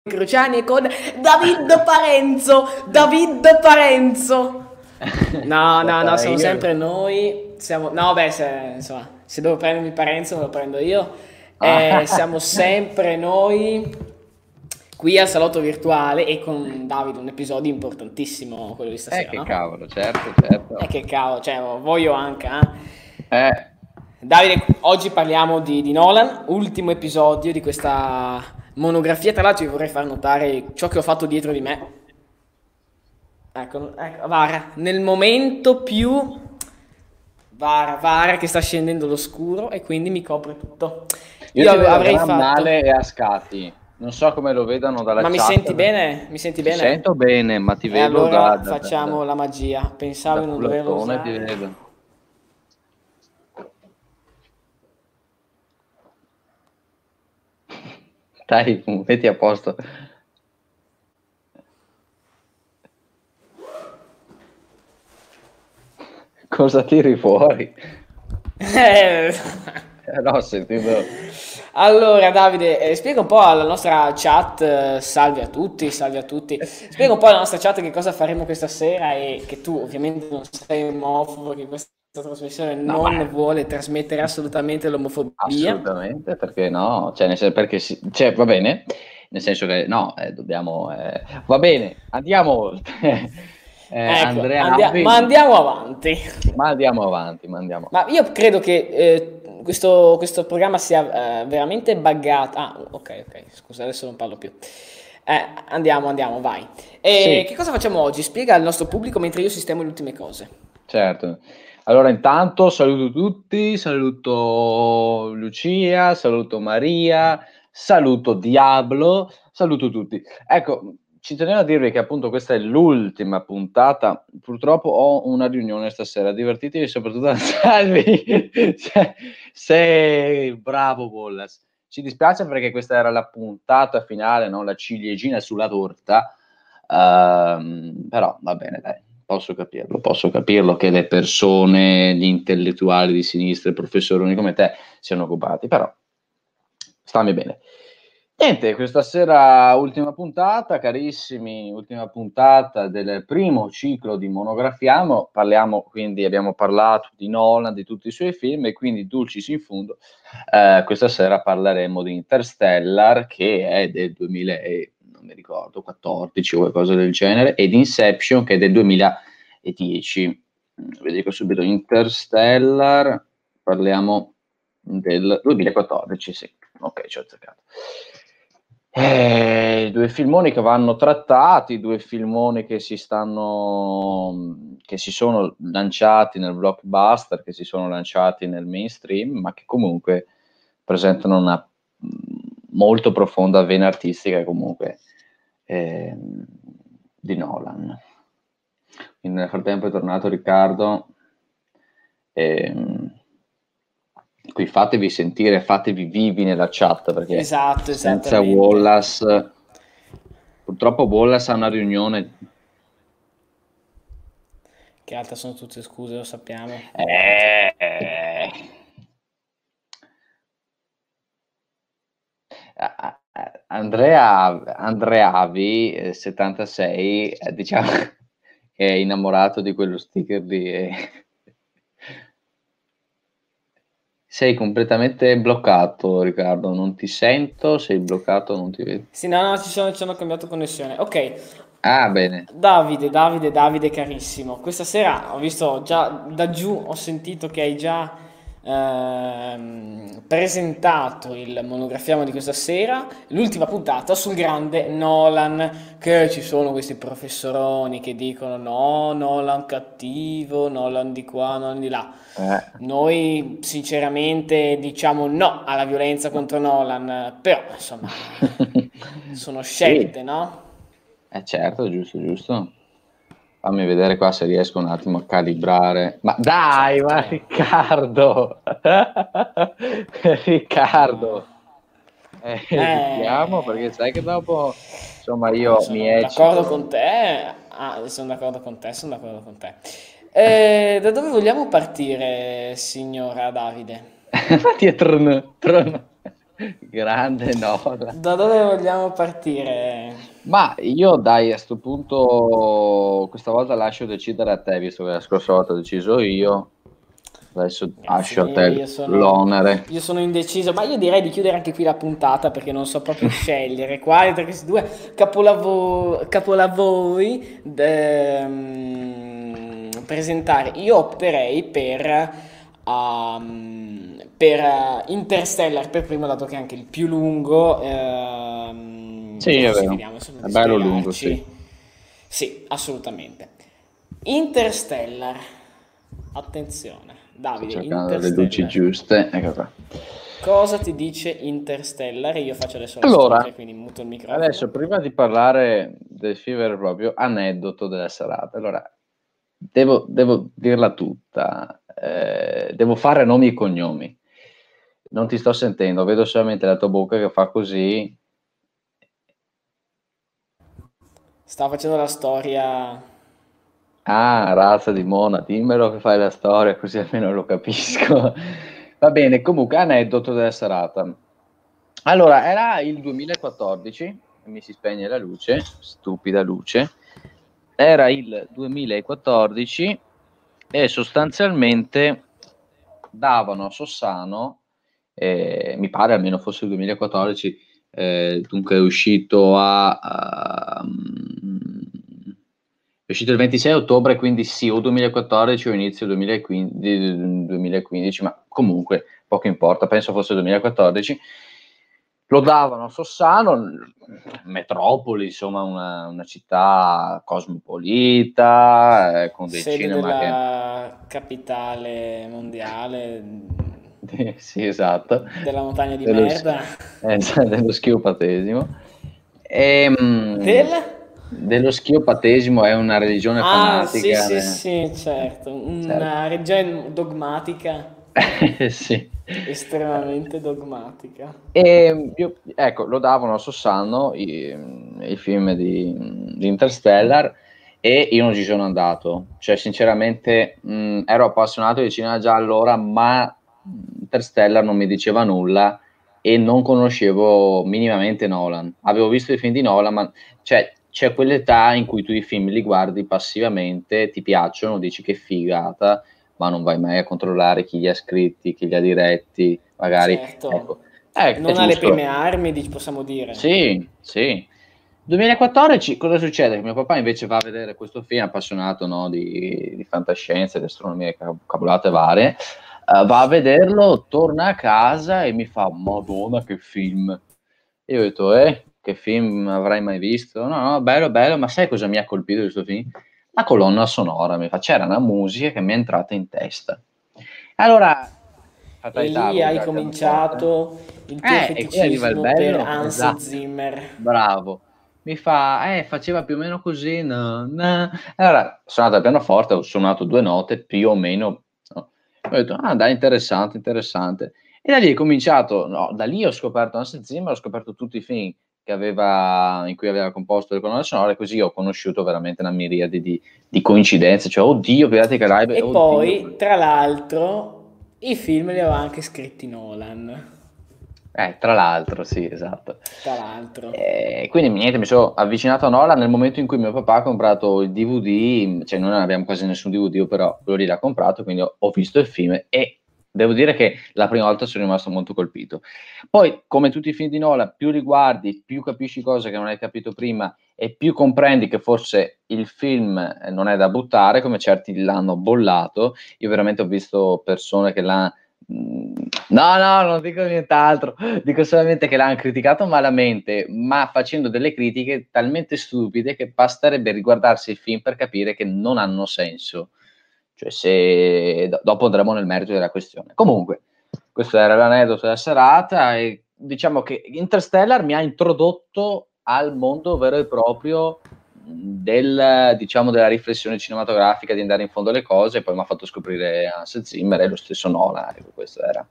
Cruciani e con David Parenzo. David Parenzo. No, no, no, siamo sempre noi. No, beh, insomma, se devo prendermi Parenzo me lo prendo io. Siamo sempre noi qui al salotto virtuale e con Davide un episodio importantissimo quello di stasera, Che no? cavolo, certo, certo. Che cavolo, cioè, voglio anche, Eh, Davide, oggi parliamo di Nolan, ultimo episodio di questa monografia. Tra l'altro, vi vorrei far notare ciò che ho fatto dietro di me. Ecco, ecco, Vara, nel momento più Vara che sta scendendo l'oscuro e quindi mi copre tutto. io Io ti vedo a avrei gran fatto. male e a scatti. Non so come lo vedano dalla Ma mi senti chat. bene? Mi senti Ti bene? sento bene, ma ti E vedo allora facciamo la magia. Pensavo da di non doverlo culatone, ti usare. vedo. Dai, metti a posto. Cosa tiri fuori? Eh, No, ho sentito. Allora, Davide, spiega un po' alla nostra chat, salve a tutti, salve a tutti. Spiega un po' alla nostra chat che cosa faremo questa sera e che tu ovviamente non sei omofobo, che questa trasmissione No, ma non vuole trasmettere assolutamente l'omofobia. assolutamente, perché no? Cioè, perché cioè, va bene, nel senso che no, dobbiamo... Va bene, andiamo oltre. Ecco, Andrea ma Albi, andiamo avanti. ma andiamo avanti, ma andiamo Ma avanti. io credo che questo programma sia veramente buggato. Ah, ok, ok, scusa, adesso non parlo più. Andiamo, vai. E Sì, che cosa facciamo oggi? Spiega al nostro pubblico mentre io sistemo le ultime cose. certo. Allora, intanto saluto tutti, saluto Lucia, saluto Maria, saluto Diablo, saluto tutti. Ecco, ci tenevo a dirvi che appunto questa è l'ultima puntata. Purtroppo ho una riunione stasera. Divertitevi soprattutto a Salvi. Sei bravo, Bollas. Ci dispiace perché questa era la puntata finale, no? La ciliegina sulla torta. Però va bene, dai, posso capirlo che le persone, gli intellettuali di sinistra, i professoroni come te siano occupati, però stammi bene. Niente, questa sera ultima puntata, carissimi, ultima puntata del primo ciclo di Monografiamo, parliamo, quindi abbiamo parlato di Nolan, di tutti i suoi film e quindi dulcis in fundo, questa sera parleremo di Interstellar che è del 2000 e, non mi ricordo, 14 o qualcosa del genere, ed Inception che è del 2010. Vi dico subito Interstellar, parliamo del 2014, sì, ok, ci ho azzeccato. Due filmoni che vanno trattati, due filmoni che si sono lanciati nel blockbuster, che si sono lanciati nel mainstream, ma che comunque presentano una molto profonda vena artistica comunque di Nolan. Quindi nel frattempo è tornato Riccardo. Qui fatevi sentire, fatevi vivi nella chat perché Esatto, senza esattamente. Wallace, purtroppo Wallace ha una riunione. Che altre sono tutte scuse, lo sappiamo. Eh, Andreavi 76, diciamo che è innamorato di quello sticker lì. Sei completamente bloccato, Riccardo, non ti sento, sei bloccato, non ti vedo. Sì, no, no, ci hanno cambiato connessione. Ok, Ah, bene. Davide carissimo, questa sera ho visto già da giù, ho sentito che hai già presentato il monografiamo di questa sera, l'ultima puntata sul grande Nolan, che ci sono questi professoroni che dicono no, Nolan cattivo, Nolan di qua, Nolan di là. Eh, Noi sinceramente diciamo no alla violenza contro Nolan, però insomma sono Sì, scelte, no? certo, giusto, giusto. Fammi vedere qua se riesco un attimo a calibrare. Ma dai, Certo. ma Riccardo! No. Riccardo! Evitiamo perché sai che dopo, insomma, io mi Sono d'accordo eccito. con te. Sono d'accordo con te, sono d'accordo con te. Da dove vogliamo partire, signora Davide? Infatti è tron, tron. Grande Nolan. Da dove vogliamo partire? Ma io dai, a sto punto, questa volta lascio decidere a te, visto che la scorsa volta ho deciso io, adesso Grazie lascio a mille, te l'onere. io sono indeciso, ma io direi di chiudere anche qui la puntata perché non so proprio scegliere quali tra questi due capolavori presentare. Io opterei per Interstellar per primo, dato che è anche il più lungo. Sì, è Così vero, vediamo insomma è di bello lungo, sì. spiegarci. Sì, assolutamente. Interstellar. Attenzione, Sto Davide, cercando le luci Interstellar. giuste, ecco qua. Cosa ti dice Interstellar? Io faccio adesso la Allora, storia, quindi muto il adesso microfono. prima di parlare del film vero e proprio, aneddoto della serata. Allora, devo dirla tutta, devo fare nomi e cognomi. Non ti sto sentendo, vedo solamente la tua bocca che fa così. Stavo facendo la storia. Ah, razza di Mona, dimmelo che fai la storia, così almeno lo capisco. Va bene, comunque, aneddoto della serata. Allora, era il 2014, e mi si spegne la luce, stupida luce. Era il 2014 e sostanzialmente davano a Sossano, mi pare almeno fosse il 2014, dunque è uscito il 26 ottobre, quindi sì, o 2014 o inizio 2015, ma comunque poco importa, penso fosse 2014. Lo davano a Sossano, metropoli, insomma, una città cosmopolita, con dei Sede cinema che... della capitale mondiale Sì, esatto, della montagna di dello, merda. dello schiopatesimo. Del? Dello schiopatesimo è una religione Ah, sì, fanatica, sì, sì, certo. certo. Una regione dogmatica, Sì. estremamente dogmatica. Ecco, lo davano a Sossano i film di Interstellar e io non ci sono andato. Cioè, sinceramente, ero appassionato di cinema già allora, ma Interstellar non mi diceva nulla e non conoscevo minimamente Nolan. Avevo visto i film di Nolan, ma cioè, c'è quell'età in cui tu i film li guardi passivamente, ti piacciono, dici che figata, ma non vai mai a controllare chi li ha scritti, chi li ha diretti, magari, ecco, Certo. è Non ha le prime giusto. armi, possiamo dire. Sì, sì. 2014 cosa succede? Che mio papà invece va a vedere questo film, appassionato, no, di fantascienza, di astronomia e cavolate varie, va a vederlo, torna a casa e mi fa, Madonna, che film! E io ho detto, che film avrai mai visto? No, no, bello, bello, ma sai cosa mi ha colpito di questo film? La colonna sonora, mi fa, c'era una musica che mi è entrata in testa. Allora, E fatalità, lì avevo hai già il pianoforte. cominciato il tuo E qui arriva il feticismo per bello, Hans esatto, Zimmer. bravo. Mi fa, faceva più o meno così, no, no. Allora, sono andato al pianoforte, ho suonato due note, più o meno, no? Ho detto, ah dai, interessante, interessante. E da lì è cominciato, no, da lì ho scoperto Hans Zimmer, ho scoperto tutti i film in cui aveva composto le colonne sonore, così ho conosciuto veramente una miriade di coincidenze, cioè, oddio, Pirati dei Caraibi, E oddio. poi, tra l'altro, i film li aveva anche scritti Nolan. Tra l'altro, sì, esatto. Tra l'altro. Quindi niente, mi sono avvicinato a Nolan nel momento in cui mio papà ha comprato il DVD, cioè noi non abbiamo quasi nessun DVD, però quello lì l'ha comprato, quindi ho visto il film e devo dire che la prima volta sono rimasto molto colpito. Poi, come tutti i film di Nolan, più li guardi, più capisci cose che non hai capito prima e più comprendi che forse il film non è da buttare, come certi l'hanno bollato. Io veramente ho visto persone che l'hanno... No, no, non dico nient'altro, dico solamente che l'hanno criticato malamente, ma facendo delle critiche talmente stupide che basterebbe riguardarsi il film per capire che non hanno senso. Cioè, se dopo andremo nel merito della questione. Comunque, questo era l'aneddoto della serata e diciamo che Interstellar mi ha introdotto al mondo vero e proprio diciamo, della riflessione cinematografica, di andare in fondo alle cose, e poi mi ha fatto scoprire Hans Zimmer e lo stesso Nolan, ecco, questo era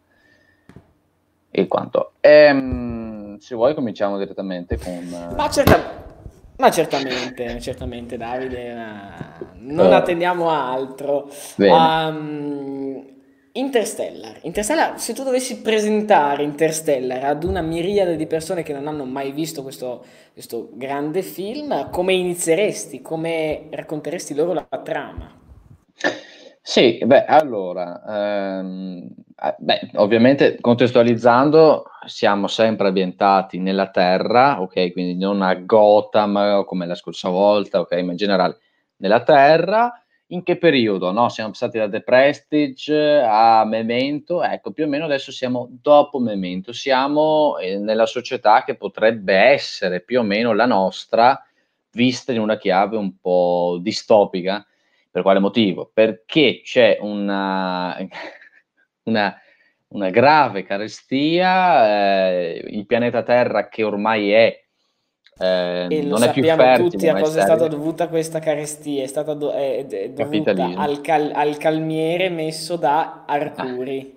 il quanto. Se vuoi cominciamo direttamente con... Ma, ma certamente, certamente Davide, non attendiamo altro. Bene. Um, Interstellar, se tu dovessi presentare Interstellar ad una miriade di persone che non hanno mai visto questo grande film, come inizieresti? Come racconteresti loro la trama? Sì, beh, allora, ovviamente contestualizzando, siamo sempre ambientati nella Terra, ok? Quindi non a Gotham come la scorsa volta, ok? Ma in generale nella Terra. In che periodo? No? Siamo passati da The Prestige a Memento, ecco, più o meno adesso siamo dopo Memento, siamo nella società che potrebbe essere più o meno la nostra, vista in una chiave un po' distopica. Per quale motivo? Perché c'è una, una grave carestia, il pianeta Terra che ormai E lo non è più sappiamo fertile, tutti a ma è cosa è stata sterile. dovuta questa carestia, è dovuta Capitalismo. al calmiere messo da Arcuri.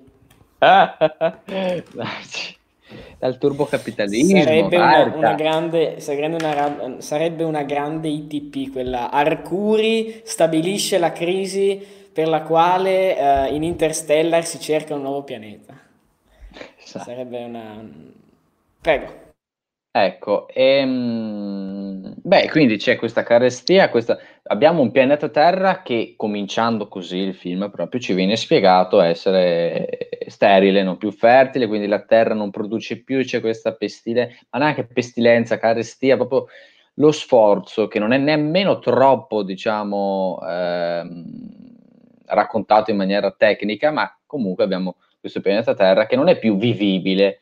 Dal turbocapitalismo, Sarebbe una Arca. grande, sarebbe una grande ITP quella. Arcuri stabilisce la crisi per la quale in Interstellar si cerca un nuovo pianeta. Esatto. Sarebbe una... Prego. Ecco, beh, quindi c'è questa carestia, abbiamo un pianeta Terra che, cominciando così il film, proprio ci viene spiegato essere sterile, non più fertile, quindi la Terra non produce più, c'è questa ma neanche pestilenza, carestia, proprio lo sforzo che non è nemmeno troppo, diciamo, raccontato in maniera tecnica, ma comunque abbiamo questo pianeta Terra che non è più vivibile.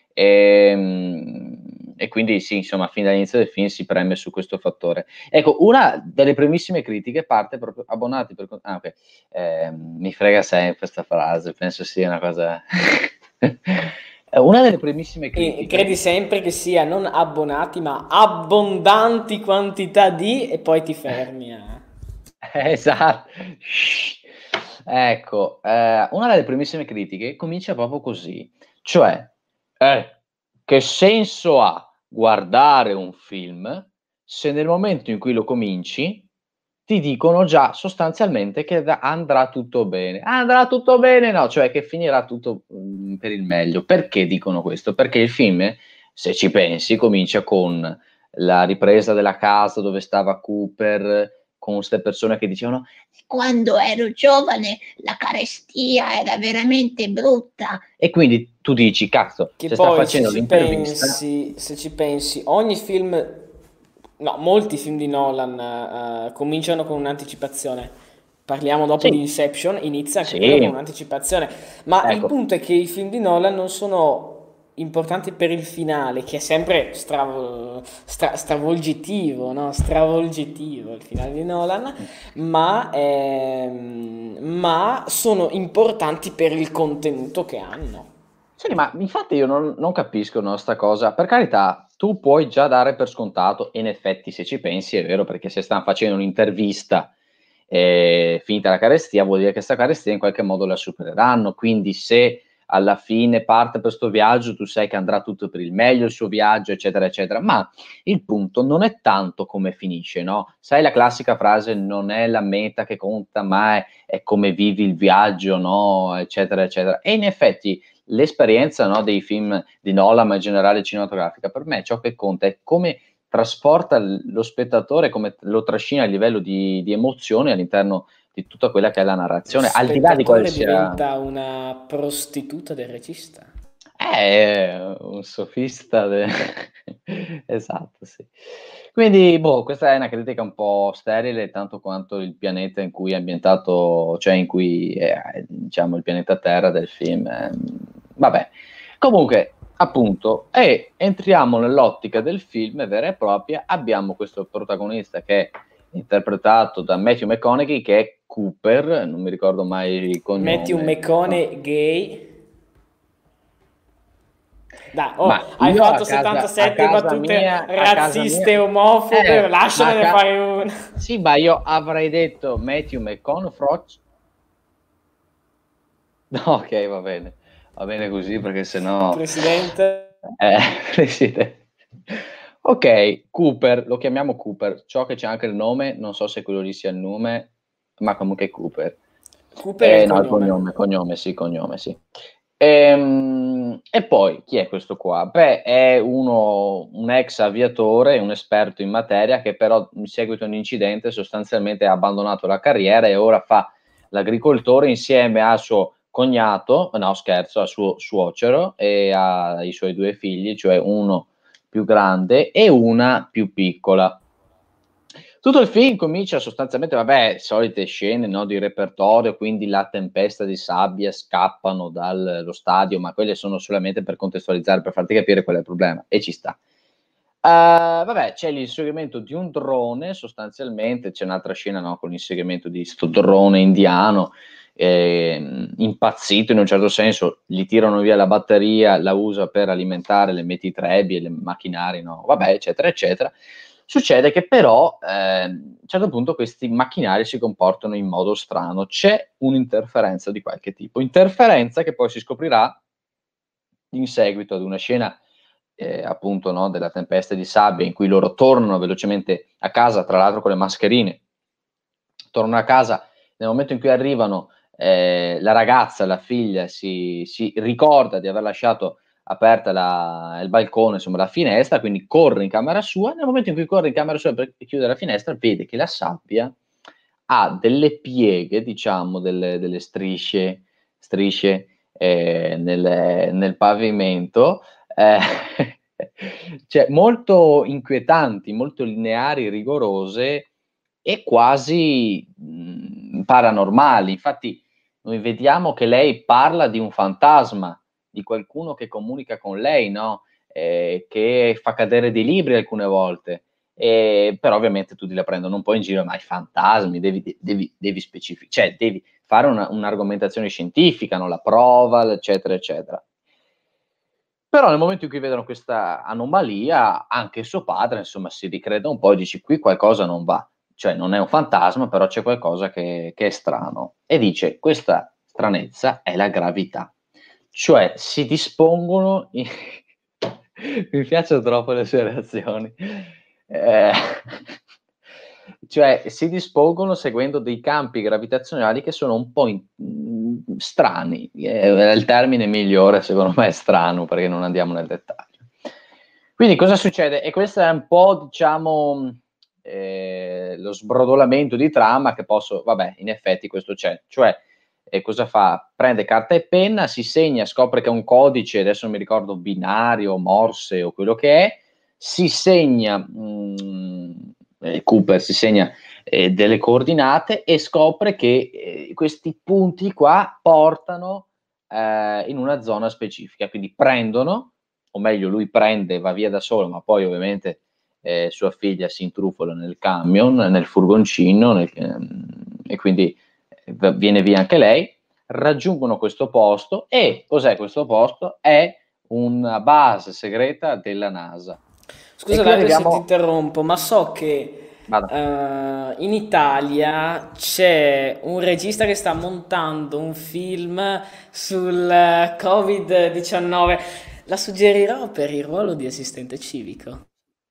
E quindi sì, insomma, fin dall'inizio del film si preme su questo fattore. Ecco, una delle primissime critiche parte proprio abbonati per... Ah, ok. Mi frega sempre questa frase, penso sia una cosa... Una delle primissime E critiche... credi sempre che sia non abbonati, ma abbondanti quantità di, e poi ti fermi a... Esatto. Ecco, una delle primissime critiche comincia proprio così, cioè, che senso ha guardare un film se nel momento in cui lo cominci ti dicono già sostanzialmente che andrà tutto bene. Andrà tutto bene, no, cioè che finirà tutto per il meglio. Perché dicono questo? Perché il film, se ci pensi, comincia con la ripresa della casa dove stava Cooper, con queste persone che dicevano quando ero giovane la carestia era veramente brutta. E quindi tu dici, cazzo, Che se sta poi facendo l'intervista... se ci pensi, ogni film, no, molti film di Nolan cominciano con un'anticipazione. Parliamo dopo di Sì, Inception, inizia anche quello con sì, un'anticipazione. Ma il ecco, punto è che i film di Nolan non sono importanti per il finale, che è sempre stravolgitivo, no? Stravolgitivo il finale di Nolan, ma sono importanti per il contenuto che hanno. sì, ma infatti io non capisco, no, sta cosa. Per carità, tu puoi già dare per scontato, e in effetti se ci pensi è vero, perché se stanno facendo un'intervista finita la carestia, vuol dire che questa carestia in qualche modo la supereranno, quindi se alla fine parte per questo viaggio, tu sai che andrà tutto per il meglio il suo viaggio, eccetera, eccetera, ma il punto non è tanto come finisce, no? Sai la classica frase, non è la meta che conta, ma è come vivi il viaggio, no? Eccetera, eccetera. E in effetti l'esperienza, no, dei film di Nolan, ma in generale cinematografica, per me ciò che conta è come trasporta lo spettatore, come lo trascina a livello di emozione all'interno di tutta quella che è la Lo narrazione, al di là di quale spettatore sia... diventa una prostituta del regista. È un sofista. Esatto, sì. Quindi, boh, questa è una critica un po' sterile, tanto quanto il pianeta in cui è ambientato, cioè in cui è, diciamo, il pianeta Terra del film. Vabbè. Comunque, appunto, entriamo nell'ottica del film vera e propria. Abbiamo questo protagonista che è interpretato da Matthew McConaughey, che è Cooper, non mi ricordo mai il Matthew cognome. No. McConaughey. Dai, Ma oh, hai io fatto 77 battute a casa mia, razziste e omofobe, ma lasciamene fare una. sì, ma io avrei detto Matthew McConaughey. No, ok, va bene così perché sennò... Presidente. Presidente. Ok, Cooper, lo chiamiamo Cooper, ciò che c'è anche il nome, non so se quello lì sia il nome, ma comunque è Cooper. Cooper è il No, il cognome. cognome, sì, cognome, sì. E poi, chi è questo qua? Beh, è un ex aviatore, un esperto in materia, che però in seguito a un incidente sostanzialmente ha abbandonato la carriera e ora fa l'agricoltore insieme al suo cognato, no scherzo, al suo suocero e ai suoi due figli, cioè uno più grande e una più piccola. Tutto il film comincia sostanzialmente, vabbè, solite scene, no, di repertorio, quindi la tempesta di sabbia, scappano dallo stadio, ma quelle sono solamente per contestualizzare, per farti capire qual è il problema, e ci sta. Vabbè, c'è l'inseguimento di un drone, sostanzialmente, c'è un'altra scena, no, con l'inseguimento di sto drone indiano, impazzito in un certo senso, gli tirano via la batteria, la usa per alimentare le metitrebi e le macchinari, no, vabbè, eccetera, eccetera. Succede che però a un certo punto questi macchinari si comportano in modo strano, c'è un'interferenza di qualche tipo, interferenza che poi si scoprirà in seguito ad una scena appunto, no, della tempesta di sabbia in cui loro tornano velocemente a casa, tra l'altro con le mascherine, tornano a casa nel momento in cui arrivano, la ragazza, la figlia, si ricorda di aver lasciato aperta il balcone, insomma la finestra, quindi corre in camera sua. Nel momento in cui corre in camera sua per chiudere la finestra, vede che la sabbia ha delle pieghe, diciamo, delle strisce nel pavimento, cioè molto inquietanti, molto lineari, rigorose e quasi paranormali. Infatti, noi vediamo che lei parla di un fantasma, di qualcuno che comunica con lei, no? Che fa cadere dei libri alcune volte. Però ovviamente tutti la prendono un po' in giro, ma i fantasmi devi specificare, cioè devi fare un'argomentazione scientifica, no? La prova, eccetera, eccetera. Però nel momento in cui vedono questa anomalia, anche suo padre, insomma, si ricreda un po' e dice: qui qualcosa non va, cioè non è un fantasma, però c'è qualcosa che è strano. E dice: questa stranezza è la gravità, cioè si dispongono. Mi piacciono troppo le sue reazioni. Eh, cioè si dispongono seguendo dei campi gravitazionali che sono un po' strani, è il termine migliore secondo me, è strano, perché non andiamo nel dettaglio. Quindi cosa succede? E questo è un po', diciamo, lo sbrodolamento di trama che vabbè, in effetti questo c'è, cioè cosa fa? Prende carta e penna, si segna, scopre che è un codice, adesso non mi ricordo, binario, morse o quello che è, si segna, Cooper si segna delle coordinate e scopre che questi punti qua portano in una zona specifica, quindi prendono, o meglio lui prende e va via da solo, ma poi ovviamente sua figlia si intrufola nel camion, nel furgoncino, e quindi viene via anche lei, raggiungono questo posto e cos'è questo posto? È una base segreta della NASA. E Scusa qui Davide se ti arriviamo. interrompo, ma so che Vada. in Italia c'è un regista che sta montando un film sul Covid-19. La suggerirò per il ruolo di assistente civico.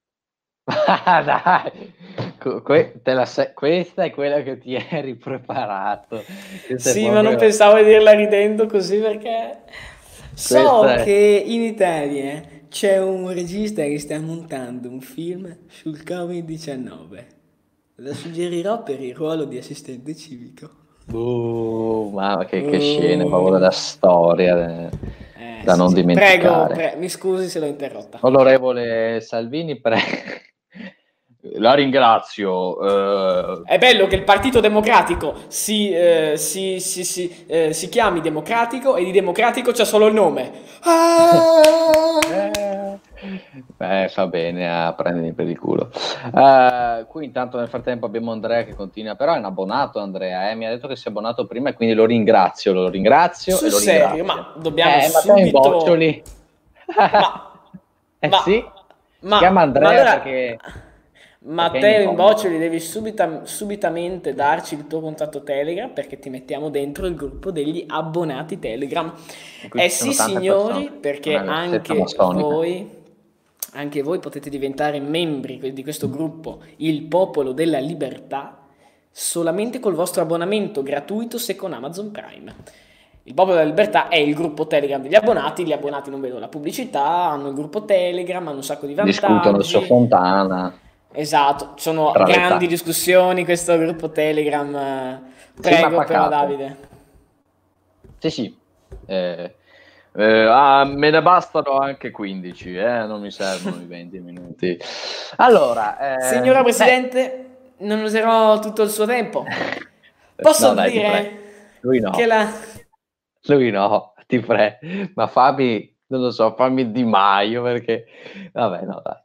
Dai, questa è quella che ti eri preparato. Questa è Sì, ma non proprio. pensavo di dirla ridendo così perché so Questa è. che in Italia c'è un regista che sta montando un film sul Covid-19. La suggerirò per il ruolo di assistente civico. Ma che scene proprio Oh. della storia da Sì, non sì. Prego, dimenticare. mi scusi se l'ho interrotta. Onorevole Salvini, la ringrazio. È bello che il Partito Democratico si chiami Democratico e di Democratico c'è solo il nome. Ah! Eh, fa bene a prendermi per il culo. Qui intanto nel frattempo abbiamo Andrea che continua, però è un abbonato Andrea, mi ha detto che si è abbonato prima e quindi lo ringrazio e Sul lo serio, ringrazio. ma dobbiamo Ma te in subito... boccioli? Ma... Eh sì, Ma... si chiama Ma Andrea allora... perché, è in Matteo incognito. Imboccioli, devi subitamente darci il tuo contatto Telegram perché ti mettiamo dentro il gruppo degli abbonati Telegram. In cui Eh ci sono sì, tante signori, persone, non è perché la setta massonica. anche voi potete diventare membri di questo gruppo, il Popolo della Libertà. solamente col vostro abbonamento gratuito se con Amazon Prime. Il Popolo della Libertà è il gruppo Telegram degli abbonati, gli abbonati non vedono la pubblicità, hanno il gruppo Telegram, hanno un sacco di Discutono su vantaggi. Fontana Esatto, sono tra le grandi tante. discussioni questo gruppo Telegram. Sì, ma Prego però pacato. Davide. Sì, sì. Me ne bastano anche 15, non mi servono i 20 minuti. Allora, Signora Presidente, non userò tutto il suo tempo. no, Posso dai, ti prego. dire Lui che no, la... lui no, ti prego. Ma fammi, non lo so, fammi Di Maio perché... Vabbè, no, dai.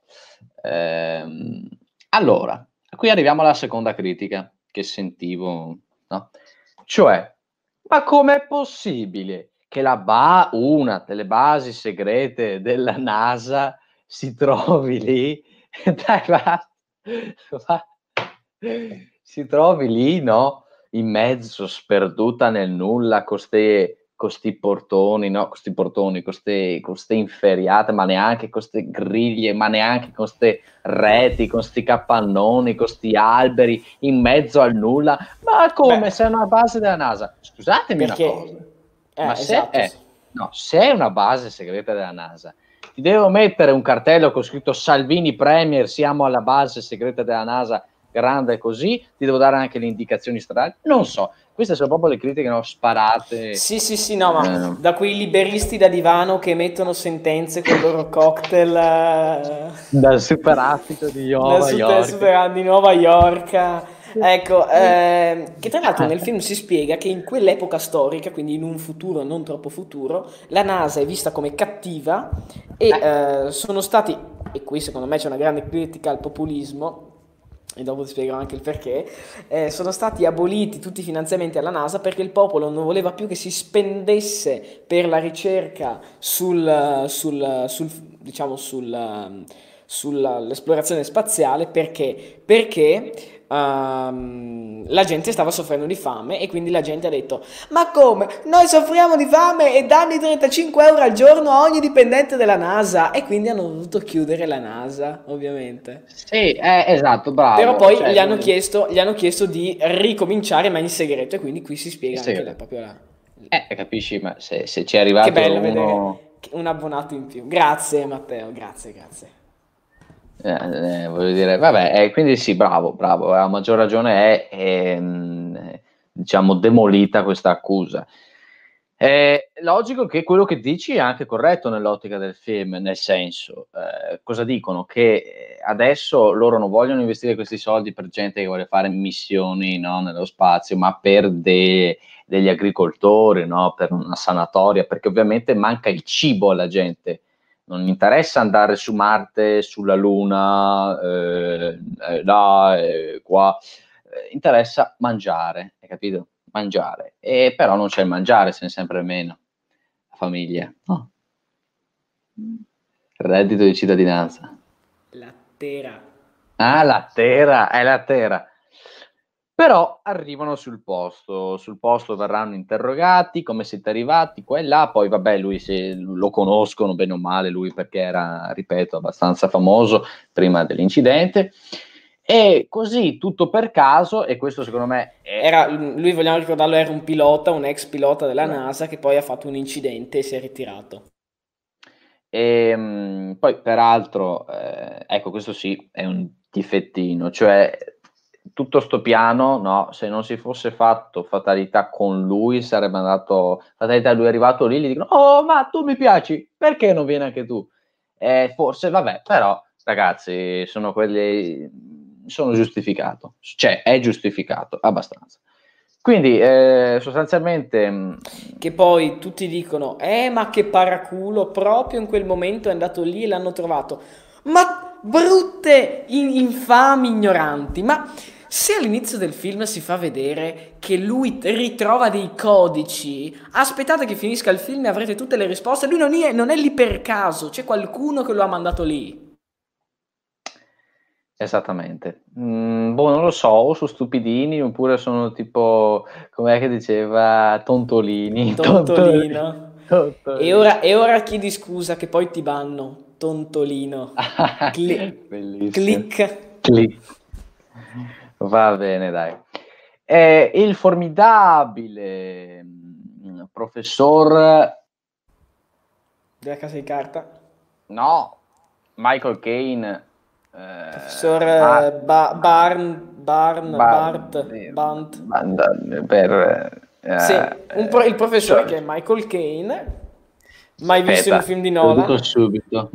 Allora, qui arriviamo alla seconda critica che sentivo, no? Cioè, ma com'è possibile che una delle basi segrete della NASA si trovi lì? Dai, va. Si trovi lì, no? In mezzo, sperduta nel nulla, con sti portoni, no? Con ste inferriate, ma neanche con ste griglie, ma neanche con ste reti, con sti capannoni, con sti alberi, in mezzo al nulla. Ma come? Beh, Se è una base della NASA? Scusatemi una cosa, perché... ma se esatto. è, no, se è una base segreta della NASA, ti devo mettere un cartello con scritto Salvini Premier, siamo alla base segreta della NASA, grande così, ti devo dare anche le indicazioni stradali? Non so, queste sono proprio le critiche no, sparate. Sì, sì, sì, no, ma da quei liberisti da divano che emettono sentenze con il loro cocktail Dal super affico di Nuova York. di Nuova York. Ecco, che tra l'altro nel film si spiega che in quell'epoca storica, quindi in un futuro non troppo futuro, la NASA è vista come cattiva e sono stati, e qui secondo me c'è una grande critica al populismo, e dopo ti spiegherò anche il perché, sono stati aboliti tutti i finanziamenti alla NASA perché il popolo non voleva più che si spendesse per la ricerca sull'esplorazione spaziale perché la gente stava soffrendo di fame e quindi la gente ha detto: ma come? Noi soffriamo di fame e danno i 35 euro al giorno a ogni dipendente della NASA, e quindi hanno dovuto chiudere la NASA, ovviamente. Sì, esatto, Però bravo. poi Cioè, gli hanno chiesto di ricominciare ma in segreto, e quindi qui si spiega anche sì, proprio la... capisci, ma se c'è Che arrivato bello uno... vedere un abbonato in più. Grazie Matteo, grazie, grazie. Voglio dire, vabbè, quindi sì, bravo, bravo, a maggior ragione è, diciamo, demolita questa accusa. È logico che quello che dici è anche corretto nell'ottica del film, nel senso, cosa dicono? Che adesso loro non vogliono investire questi soldi per gente che vuole fare missioni, no, nello spazio, ma per degli agricoltori, no, per una sanatoria, perché ovviamente manca il cibo alla gente. Non interessa andare su Marte, sulla Luna, là, qua. Interessa mangiare, hai capito? Mangiare. E però non c'è il mangiare, se ne è sempre meno. La famiglia. No. Reddito di cittadinanza. Lattera. Ah, la Terra, è la Terra. Però arrivano sul posto verranno interrogati, come siete arrivati, qua e là, poi vabbè lo conoscono bene o male lui perché era, ripeto, abbastanza famoso prima dell'incidente, e così tutto per caso, e questo secondo me è... Lui, vogliamo ricordarlo, era un pilota, un ex pilota della NASA che poi ha fatto un incidente e si è ritirato. Poi peraltro, ecco, questo sì è un difettino, cioè tutto sto piano, no, se non si fosse fatto fatalità con lui, sarebbe andato fatalità, lui è arrivato lì, gli dicono: oh, ma tu mi piaci, perché non vieni anche tu? Forse, vabbè, però ragazzi, sono giustificato, cioè è giustificato abbastanza. Quindi sostanzialmente Che poi tutti dicono: ma che paraculo, proprio in quel momento è andato lì e l'hanno trovato. Ma brutte, infami, ignoranti. Ma se all'inizio del film si fa vedere che lui ritrova dei codici, aspettate che finisca il film e avrete tutte le risposte. Lui non è lì per caso, c'è qualcuno che lo ha mandato lì. esattamente. Boh, non lo so, o sono stupidini oppure sono tipo, com'è che diceva, tontolini. Tontolino. Tontolini. E ora chiedi scusa che poi ti banno. Tontolino. Bellissimo. Click. Click. Va bene, dai. Il formidabile professor... della Casa di Carta. No, Michael Caine. Professor Sì, il professore che è Michael Caine. Mai visto in un film di te lo dico Nolan? subito.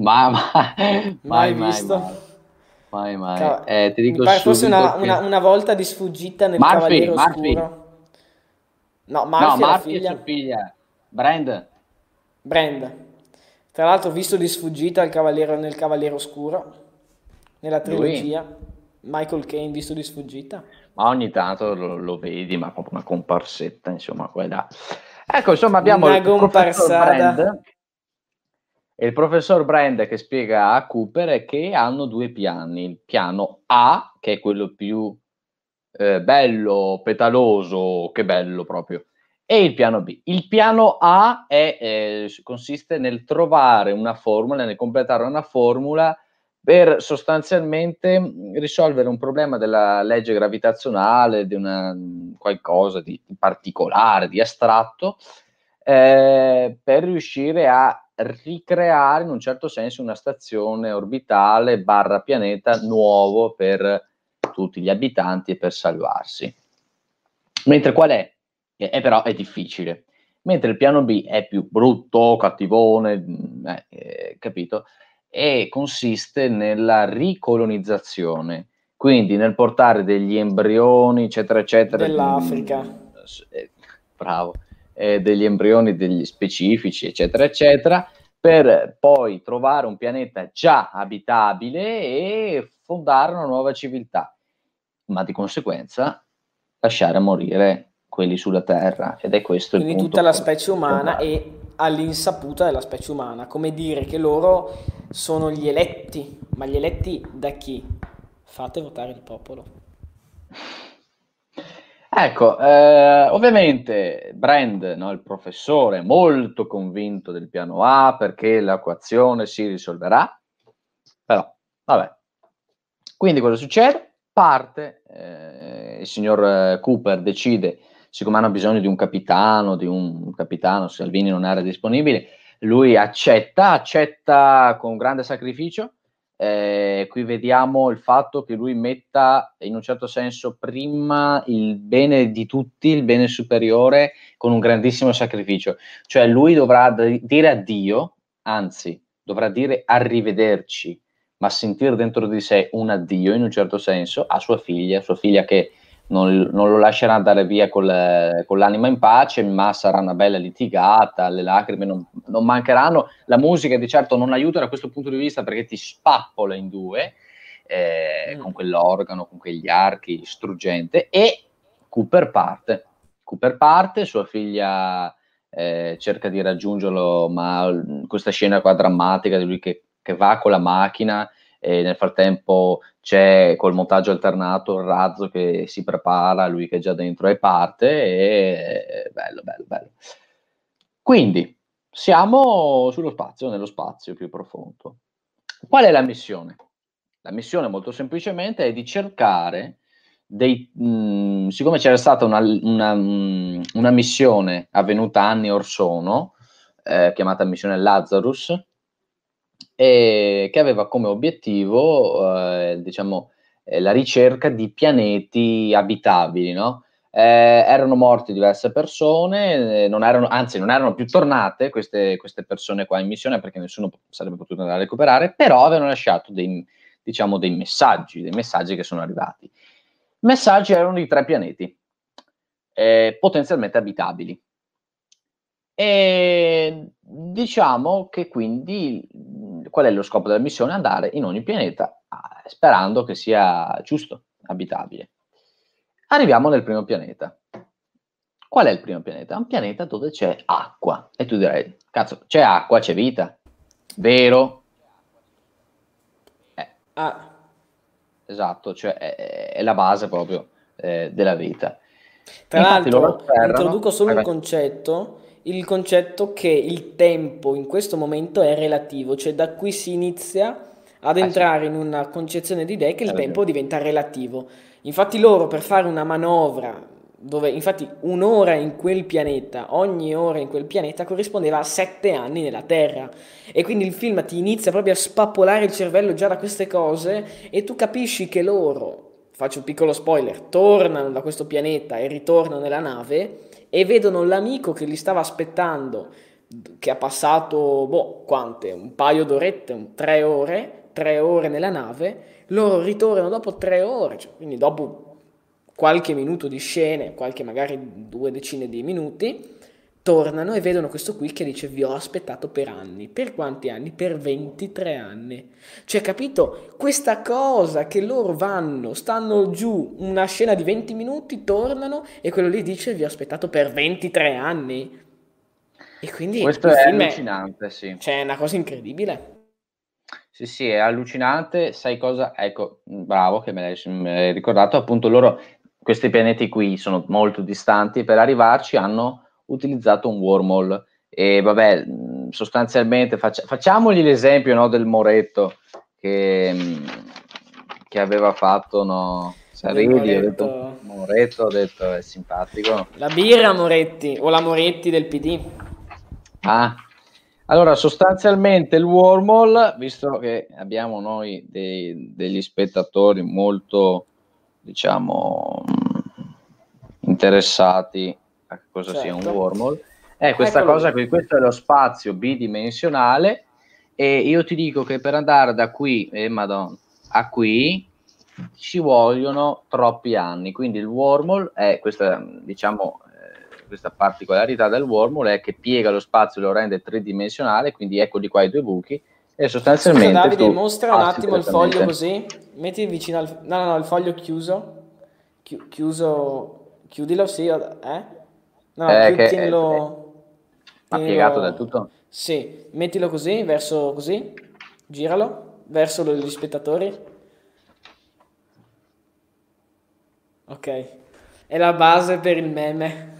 Mai visto? Mai. Ti Mi dico pare fosse subito che... una volta di sfuggita nel Murphy. Cavaliere Oscuro. No, No, Murphy è la Murphy e sua figlia. figlia. Brand. Brand. Tra l'altro, visto di sfuggita nel Cavaliere Oscuro, nella Lui? trilogia. Michael Caine visto di sfuggita. Ma ogni tanto lo vedi, ma proprio una comparsetta, insomma, qua e là. Ecco, insomma, abbiamo Una il professor comparsata. Brand e il professor Brand che spiega a Cooper che hanno due piani. Il piano A, che è quello più bello, petaloso, che bello proprio, e il piano B. Il piano A consiste nel trovare una formula, nel completare una formula per sostanzialmente risolvere un problema della legge gravitazionale, di qualcosa di particolare, di astratto, per riuscire a ricreare in un certo senso una stazione orbitale barra pianeta nuovo per tutti gli abitanti e per salvarsi. Mentre qual è? Però è difficile. Mentre il piano B è più brutto, cattivone, capito? E consiste nella ricolonizzazione, quindi nel portare degli embrioni, eccetera, eccetera, Dell'Africa. bravo, degli embrioni degli specifici, eccetera, eccetera, per poi trovare un pianeta già abitabile e fondare una nuova civiltà, ma di conseguenza lasciare morire quelli sulla Terra, ed è questo il Quindi punto tutta la specie umana fondamentale. è all'insaputa della specie umana, come dire che loro sono gli eletti, ma gli eletti da chi? Fate votare il popolo. Ecco, ovviamente Brand, no, il professore, è molto convinto del piano A perché l'equazione si risolverà, però vabbè. Quindi cosa succede? Parte, il signor Cooper decide, siccome hanno bisogno di un capitano, Salvini non era disponibile, lui accetta con grande sacrificio. Qui vediamo il fatto che lui metta in un certo senso prima il bene di tutti, il bene superiore, con un grandissimo sacrificio. Cioè lui dovrà dire addio, anzi dovrà dire arrivederci, ma sentire dentro di sé un addio in un certo senso a sua figlia che non lo lascerà andare via con l'anima in pace, ma sarà una bella litigata, le lacrime non mancheranno, la musica di certo non aiuta da questo punto di vista perché ti spappola in due, con quell'organo, con quegli archi struggente, e Cooper parte, sua figlia cerca di raggiungerlo, ma questa scena qua drammatica di lui che va con la macchina e nel frattempo c'è col montaggio alternato il razzo che si prepara, lui che è già dentro e parte, e bello. Quindi siamo sullo spazio, nello spazio più profondo. Qual è la missione? La missione molto semplicemente è di cercare siccome c'era stata una missione avvenuta anni or sono, chiamata missione Lazarus, che aveva come obiettivo, diciamo, la ricerca di pianeti abitabili, no? Erano morte diverse persone, non erano più tornate queste persone qua in missione perché nessuno sarebbe potuto andare a recuperare, però avevano lasciato dei messaggi che sono arrivati. I messaggi erano di 3 pianeti, potenzialmente abitabili. E diciamo che quindi qual è lo scopo della missione? Andare in ogni pianeta sperando che sia giusto, abitabile. Arriviamo nel primo pianeta. Qual è il primo pianeta? Un pianeta dove c'è acqua. E tu direi, cazzo, c'è acqua, c'è vita. Vero? Esatto, cioè è la base proprio della vita. Tra Infatti loro l'altro, afferrano... introduco solo un concetto, il concetto che il tempo in questo momento è relativo, cioè da qui si inizia ad Sì, entrare in una concezione di idee che il hai tempo ragione. diventa relativo. Infatti loro per fare una manovra dove infatti un'ora in quel pianeta, ogni ora in quel pianeta corrispondeva a 7 anni nella Terra. E quindi il film ti inizia proprio a spappolare il cervello già da queste cose e tu capisci che loro, faccio un piccolo spoiler, tornano da questo pianeta e ritornano nella nave e vedono l'amico che li stava aspettando, che ha passato, quante? Un paio d'orette, 3 ore nella nave, loro ritornano dopo 3 ore, cioè, quindi dopo qualche minuto di scene, qualche magari 2 decine di minuti, tornano e vedono questo qui che dice vi ho aspettato per anni. Per quanti anni? Per 23 anni. Cioè, capito? Questa cosa che loro vanno, stanno giù, una scena di 20 minuti, tornano e quello lì dice vi ho aspettato per 23 anni. E quindi Questo il è film allucinante, sì. cioè, è una cosa incredibile. Sì, sì, è allucinante. Sai cosa? Ecco, bravo che me l'hai ricordato. Appunto, loro, questi pianeti qui sono molto distanti. Per arrivarci hanno utilizzato un wormhole. E vabbè, sostanzialmente facciamogli l'esempio, no, del Moretto che aveva fatto, no? Saridi, ho detto Moretto, ho detto è simpatico. La birra Moretti, o la Moretti del PD. Ah, allora sostanzialmente il wormhole, visto che abbiamo noi degli spettatori molto, diciamo, interessati a cosa sia un wormhole, è questa Eccolo cosa lì. qui, questo è lo spazio bidimensionale e io ti dico che per andare da qui, Madonna, a qui ci vogliono troppi anni, quindi il wormhole è questa, diciamo, questa particolarità del wormhole è che piega lo spazio e lo rende tridimensionale, quindi ecco di qua i due buchi e sostanzialmente Scusa Davide, tu mostra un passi attimo il foglio direttamente. così, metti vicino al... No, il foglio chiuso. Chiuso, chiudilo, sì, No, Che tienilo, ha piegato del tienilo, tutto. sì, mettilo così, verso così, giralo, verso gli spettatori. Ok, è la base per il meme.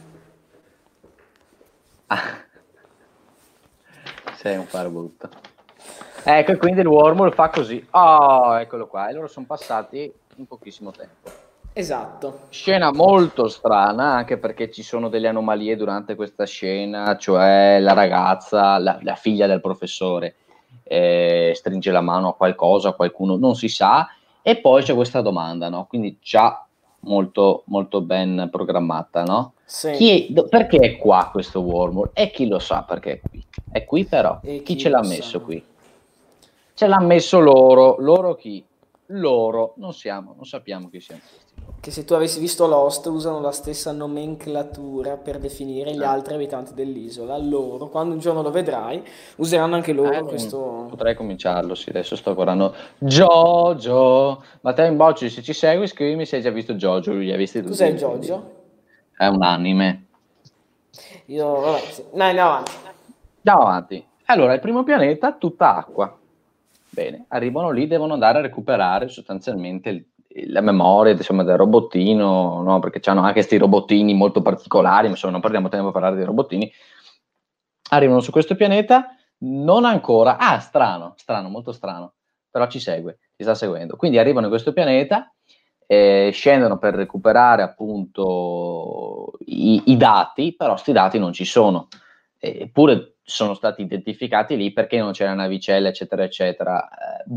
Sei un farabutto. Ecco, e quindi il wormhole fa così. Oh, eccolo qua. E loro sono passati in pochissimo tempo. Esatto. Scena molto strana, anche perché ci sono delle anomalie durante questa scena, cioè la ragazza, la figlia del professore, stringe la mano a qualcosa, a qualcuno, non si sa, e poi c'è questa domanda, no? Quindi già molto, molto ben programmata, no? Sì, Perché è qua questo wormhole? E chi lo sa perché è qui? È qui però. e Chi chi ce l'ha lo sa. messo qui? Ce l'ha messo loro. Loro chi? Loro. Non sappiamo chi siano questi. Che se tu avessi visto Lost usano la stessa nomenclatura per definire gli altri abitanti dell'isola. Loro, quando un giorno lo vedrai, useranno anche loro questo... Potrei cominciarlo, sì, adesso sto guardando Jojo. Matteo in Bocci, se ci segui, scrivimi se hai già visto Jojo, li hai visti Cos'è tutti, quindi Giorgio? è un anime. Io, vabbè, sì. No, andiamo avanti. Andiamo avanti. Allora, il primo pianeta, tutta acqua. Bene, arrivano lì, devono andare a recuperare sostanzialmente la memoria, insomma, del robottino, no? Perché hanno anche questi robottini molto particolari, ma insomma non perdiamo tempo a parlare dei robottini. Arrivano su questo pianeta, non ancora, strano, molto strano, però ci segue, ci sta seguendo. Quindi arrivano in questo pianeta, scendono per recuperare appunto i dati, però questi dati non ci sono, eppure sono stati identificati lì perché non c'era navicella, eccetera, eccetera.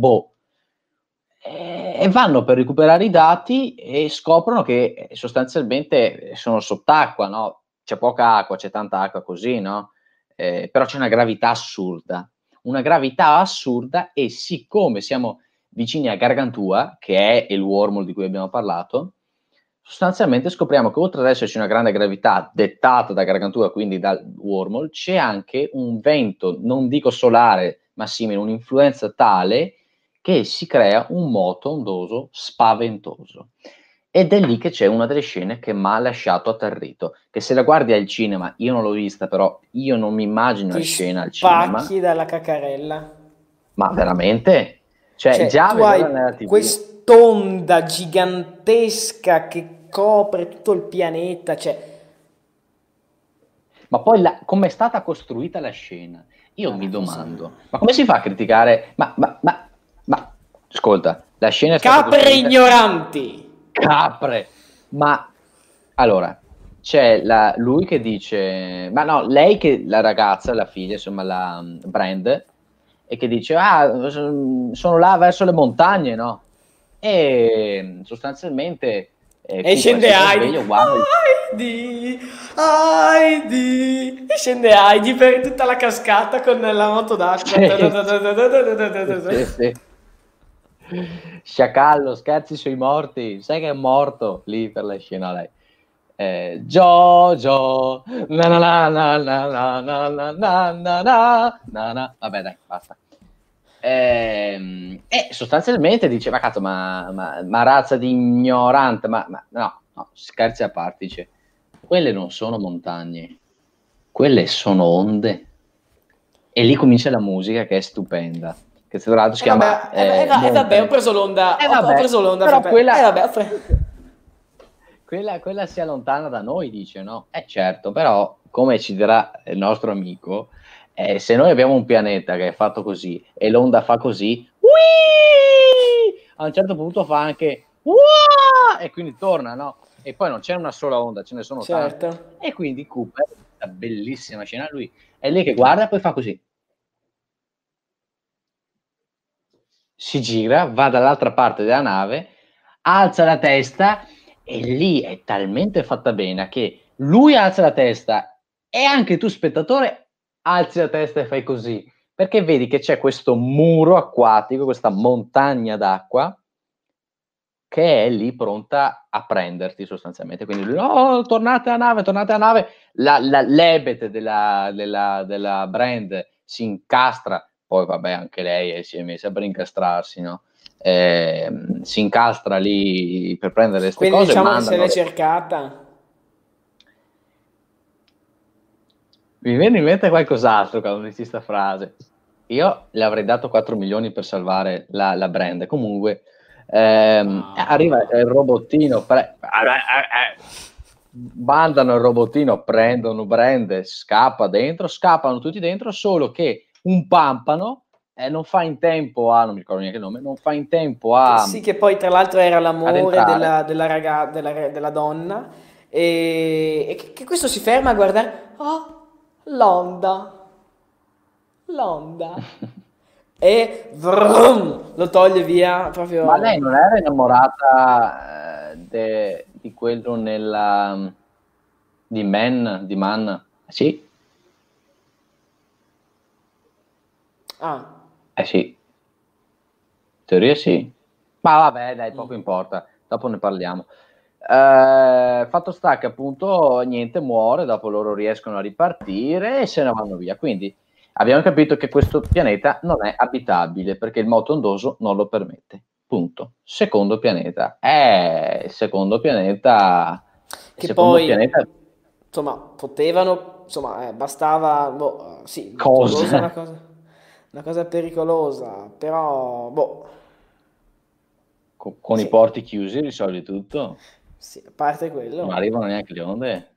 E vanno per recuperare i dati e scoprono che sostanzialmente sono sott'acqua, no? C'è poca acqua, c'è tanta acqua così, no? Però c'è una gravità assurda e siccome siamo vicini a Gargantua, che è il wormhole di cui abbiamo parlato, sostanzialmente scopriamo che oltre ad esserci una grande gravità dettata da Gargantua, quindi dal wormhole, c'è anche un vento, non dico solare, ma simile, un'influenza tale che si crea un moto ondoso spaventoso. Ed è lì che c'è una delle scene che mi ha lasciato atterrito, che se la guardi al cinema, io non l'ho vista, però io non mi immagino la Ti scena al cinema, spacchi dalla cacarella. ma veramente? Cioè, Cioè, già tu hai vederla nella TV, quest'onda gigantesca che copre tutto il pianeta, cioè... ma poi come è stata costruita la scena? Io È mi una cosa... domando, ma come si fa a criticare? Ascolta, la scena è stata Capre costruita... ignoranti! Capre! Ma, allora, c'è lui che dice, ma no, lei che, la ragazza, la figlia, insomma, la Brand, e che dice, sono là verso le montagne, no? E sostanzialmente E Cooper scende si Heidi. risveglia, guarda, Heidi, Heidi. E scende Heidi per tutta la cascata con la moto d'acqua. sì, sì, sì. Sciacallo, scherzi sui morti, sai che è morto lì per la scena lei. Jojo, na na na na na na na na na na na. Vabbè, dai, basta. E sostanzialmente dice: Ma cazzo, ma razza di ignorante, ma no, scherzi a parte, dice: Quelle non sono montagne, quelle sono onde. E lì comincia la musica che è stupenda. Che tra l'altro si E vabbè, chiama vabbè, ho Montagne. preso l'onda. E Ho vabbè, preso l'onda, però fratello. E quella, vabbè, quella si allontana da noi, dice, no? Certo, però, come ci dirà il nostro amico, se noi abbiamo un pianeta che è fatto così e l'onda fa così, a un certo punto fa anche e quindi torna, no? E poi non c'è una sola onda, ce ne sono tante. certo. E quindi Cooper, questa bellissima scena, lui è lì che guarda e poi fa così. Si gira, va dall'altra parte della nave, alza la testa e lì è talmente fatta bene che lui alza la testa e anche tu spettatore alzi la testa e fai così, perché vedi che c'è questo muro acquatico, questa montagna d'acqua che è lì pronta a prenderti sostanzialmente. Quindi lui, no, tornate alla nave, l'ebete della Brand si incastra, poi vabbè anche lei si è messa per incastrarsi, no? Si incastra lì per prendere queste Quindi cose, diciamo che se mandano l'è cercata. mi viene in mente qualcos'altro quando dici sta frase. Io le avrei dato 4 milioni per salvare la Brand. Comunque, arriva Ah. il robottino, mandano il robottino, prendono Brand, scappa dentro, scappano tutti dentro, solo che un pampano non fa in tempo a, non mi ricordo neanche il nome, non fa in tempo Sì, che poi tra l'altro era ad l'amore entrare. della donna. E che questo si ferma a guardare. Oh, l'onda. L'onda. E vrum, lo toglie via Ma lei proprio. non era innamorata di quello di Man? Sì, Ah. sì, in teoria sì. Ma vabbè, dai, poco Mm. importa, dopo ne parliamo. Fatto sta che appunto niente muore, dopo loro riescono a ripartire e se ne vanno via. Quindi abbiamo capito che questo pianeta non è abitabile perché il moto ondoso non lo permette. Punto. Secondo pianeta. Il Che secondo poi, pianeta insomma, potevano, insomma, bastava, boh, sì, il moto ondoso è cosa? una cosa pericolosa, però, boh, Con i sì, porti chiusi risolvi tutto? sì, a parte Non quello, arrivano neanche le onde?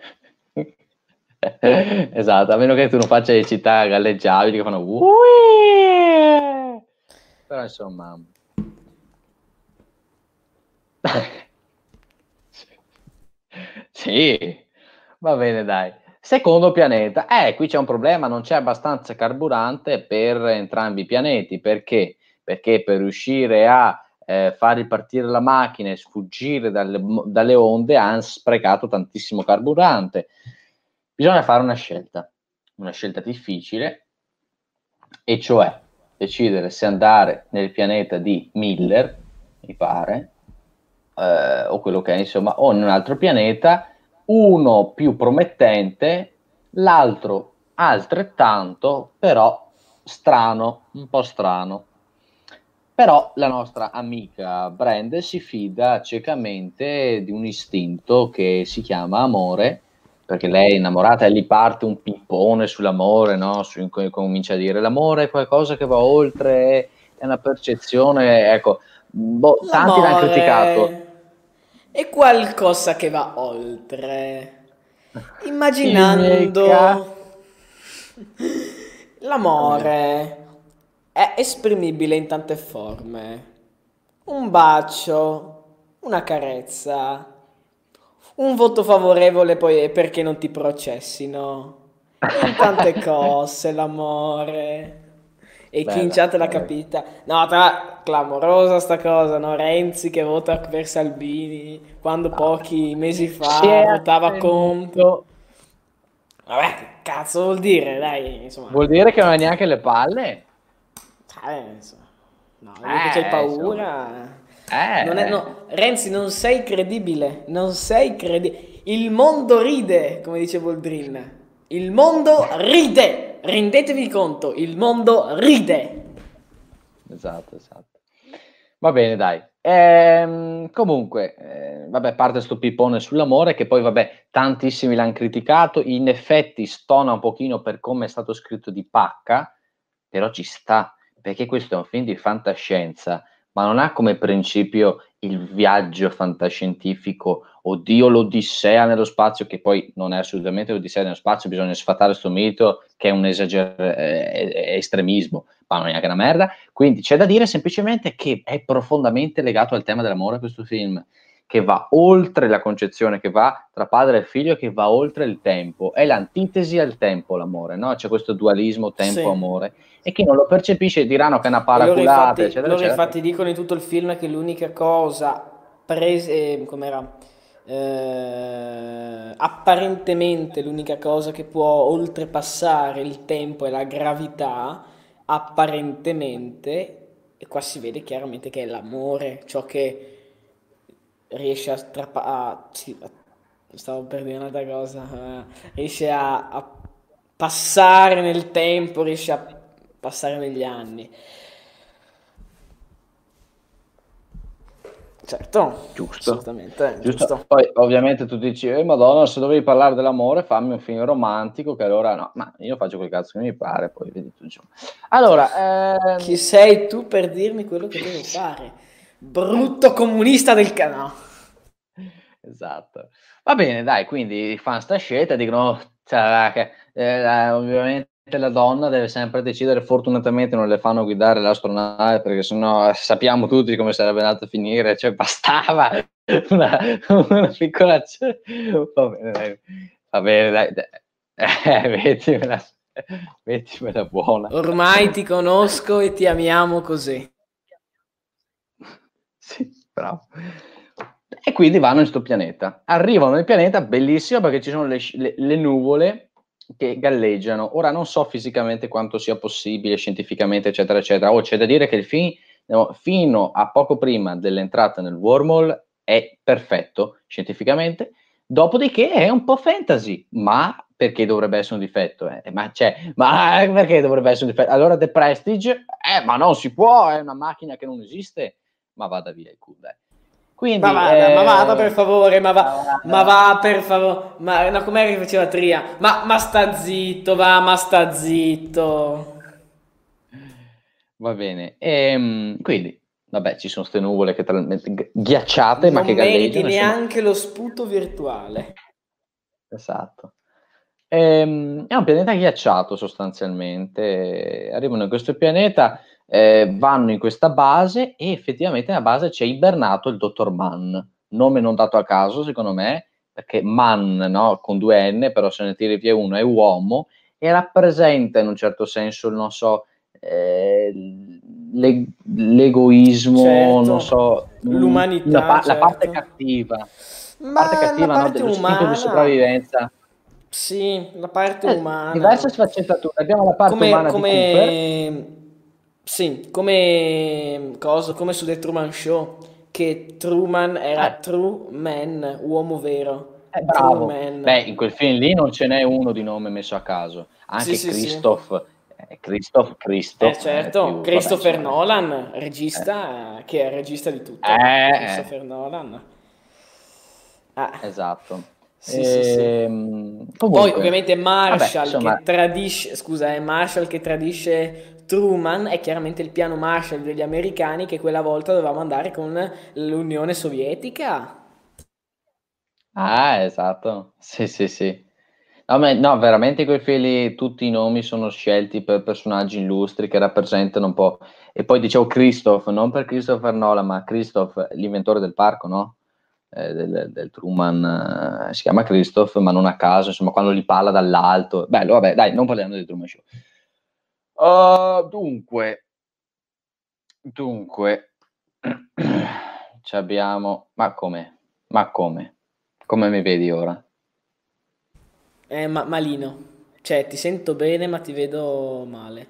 Esatto, a meno che tu non faccia le città galleggiabili che fanno però insomma sì, va bene dai. Secondo pianeta, qui c'è un problema, non c'è abbastanza carburante per entrambi i pianeti, perché? Perché per riuscire a far ripartire la macchina e sfuggire dalle onde hanno sprecato tantissimo carburante. Bisogna fare una scelta difficile, e cioè decidere se andare nel pianeta di Miller, mi pare, o quello che è, insomma, o in un altro pianeta, uno più promettente, l'altro altrettanto, però strano, un po' strano. Però la nostra amica Brand si fida ciecamente di un istinto che si chiama amore, perché lei è innamorata e gli parte un pippone sull'amore, no? Comincia a dire l'amore è qualcosa che va oltre, è una percezione, ecco, tanti l'hanno criticato. l'amore è qualcosa che va oltre, I miei immaginando l'amore è esprimibile in tante forme. Un bacio, una carezza, Un voto favorevole poi è perché non ti processino. In tante cose, l'amore. E chi in Bella, chat l'ha bella. capita. No, tra clamorosa sta cosa, no? Renzi che vota per Salvini, quando Vabbè. pochi mesi Si fa è votava contro. attenuto. Vabbè, che cazzo vuol dire, dai, insomma. Vuol dire che non ha neanche le palle? Insomma. No, vedi che c'hai Insomma. paura. Eh. No, Renzi, non sei credibile, non sei credibile. Il mondo ride, come dice Boldrin. Il mondo ride. Rendetevi conto, il mondo ride. Esatto, esatto. Va bene, dai. Comunque, vabbè, parte sto pippone sull'amore che poi, vabbè, tantissimi l'hanno criticato. In effetti stona un pochino per come è stato scritto di pacca, però ci sta, perché questo è un film di fantascienza, ma non ha come principio il viaggio fantascientifico, oddio, l'Odissea nello spazio, che poi non è assolutamente l'Odissea nello spazio, bisogna sfatare questo mito che è un estremismo, ma non è neanche una merda. Quindi c'è da dire semplicemente che è profondamente legato al tema dell'amore questo film, che va oltre la concezione, che va tra padre e figlio, che va oltre il tempo. È l'antitesi al tempo l'amore, no? C'è questo dualismo Sì. tempo-amore e chi non lo percepisce diranno che è una E paraculata, eccetera, loro eccetera. infatti dicono in tutto il film che l'unica cosa com'era? Apparentemente l'unica cosa che può oltrepassare il tempo è la gravità, apparentemente, e qua si vede chiaramente che è l'amore, ciò che riesce a sì, stavo per dire un'altra cosa, riesce a passare nel tempo, riesce a passare negli anni. Certo, Giusto, assolutamente, giusto. giusto. Poi ovviamente tu dici, Madonna, se dovevi parlare dell'amore, fammi un film romantico, che allora no, ma io faccio quel cazzo che mi pare, poi vedi tu giù. Allora, Chi sei tu per dirmi quello che devo fare? Brutto comunista del canale. esatto. Va bene, dai, quindi i fan sta scelta, dicono cioè, che ovviamente la donna deve sempre decidere, fortunatamente non le fanno guidare l'astronave, perché sennò sappiamo tutti come sarebbe andato a finire, cioè bastava una, una piccola... Va bene, dai, vedimela, vedimela buona. Ormai ti conosco e ti amiamo così. Sì, bravo. E quindi vanno in sto pianeta. Arrivano nel pianeta, bellissimo, perché ci sono le nuvole che galleggiano. Ora non so fisicamente quanto sia possibile, scientificamente, eccetera, eccetera. C'è da dire che il film, no, fino a poco prima dell'entrata nel wormhole, è perfetto scientificamente. Dopodiché è un po' fantasy, ma perché dovrebbe essere un difetto? Ma perché dovrebbe essere un difetto? Allora The Prestige, ma non si può, è una macchina che non esiste, ma vada via il culo, dai. Quindi, Ma vada per favore, ma vada. va per favore. Ma no, com'è che faceva Tria? Ma sta zitto, va, ma sta zitto. Va bene. Quindi, vabbè, ci sono queste nuvole che talmente ghiacciate, ma Non che meriti galleggiano, insomma. neanche lo sputo virtuale. Esatto. È un pianeta ghiacciato sostanzialmente. Arrivano in questo pianeta, vanno in questa base e effettivamente nella base c'è ibernato il dottor Mann, nome non dato a caso secondo me, perché Mann, no, con due N, però se ne tiri via uno è uomo e rappresenta in un certo senso, non so, l'egoismo, non Certo, so, l'umanità, la parte certo. Ma la cattiva, no, parte dell'istinto di umana, sopravvivenza. sì, la parte Diverse umana. sfaccettature. Abbiamo la parte umana di Cooper. Sì, come su The Truman Show, che Truman era Eh, true man, uomo vero. True bravo. Beh, man. in quel film lì non ce n'è uno di nome messo a caso. Sì, Anche sì, sì. Christoph è Certo, più, vabbè, Christopher insomma, Nolan, eh, regista, che è il regista di tutto. eh, Christopher Nolan. Ah, esatto. sì, sì, sì. Poi Comunque, ovviamente vabbè, Marshall insomma, che tradisce, scusa, è Marshall che tradisce Truman, è chiaramente il piano Marshall degli americani che quella volta dovevamo andare con l'Unione Sovietica. esatto. Sì, sì, sì. No, no, veramente quei fili, tutti i nomi sono scelti per personaggi illustri che rappresentano un po'. E poi dicevo Christoph, non per Christopher Nolan, ma Christoph, l'inventore del parco, no? del Truman, si chiama Christoph, ma non a caso, insomma, quando gli parla dall'alto. Bello, vabbè, dai, non parliamo del Truman Show. Dunque, ci abbiamo... Ma come? Ma come? Come mi vedi ora? Malino. Cioè, ti sento bene, ma ti vedo male.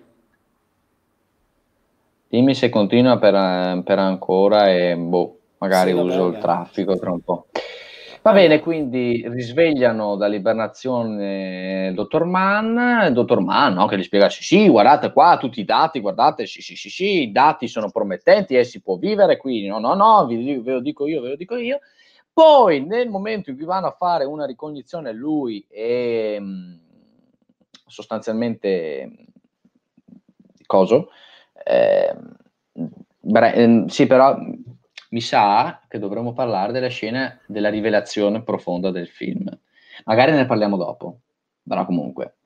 Dimmi se continua per ancora e boh, magari Sì, vabbè, uso il vabbè. traffico tra un po'. Va bene, Vabbè. quindi risvegliano dall'ibernazione il dottor Mann, no? Che gli spiega, sì, sì, guardate qua, tutti i dati, guardate, sì, sì, sì, sì, i dati sono promettenti e si può vivere qui, no, no, no, ve lo dico io, ve lo dico io. Poi, nel momento in cui vanno a fare una ricognizione lui e sostanzialmente coso, sì, però mi sa che dovremmo parlare della scena della rivelazione profonda del film. Magari ne parliamo dopo, però comunque.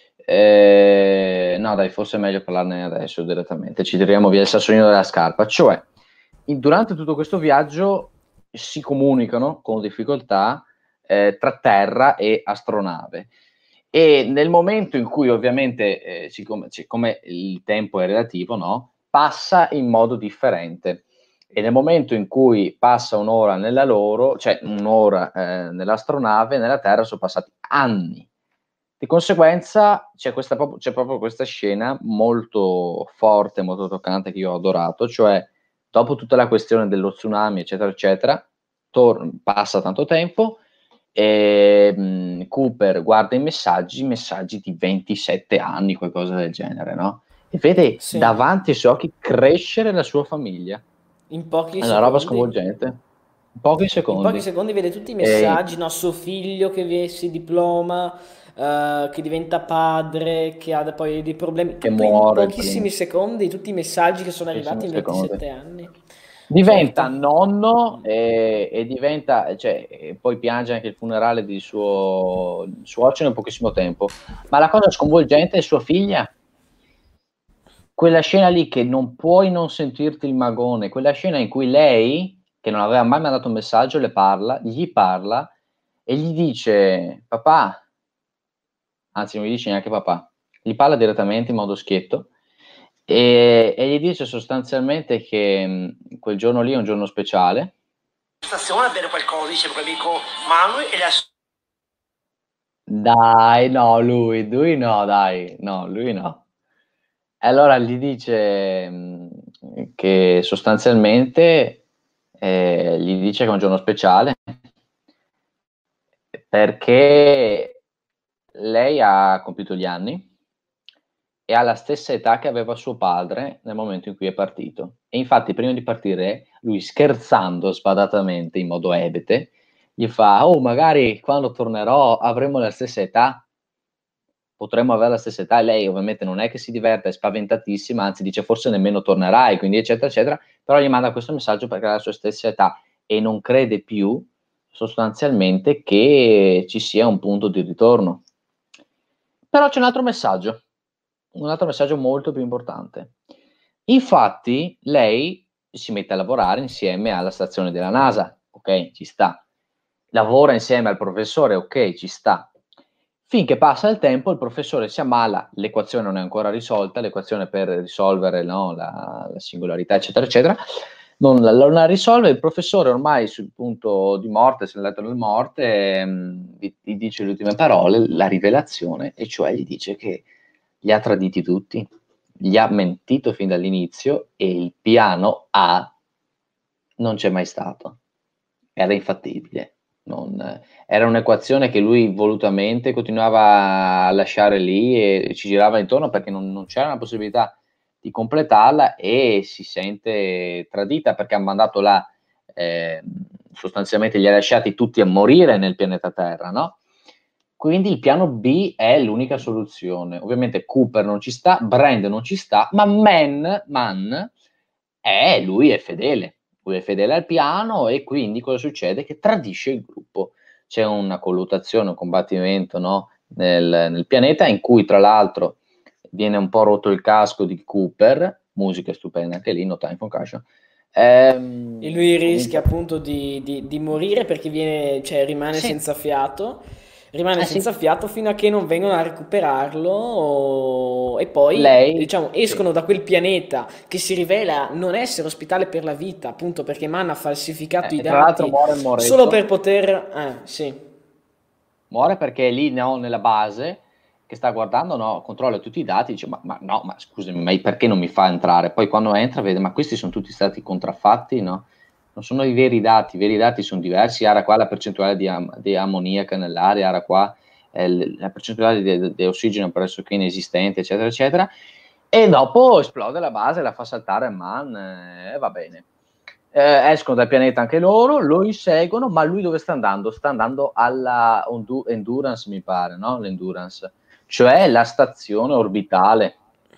No, dai, forse è meglio parlarne adesso direttamente. Ci tiriamo via il sassolino della scarpa. Cioè, durante tutto questo viaggio si comunicano con difficoltà tra terra e astronave. E nel momento in cui ovviamente, siccome il tempo è relativo, no? Passa in modo differente. E nel momento in cui passa un'ora nella loro, cioè un'ora nell'astronave, nella Terra sono passati anni. Di conseguenza c'è proprio questa scena molto forte, molto toccante che io ho adorato, cioè dopo tutta la questione dello tsunami, eccetera, eccetera, passa tanto tempo e Cooper guarda i messaggi di 27 anni, qualcosa del genere, no? E vede Sì. davanti ai suoi occhi crescere la sua famiglia. In pochi È una roba secondi. sconvolgente. In pochi In pochi secondi. secondi vede tutti i E, messaggi, no? Suo figlio si diploma, che diventa padre, che ha poi dei problemi. che Tutto in muore il pochissimi primo. secondi, tutti i messaggi che sono Pochissimi arrivati in secondi. 27 anni. Diventa Forte. nonno e diventa, cioè, e poi piange anche il funerale di suo suocero in pochissimo tempo. Ma la cosa sconvolgente è sua figlia. Quella scena lì che non puoi non sentirti il magone, quella scena in cui lei, che non aveva mai mandato un messaggio, gli parla e gli dice papà, anzi non gli dice neanche papà, gli parla direttamente in modo schietto e gli dice sostanzialmente che quel giorno lì è un giorno speciale. Stazione a bere qualcosa, dice il mio amico Manuel e la Dai, no, lui no, dai, no, lui no. E allora gli dice che sostanzialmente gli dice che è un giorno speciale perché lei ha compiuto gli anni e ha la stessa età che aveva suo padre nel momento in cui è partito. E infatti, prima di partire, lui scherzando sbadatamente in modo ebete, gli fa: Oh, magari quando tornerò avremo la stessa età. Potremmo avere la stessa età. E lei, ovviamente, non è che si diverte, è spaventatissima, anzi, dice: Forse nemmeno tornerai, quindi, eccetera, eccetera. Però gli manda questo messaggio perché ha la sua stessa età e non crede più sostanzialmente che ci sia un punto di ritorno. Però c'è un altro messaggio molto più importante. Infatti, lei si mette a lavorare insieme alla stazione della NASA, ok, ci sta. Lavora insieme al professore, ok, ci sta. Finché passa il tempo, il professore si ammala, l'equazione non è ancora risolta, l'equazione per risolvere no, la singolarità, eccetera, eccetera, non la risolve, il professore ormai sul punto di morte, sul letto della morte, gli dice le ultime parole, la rivelazione, e cioè gli dice che li ha traditi tutti, gli ha mentito fin dall'inizio e il piano A non c'è mai stato, era infattibile. Era un'equazione che lui volutamente continuava a lasciare lì e ci girava intorno perché non c'era una possibilità di completarla e si sente tradita perché ha mandato là, sostanzialmente li ha lasciati tutti a morire nel pianeta Terra, no? Quindi il piano B è l'unica soluzione. Ovviamente Cooper non ci sta, Brand non ci sta, ma Mann lui è fedele. Lui è fedele al piano e quindi cosa succede? Che tradisce il gruppo. C'è una colluttazione, un combattimento no? nel pianeta in cui tra l'altro viene un po' rotto il casco di Cooper, musica stupenda anche lì, No Time for Caution, E lui rischia Comunque, appunto di morire perché viene, cioè, rimane sì, senza fiato. Rimane sì, senza fiato fino a che non vengono a recuperarlo e poi, lei, diciamo, sì. escono da quel pianeta che si rivela non essere ospitale per la vita, appunto perché Man ha falsificato i E tra l'altro dati muore il solo per Moretto. poter... sì, Muore perché è lì, no, nella base che sta guardando, no, controlla tutti i dati, dice ma no, ma scusami, ma perché non mi fa entrare? Poi quando entra vede ma questi sono tutti stati contraffatti, no? Non sono i veri dati sono diversi, era qua la percentuale di ammoniaca nell'aria, era qua la percentuale di ossigeno pressoché inesistente, eccetera, eccetera. E dopo esplode la base, la fa saltare Man, e va bene. Escono dal pianeta anche loro, lo inseguono, ma lui dove sta andando? Sta andando alla Endurance, mi pare, no? L'Endurance, cioè la stazione orbitale,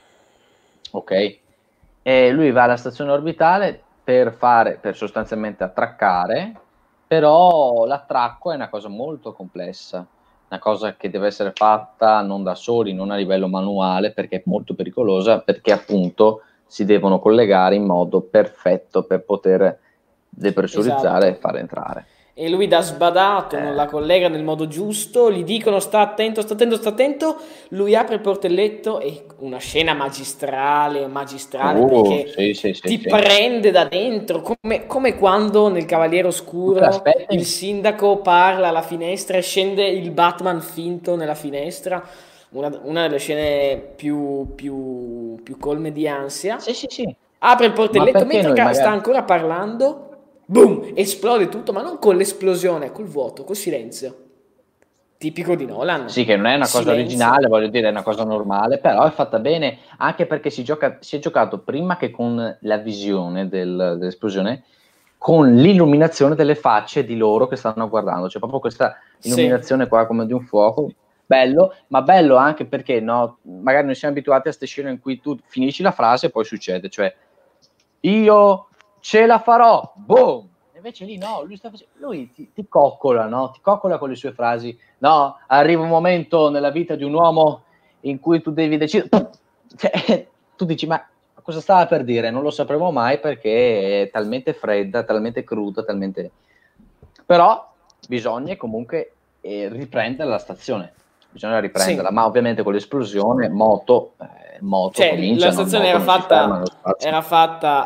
ok? E lui va alla stazione orbitale per sostanzialmente attraccare, però l'attracco è una cosa molto complessa, una cosa che deve essere fatta non da soli, non a livello manuale, perché è molto pericolosa, perché appunto si devono collegare in modo perfetto per poter depressurizzare e esatto. far entrare. E lui da sbadato non la Eh, collega nel modo giusto, gli dicono sta attento, sta attento, sta attento, lui apre il portelletto e una scena magistrale, magistrale sì, perché sì, sì, ti sì. prende da dentro, come quando nel Cavaliere Luca, Oscuro il aspetti. sindaco parla alla finestra e scende il Batman finto nella finestra, una delle scene più colme di ansia. Sì, sì, sì. Apre il Ma portelletto perché mentre noi sta magari... ancora parlando, boom, esplode tutto, ma non con l'esplosione, col vuoto, col silenzio. Tipico di Nolan. Sì, che non è una cosa Silenzio. originale, voglio dire, è una cosa normale, però è fatta bene, anche perché si è giocato prima che con la visione dell'esplosione, con l'illuminazione delle facce di loro che stanno guardando, c'è proprio questa Sì, illuminazione qua come di un fuoco, bello, ma bello anche perché no, magari noi siamo abituati a queste scene in cui tu finisci la frase e poi succede, cioè io ce la farò, boom! Invece lì no, lui ti coccola, no? Ti coccola con le sue frasi. No, arriva un momento nella vita di un uomo in cui tu devi decidere. Cioè, tu dici, ma cosa stava per dire? Non lo sapremo mai perché è talmente fredda, talmente cruda, talmente... Però bisogna comunque riprendere la stazione. Bisogna riprenderla, sì. ma ovviamente con l'esplosione moto Cioè, la cominciano, il stazione moto non si ferma nello spazio. era fatta,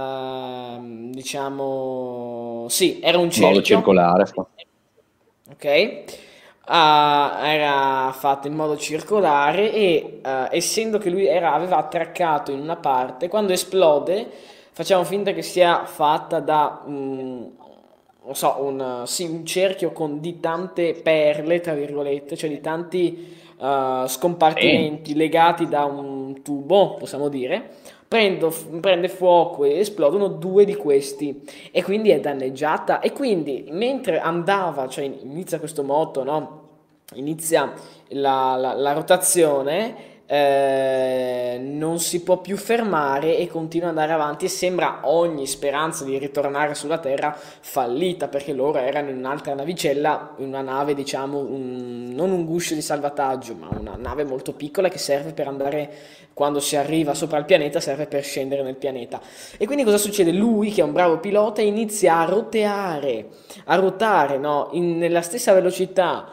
diciamo, sì, era un In modo cerchio, circolare. ok? Ah, era fatta in modo circolare e essendo che aveva attraccato in una parte, quando esplode facciamo finta che sia fatta da non so, sì, un cerchio di tante perle, tra virgolette, cioè di tanti Sì. scompartimenti legati da un tubo, possiamo dire. Prende fuoco e esplodono due di questi e quindi è danneggiata e quindi mentre andava, cioè inizia questo moto, no? Inizia la rotazione, non si può più fermare e continua ad andare avanti e sembra ogni speranza di ritornare sulla Terra fallita perché loro erano in un'altra navicella, in una nave diciamo, non un guscio di salvataggio, ma una nave molto piccola che serve per andare, quando si arriva sopra il pianeta, serve per scendere nel pianeta. E quindi cosa succede? Lui, che è un bravo pilota, inizia a ruotare, no? Nella stessa velocità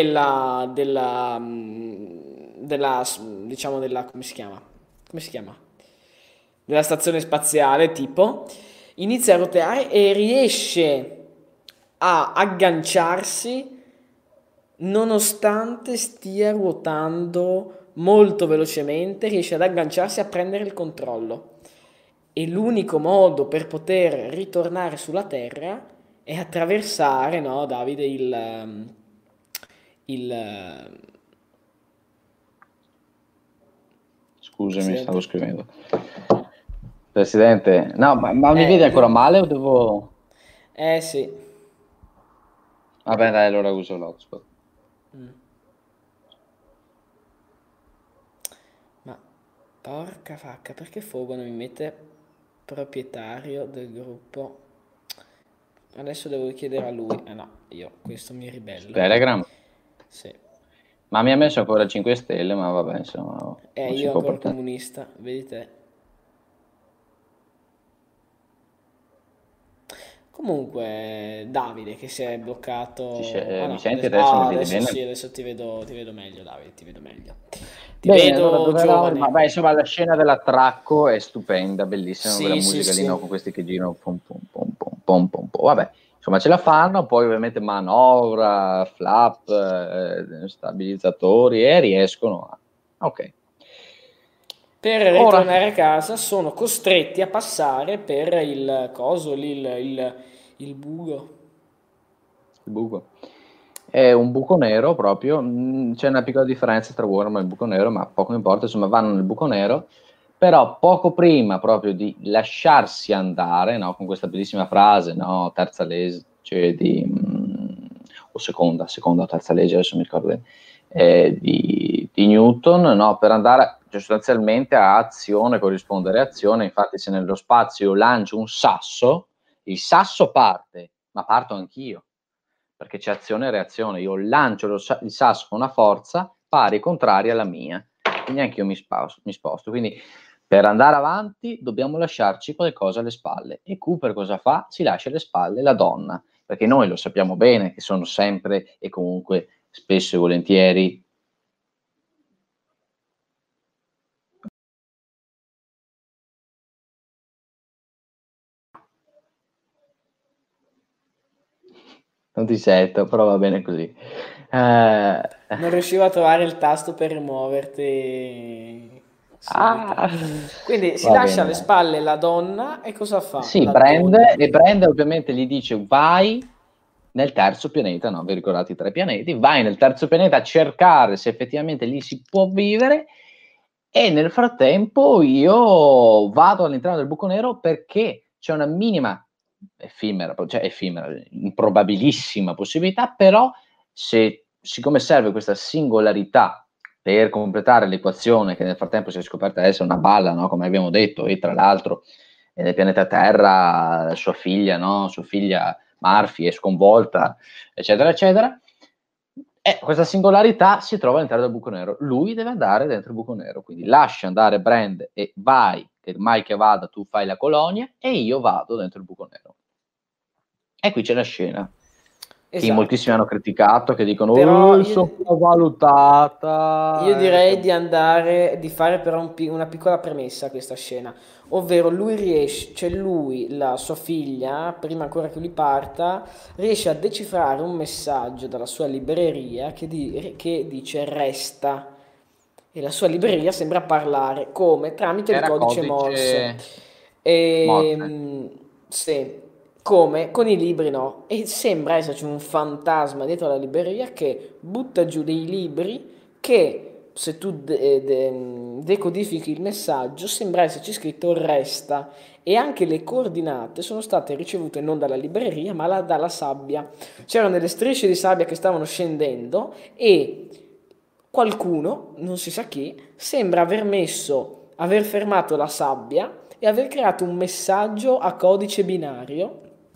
diciamo, come si chiama? Come si chiama? Della stazione spaziale, tipo, inizia a roteare e riesce a agganciarsi nonostante stia ruotando molto velocemente, riesce ad agganciarsi a prendere il controllo. E l'unico modo per poter ritornare sulla Terra è attraversare, no, Davide, il Scusami, stavo Presidente. scrivendo. Presidente, no, ma mi vedi ancora Dimmi. male o devo... Eh sì. Vabbè, dai, allora uso l'hotspot. Mm. Ma porca vacca, perché Fogo non mi mette proprietario del gruppo? Adesso devo chiedere a lui. Eh no, io questo mi Su ribello. Telegram? Sì. Ma mi ha messo ancora 5 stelle, ma vabbè, insomma, non si Io può ancora pretendere. comunista, vedi te. Comunque, Davide che si è bloccato. Ah Mi no, senti adesso? Mi vedi adesso bene? sì, adesso ti vedo meglio, Davide, ti vedo meglio. Ti Bene, allora vedo dove eravamo? giovane. Vabbè, insomma, la scena dell'attracco è stupenda, bellissima, quella Sì, sì, musica lì, sì. no? Con questi che girano, pom, pom, pom, pom, pom, pom, pom. Vabbè, insomma, ce la fanno, poi ovviamente manovra, flap, stabilizzatori e riescono a... Ok. Per Ora, ritornare a casa sono costretti a passare per il coso lì, il buco. il buco. È un buco nero proprio, c'è una piccola differenza tra Worm e il buco nero, ma poco importa, insomma vanno nel buco nero, però poco prima proprio di lasciarsi andare, no, con questa bellissima frase, no, terza legge o seconda o terza legge, adesso mi ricordo bene, di Newton, no, per andare cioè, sostanzialmente a azione corrisponde reazione, infatti se nello spazio io lancio un sasso, il sasso parte, ma parto anch'io perché c'è azione e reazione. Io lancio il sasso con una forza pari e contraria alla mia, quindi anche io mi sposto. Quindi per andare avanti dobbiamo lasciarci qualcosa alle spalle. E Cooper cosa fa? Si lascia alle spalle la donna, perché noi lo sappiamo bene che sono sempre e comunque spesso e volentieri non ti sento, però va bene così. Eh, Non riuscivo a trovare il tasto per rimuoverti subito. ah, Quindi si va lascia bene, alle dai. spalle la donna e cosa fa Sì, la donna? Brand ovviamente gli dice vai nel terzo pianeta, no? Vi ricordate i tre pianeti? Vai nel terzo pianeta a cercare se effettivamente lì si può vivere e nel frattempo io vado all'interno del buco nero perché c'è una minima effimera, improbabilissima possibilità, però siccome serve questa singolarità per completare l'equazione che nel frattempo si è scoperta essere una balla, no? Come abbiamo detto, e tra l'altro nel pianeta Terra sua figlia Murphy è sconvolta, eccetera, eccetera. E questa singolarità si trova all'interno del buco nero. Lui deve andare dentro il buco nero, quindi lascia andare Brand e vai, che mai che vada tu fai la colonia e io vado dentro il buco nero. E qui c'è la scena che in moltissimi hanno Esatto. criticato, che dicono Però io sopravvalutata. direi di fare però una piccola premessa a questa scena, ovvero lui riesce, cioè lui, la sua figlia, prima ancora che lui parta, riesce a decifrare un messaggio dalla sua libreria che dice resta e la sua libreria sembra parlare come tramite il Era codice Morse. codice morte. Sì, come con i libri no, e sembra esserci un fantasma dietro la libreria che butta giù dei libri che se tu decodifichi il messaggio sembra esserci scritto resta e anche le coordinate sono state ricevute non dalla libreria ma dalla sabbia. C'erano delle strisce di sabbia che stavano scendendo e qualcuno, non si sa chi, sembra aver fermato la sabbia e aver creato un messaggio a codice binario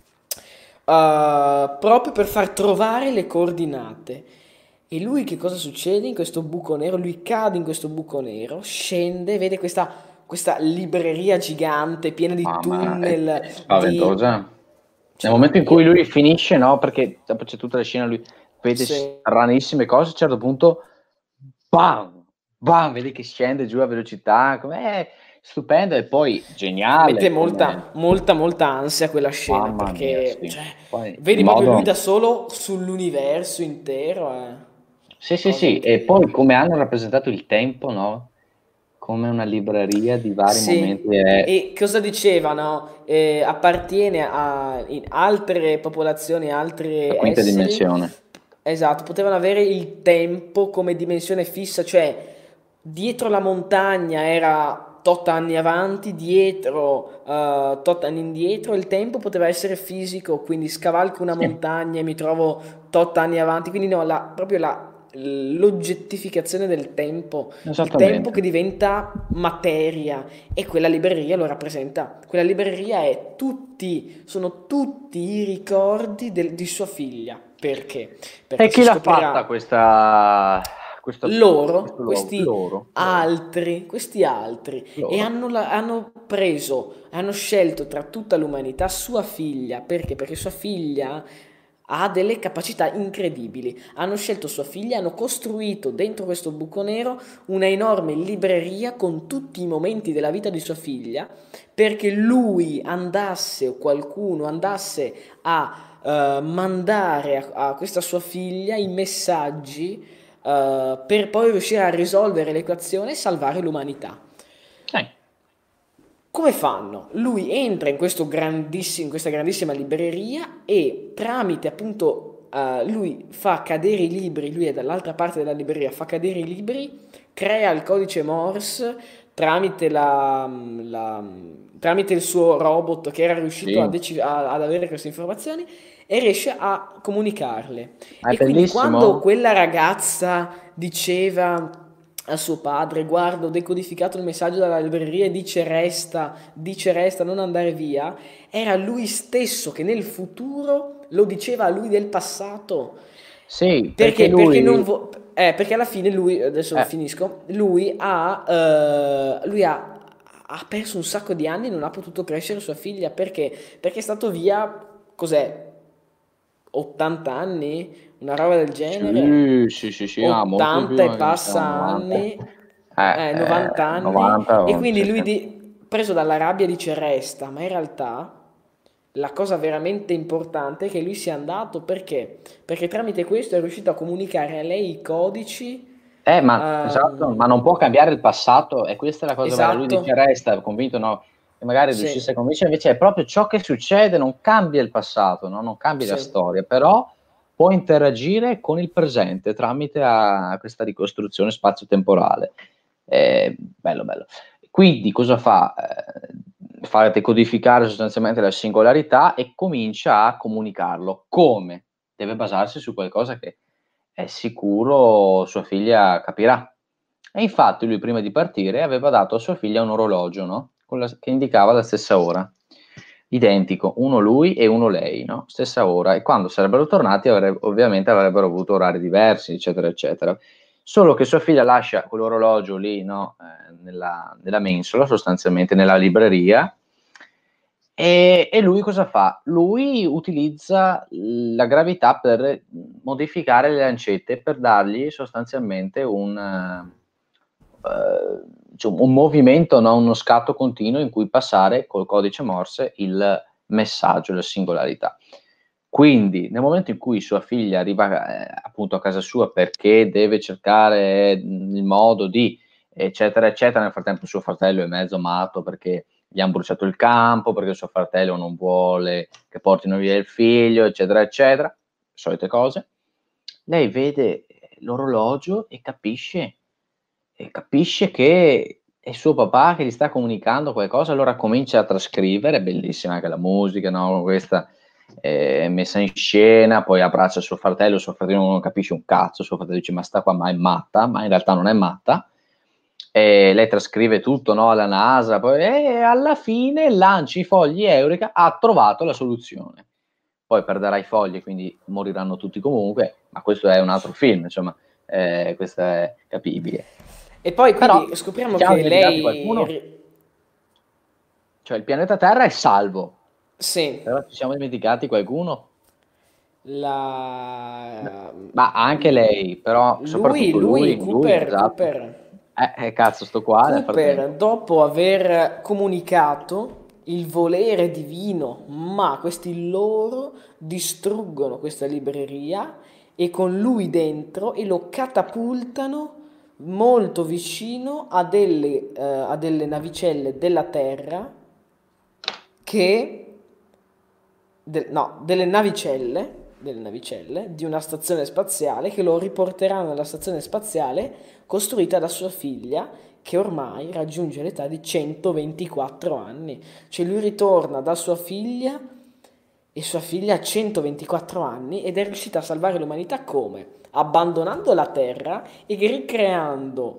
proprio per far trovare le coordinate. E lui che cosa succede in questo buco nero? Lui cade in questo buco nero, scende, vede questa libreria gigante piena di Mamma, tunnel, è di... spaventosa. Nel Cioè, momento in cui io... lui finisce, no? Perché dopo c'è tutta la scena, lui vede Sì. stranissime cose, a un certo punto, bam, bam, vedi che scende giù a velocità, è stupendo e poi Mette geniale come, molta ansia quella scena mamma mia, perché sì. cioè, Poi il vedi proprio lui modo, da solo sull'universo intero, è sì, sì, cosa sì, e poi incredibile. come hanno rappresentato il tempo, no? Come una libreria di vari Sì, momenti è e cosa dicevano? Appartiene a in altre popolazioni, la altri quinta esseri. dimensione. Esatto, potevano avere il tempo come dimensione fissa, cioè dietro la montagna era tot anni avanti, dietro tot anni indietro, il tempo poteva essere fisico, quindi scavalco una Sì, montagna e mi trovo tot anni avanti, quindi no, proprio l'oggettificazione del tempo, il tempo esattamente. che diventa materia e quella libreria lo rappresenta. Quella libreria sono tutti i ricordi di sua figlia. Perché? E Perché si chi l'ha fatta scoprirà. loro, loro. questi altri, e hanno scelto tra tutta l'umanità sua figlia, perché? Perché sua figlia ha delle capacità incredibili. Hanno scelto sua figlia, hanno costruito dentro questo buco nero una enorme libreria con tutti i momenti della vita di sua figlia, perché lui andasse o qualcuno andasse a mandare a questa sua figlia i messaggi per poi riuscire a risolvere l'equazione e salvare l'umanità. Come fanno? Lui entra in questa grandissima libreria e tramite appunto lui fa cadere i libri, lui è dall'altra parte della libreria, fa cadere i libri, crea il codice Morse tramite tramite il suo robot che era riuscito ad avere queste informazioni e riesce a comunicarle. È E quindi quando bellissimo. quella ragazza diceva a suo padre: guarda, ho decodificato il messaggio dalla libreria e dice resta, non andare via, era lui stesso che nel futuro lo diceva a lui del passato. Sì, perché Perché alla fine lui, adesso finisco, ha perso un sacco di anni e non ha potuto crescere sua figlia, perché è stato via, cos'è, 80 anni? Una roba del genere? sì, molto di più, 80 e passa 90. anni, 90 anni, 90, e quindi sì, lui, sì. preso dalla rabbia, dice resta, ma in realtà la cosa veramente importante è che lui sia andato, perché tramite questo è riuscito a comunicare a lei i codici. Esatto, ma non può cambiare il passato, e questa è la cosa bella. Lui dice Esatto, resta convinto, no, e magari riuscisse a sì, convincere, invece è proprio ciò che succede, non cambia il passato, no? Non cambia la sì. storia, però può interagire con il presente tramite a questa ricostruzione spazio-temporale. Bello, bello. Quindi cosa fa? Fa decodificare sostanzialmente la singolarità e comincia a comunicarlo. Come? Deve basarsi su qualcosa che è sicuro sua figlia capirà. E infatti lui prima di partire aveva dato a sua figlia un orologio, no? Che indicava la stessa ora, identico, uno lui e uno lei, no? Stessa ora, e quando sarebbero tornati ovviamente avrebbero avuto orari diversi, eccetera, eccetera. Solo che sua figlia lascia quell'orologio lì, no? Nella mensola, sostanzialmente nella libreria, e lui cosa fa? Lui utilizza la gravità per modificare le lancette, per dargli sostanzialmente un movimento, no? Uno scatto continuo in cui passare col codice Morse il messaggio, la singolarità. Quindi nel momento in cui sua figlia arriva appunto a casa sua perché deve cercare il modo di eccetera eccetera, nel frattempo suo fratello è mezzo matto perché gli hanno bruciato il campo, perché suo fratello non vuole che portino via il figlio, eccetera eccetera, solite cose. Lei vede l'orologio e capisce che è suo papà che gli sta comunicando qualcosa, allora comincia a trascrivere, bellissima anche la musica, no? Questa messa in scena, poi abbraccia suo fratello non capisce un cazzo, suo fratello dice ma sta qua, ma è matta, ma in realtà non è matta, e lei trascrive tutto, no, alla NASA, poi, e alla fine lancia i fogli Eureka, ha trovato la soluzione. Poi perderà i fogli, quindi moriranno tutti comunque, ma questo è un altro film, insomma, questo è capibile. E poi Però quindi scopriamo ci siamo che dimenticati qualcuno, cioè il pianeta Terra è salvo, sì, però ci siamo dimenticati qualcuno, la... ma anche lei, però soprattutto lui, esatto. Cooper, Cazzo, sto qua nel Cooper, frattempo. dopo aver comunicato il volere divino, ma questi loro distruggono questa libreria e con lui dentro e lo catapultano molto vicino a delle navicelle della Terra che no, delle navicelle di una stazione spaziale che lo riporteranno nella stazione spaziale costruita da sua figlia, che ormai raggiunge l'età di 124 anni. Cioè lui ritorna da sua figlia e sua figlia ha 124 anni ed è riuscita a salvare l'umanità come? Abbandonando la Terra e ricreando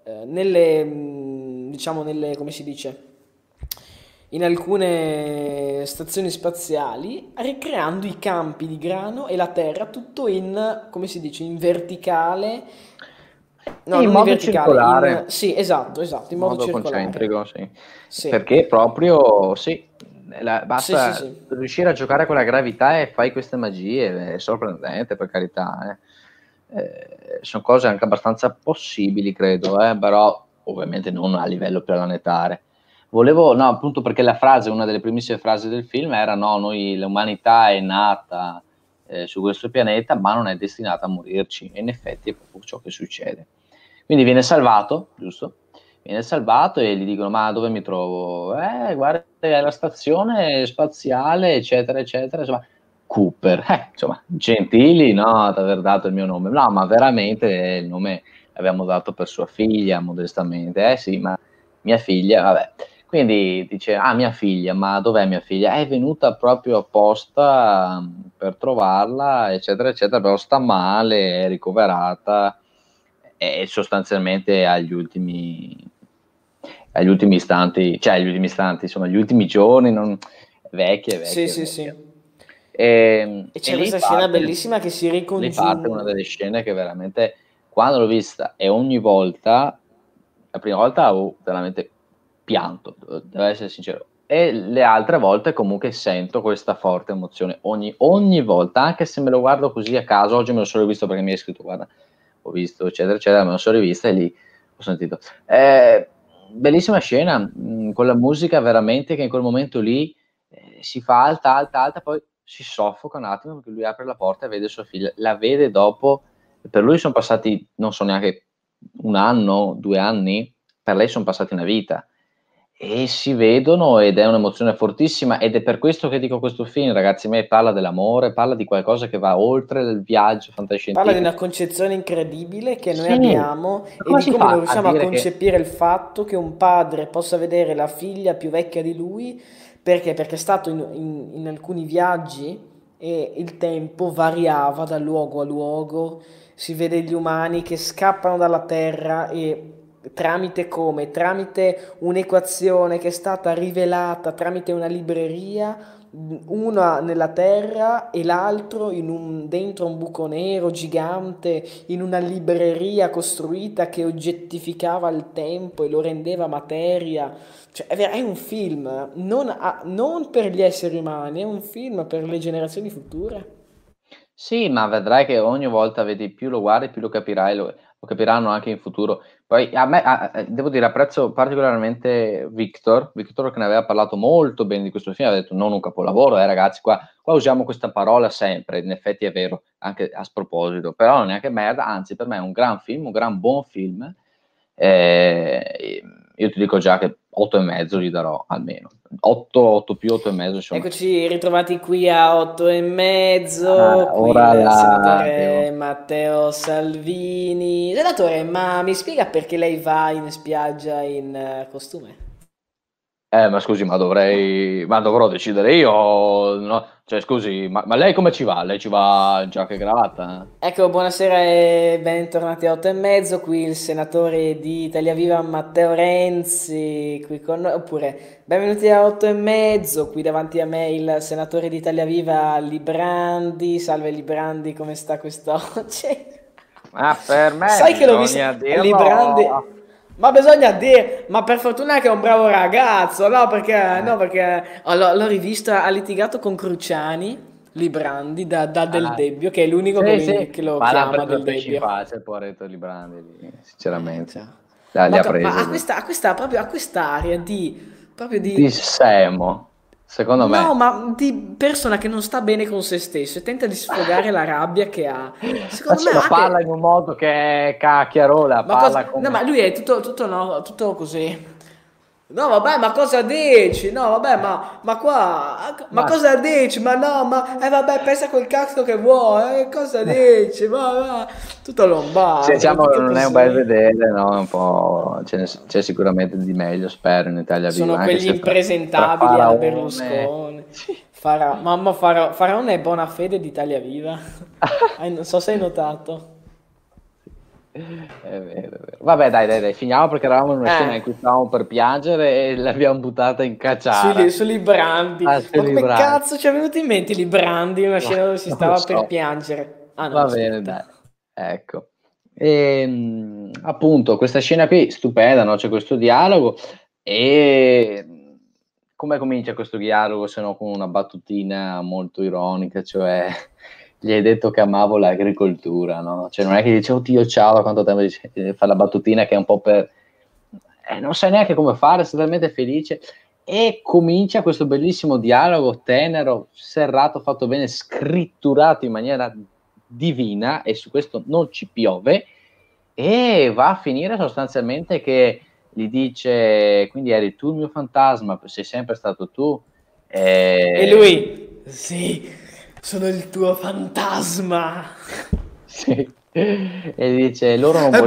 diciamo come si dice? In alcune stazioni spaziali, ricreando i campi di grano e la terra tutto in, come si dice, in verticale. No, in non in modo verticale, circolare, sì, esatto, in modo circolare. concentrico, sì. Sì. Perché proprio, sì, Sì, basta sì. riuscire a giocare con la gravità e fai queste magie, è sorprendente, per carità. Sono cose anche abbastanza possibili, credo, però ovviamente non a livello planetario. No, appunto perché una delle primissime frasi del film era: no, l'umanità è nata su questo pianeta, ma non è destinata a morirci. E in effetti è proprio ciò che succede. Quindi viene salvato, giusto? Viene salvato e gli dicono: ma dove mi trovo? Guarda, è alla stazione spaziale, eccetera, eccetera. Insomma, Cooper, insomma, gentili, no, ad aver dato il mio nome. No, ma veramente il nome l'abbiamo dato per sua figlia, modestamente. Sì, ma mia figlia, vabbè. Quindi dice: mia figlia, ma dov'è mia figlia? È venuta proprio apposta per trovarla, eccetera, eccetera, però sta male, è ricoverata e sostanzialmente agli ultimi istanti, insomma, gli ultimi giorni, vecchie, Sì, vecchie, sì, vecchie. sì. E E c'è questa scena bellissima che si lì parte una ricongiunge. delle scene che veramente, quando l'ho vista e ogni volta, la prima volta avevo veramente pianto, devo essere sincero, e le altre volte comunque sento questa forte emozione ogni volta, anche se me lo guardo così a caso. Oggi me lo sono rivisto perché mi hai scritto: guarda, ho visto eccetera eccetera, me lo sono rivista e lì ho sentito bellissima scena, con la musica veramente che in quel momento lì si fa alta alta alta, poi si soffoca un attimo perché lui apre la porta e vede sua figlia, la vede dopo. Per lui sono passati, non so neanche, 1 anno, 2 anni, per lei sono passati una vita e si vedono ed è un'emozione fortissima, ed è per questo che dico: questo film, ragazzi, a me parla dell'amore, parla di qualcosa che va oltre il viaggio Parla di fantascientifico. una concezione incredibile che noi Sì, abbiamo ma e come di si come non fa a riusciamo a dire che concepire il fatto che un padre possa vedere la figlia più vecchia di lui perché? Perché è stato in alcuni viaggi e il tempo variava da luogo a luogo, si vede gli umani che scappano dalla Terra e tramite come? Tramite un'equazione che è stata rivelata tramite una libreria, una nella terra e l'altro dentro un buco nero gigante, in una libreria costruita che oggettificava il tempo e lo rendeva materia. Cioè, è un film, non per gli esseri umani, è un film per le generazioni future. sì, ma vedrai che ogni volta vedi, più lo guardi, più lo capirai, lo capiranno anche in futuro. Poi a me, devo dire, apprezzo particolarmente Victor che ne aveva parlato molto bene di questo film, ha detto: non un capolavoro, ragazzi, qua usiamo questa parola sempre, in effetti è vero, anche a sproposito, però non è neanche merda, anzi per me è un gran film, un gran buon film. Io ti dico già che 8,5 gli darò almeno, 8 più 8,5, insomma. Eccoci ritrovati qui a 8 e mezzo, qui Ora il la senatore devo. Matteo Salvini. Senatore, ma mi spiega perché lei va in spiaggia in costume? Ma scusi, ma dovrò decidere io, no? Cioè, scusi, ma lei come ci va? Lei ci va in giacca e cravatta? Ecco, buonasera e bentornati a 8 e mezzo, qui il senatore di Italia Viva Matteo Renzi, qui con noi, oppure benvenuti a 8 e mezzo, qui davanti a me il senatore di Italia Viva Librandi. Salve Librandi, come sta quest'oggi? Ma per me Sai che l'ho visto bisogna Librandi, dirlo. ma bisogna dire, ma per fortuna che è un bravo ragazzo, no? Perché, Eh, no, perché l'ho rivisto, ha litigato con Cruciani, Librandi, da Del ah, Debbio, che è l'unico sì, sì, che lo ma l'ha chiama preso a Del pesci in Debbio. faccia il poveretto Librandi, lì, sinceramente. Cioè. Li Ma, ha ma presi ha lì. proprio a quest'aria proprio Di Semo, secondo no, me. ma di persona che non sta bene con se stesso e tenta di sfogare la rabbia che ha. Ma Secondo me sì, ma parla in anche. un modo che è cacchiarola, Ma cosa. parla No, come... ma lui è tutto, no, tutto così. No, vabbè, ma cosa dici? No, vabbè, ma qua. Ma Ma cosa dici? Ma no, ma. Vabbè, pensa quel cazzo che vuoi. Cosa dici? Ma. Tutto sì, lombardo, diciamo che tutto non è un bel così. vedere, no? Un po', c'è sicuramente di meglio, spero, in Italia Viva, Sono anche quegli se tra impresentabili alla Faraone... Berlusconi. Sì. Mamma Faraone è buona fede d'Italia Viva. Non so se hai notato. È vero, è vero. Vabbè, dai, finiamo perché eravamo in una Eh, scena in cui stavamo per piangere e l'abbiamo buttata in cacciara. sui Librandi. Sui Ma come librai. cazzo ci è venuto in mente i Librandi in una Ma scena dove si non lo stava per so. piangere? Ah no, Va bene, dai. aspetta. Ecco. Appunto, questa scena qui stupenda, no? C'è questo dialogo e come comincia questo dialogo se no con una battutina molto ironica, cioè gli hai detto che amavo l'agricoltura, no? Cioè non è che dice oddio ciao, da quanto tempo fa la battutina che è un po' per... non sai neanche come fare, sei talmente felice e comincia questo bellissimo dialogo tenero, serrato, fatto bene, scritturato in maniera divina e su questo non ci piove e va a finire sostanzialmente che gli dice quindi eri tu il mio fantasma, sei sempre stato tu E e, lui, sì, sono il tuo fantasma. sì, e dice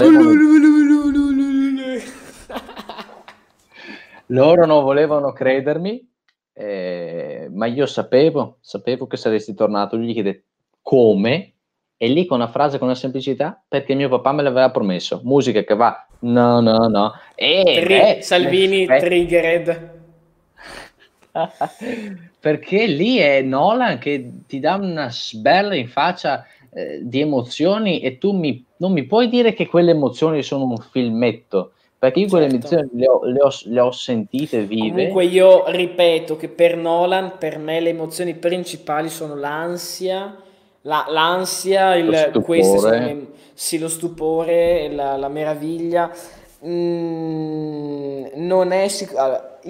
loro non volevano credermi, ma io sapevo che saresti tornato. Lui gli chiede come, e lì con una frase, con una semplicità, perché mio papà me l'aveva promesso. Musica che va, no, no, no, e beh, Salvini triggered. perché lì è Nolan che ti dà una sberla in faccia di emozioni e tu non mi puoi dire che quelle emozioni sono un filmetto, perché io quelle Certo. emozioni le ho sentite vive. Comunque io ripeto che per Nolan, per me le emozioni principali sono l'ansia, l'ansia, Lo queste sono stupore. sì, lo stupore, la meraviglia. Non è allora,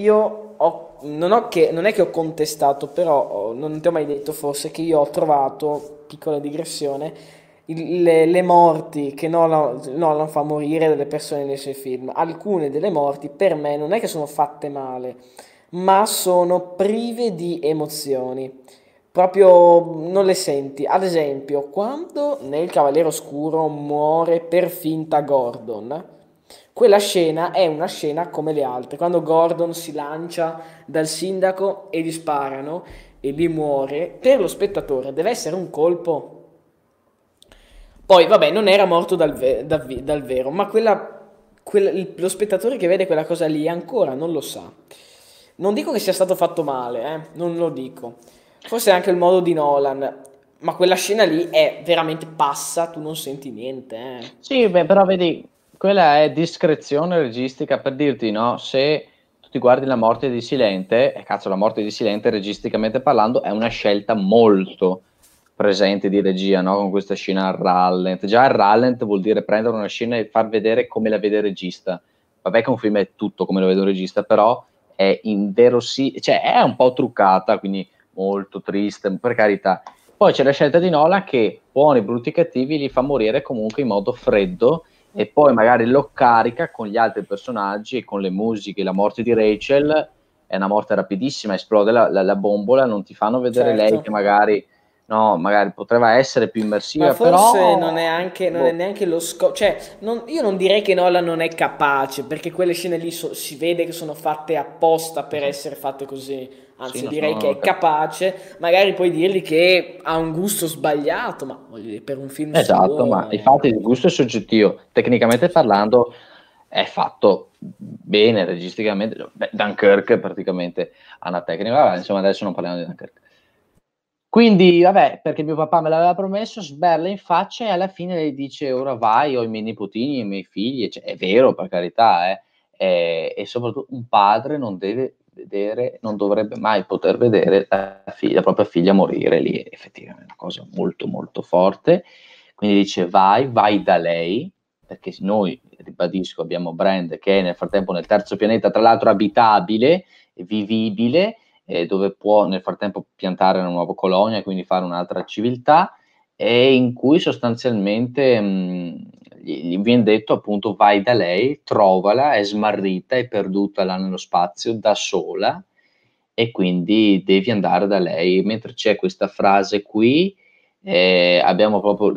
non è che ho contestato, però non ti ho mai detto forse che io ho trovato, piccola digressione, le morti che Nolan fa morire delle persone nei suoi film. Alcune delle morti per me non è che sono fatte male, ma sono prive di emozioni. Proprio non le senti. Ad esempio, quando nel Cavaliere Oscuro muore per finta Gordon, quella scena è una scena come le altre. Quando Gordon si lancia dal sindaco e gli sparano e lì muore, per lo spettatore deve essere un colpo. Poi, vabbè, non era morto dal vero, ma lo spettatore che vede quella cosa lì ancora non lo sa. Non dico che sia stato fatto male, non lo dico. Forse è anche il modo di Nolan, ma quella scena lì è veramente passa, tu non senti niente, Sì, beh, però vedi, quella è discrezione registica per dirti, no? Se tu ti guardi la morte di Silente, e cazzo, la morte di Silente, registicamente parlando, è una scelta molto presente di regia, no? Con questa scena a rallent. Già il rallent vuol dire prendere una scena e far vedere come la vede il regista. Vabbè che un film è tutto come lo vede un regista, però è inverosimile, cioè è un po' truccata, quindi molto triste, per carità. Poi c'è la scelta di Nolan che buoni, brutti, cattivi li fa morire comunque in modo freddo e poi magari lo carica con gli altri personaggi e con le musiche. La morte di Rachel è una morte rapidissima, esplode la bombola, non ti fanno vedere lei che certo. magari, no, magari potrebbe essere più Ma immersiva, forse però non è boh, neanche lo scopo, cioè io non direi che Nolan non è capace, perché quelle scene lì si vede che sono fatte apposta per sì, essere fatte così, sì, anzi io non direi che sono è capace, magari puoi dirgli che ha un gusto sbagliato, ma voglio dire, per un film esatto, ma suo... infatti il gusto è soggettivo. Tecnicamente parlando è fatto bene registicamente. Beh, Dunkirk praticamente ha una tecnica, vabbè, insomma adesso non parliamo di Dunkirk. Quindi, vabbè, perché mio papà me l'aveva promesso, sberla in faccia e alla fine le dice ora vai, ho i miei nipotini, i miei figli, cioè, è vero per carità, e soprattutto un padre non deve vedere, non dovrebbe mai poter vedere la propria figlia morire lì, effettivamente è una cosa molto molto forte, quindi dice vai da lei, perché noi, ribadisco, abbiamo Brand che è nel frattempo nel terzo pianeta, tra l'altro abitabile, vivibile, dove può nel frattempo piantare una nuova colonia, quindi fare un'altra civiltà, e in cui sostanzialmente gli viene detto appunto vai da lei, trovala, è smarrita, è perduta là nello spazio da sola e quindi devi andare da lei. Mentre c'è questa frase qui, abbiamo proprio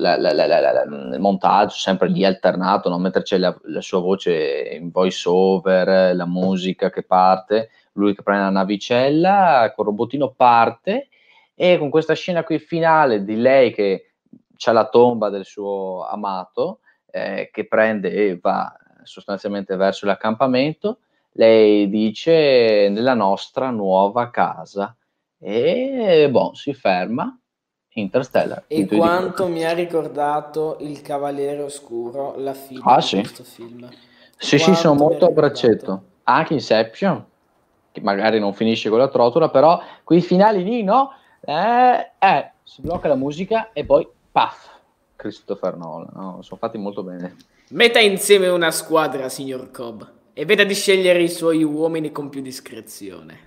il montaggio sempre lì alternato, no? Mentre c'è la sua voce in voice over, la musica che parte, lui che prende la navicella, col robottino parte e con questa scena qui finale di lei che c'ha la tomba del suo amato, che prende e va sostanzialmente verso l'accampamento, lei dice nella nostra nuova casa e boh, si ferma Interstellar. E Punto di quanto dico. mi ha ricordato Il Cavaliere Oscuro, la fine Ah di sì, questo film. sì, sono Quanto mi ha molto a ricordato. braccetto. Anche Inception, che magari non finisce con la trottola, però quei finali lì, no? Si blocca la musica e poi, paf, Christopher Nolan, no? Sono fatti molto bene. Metta insieme una squadra, signor Cobb, e veda di scegliere i suoi uomini con più discrezione.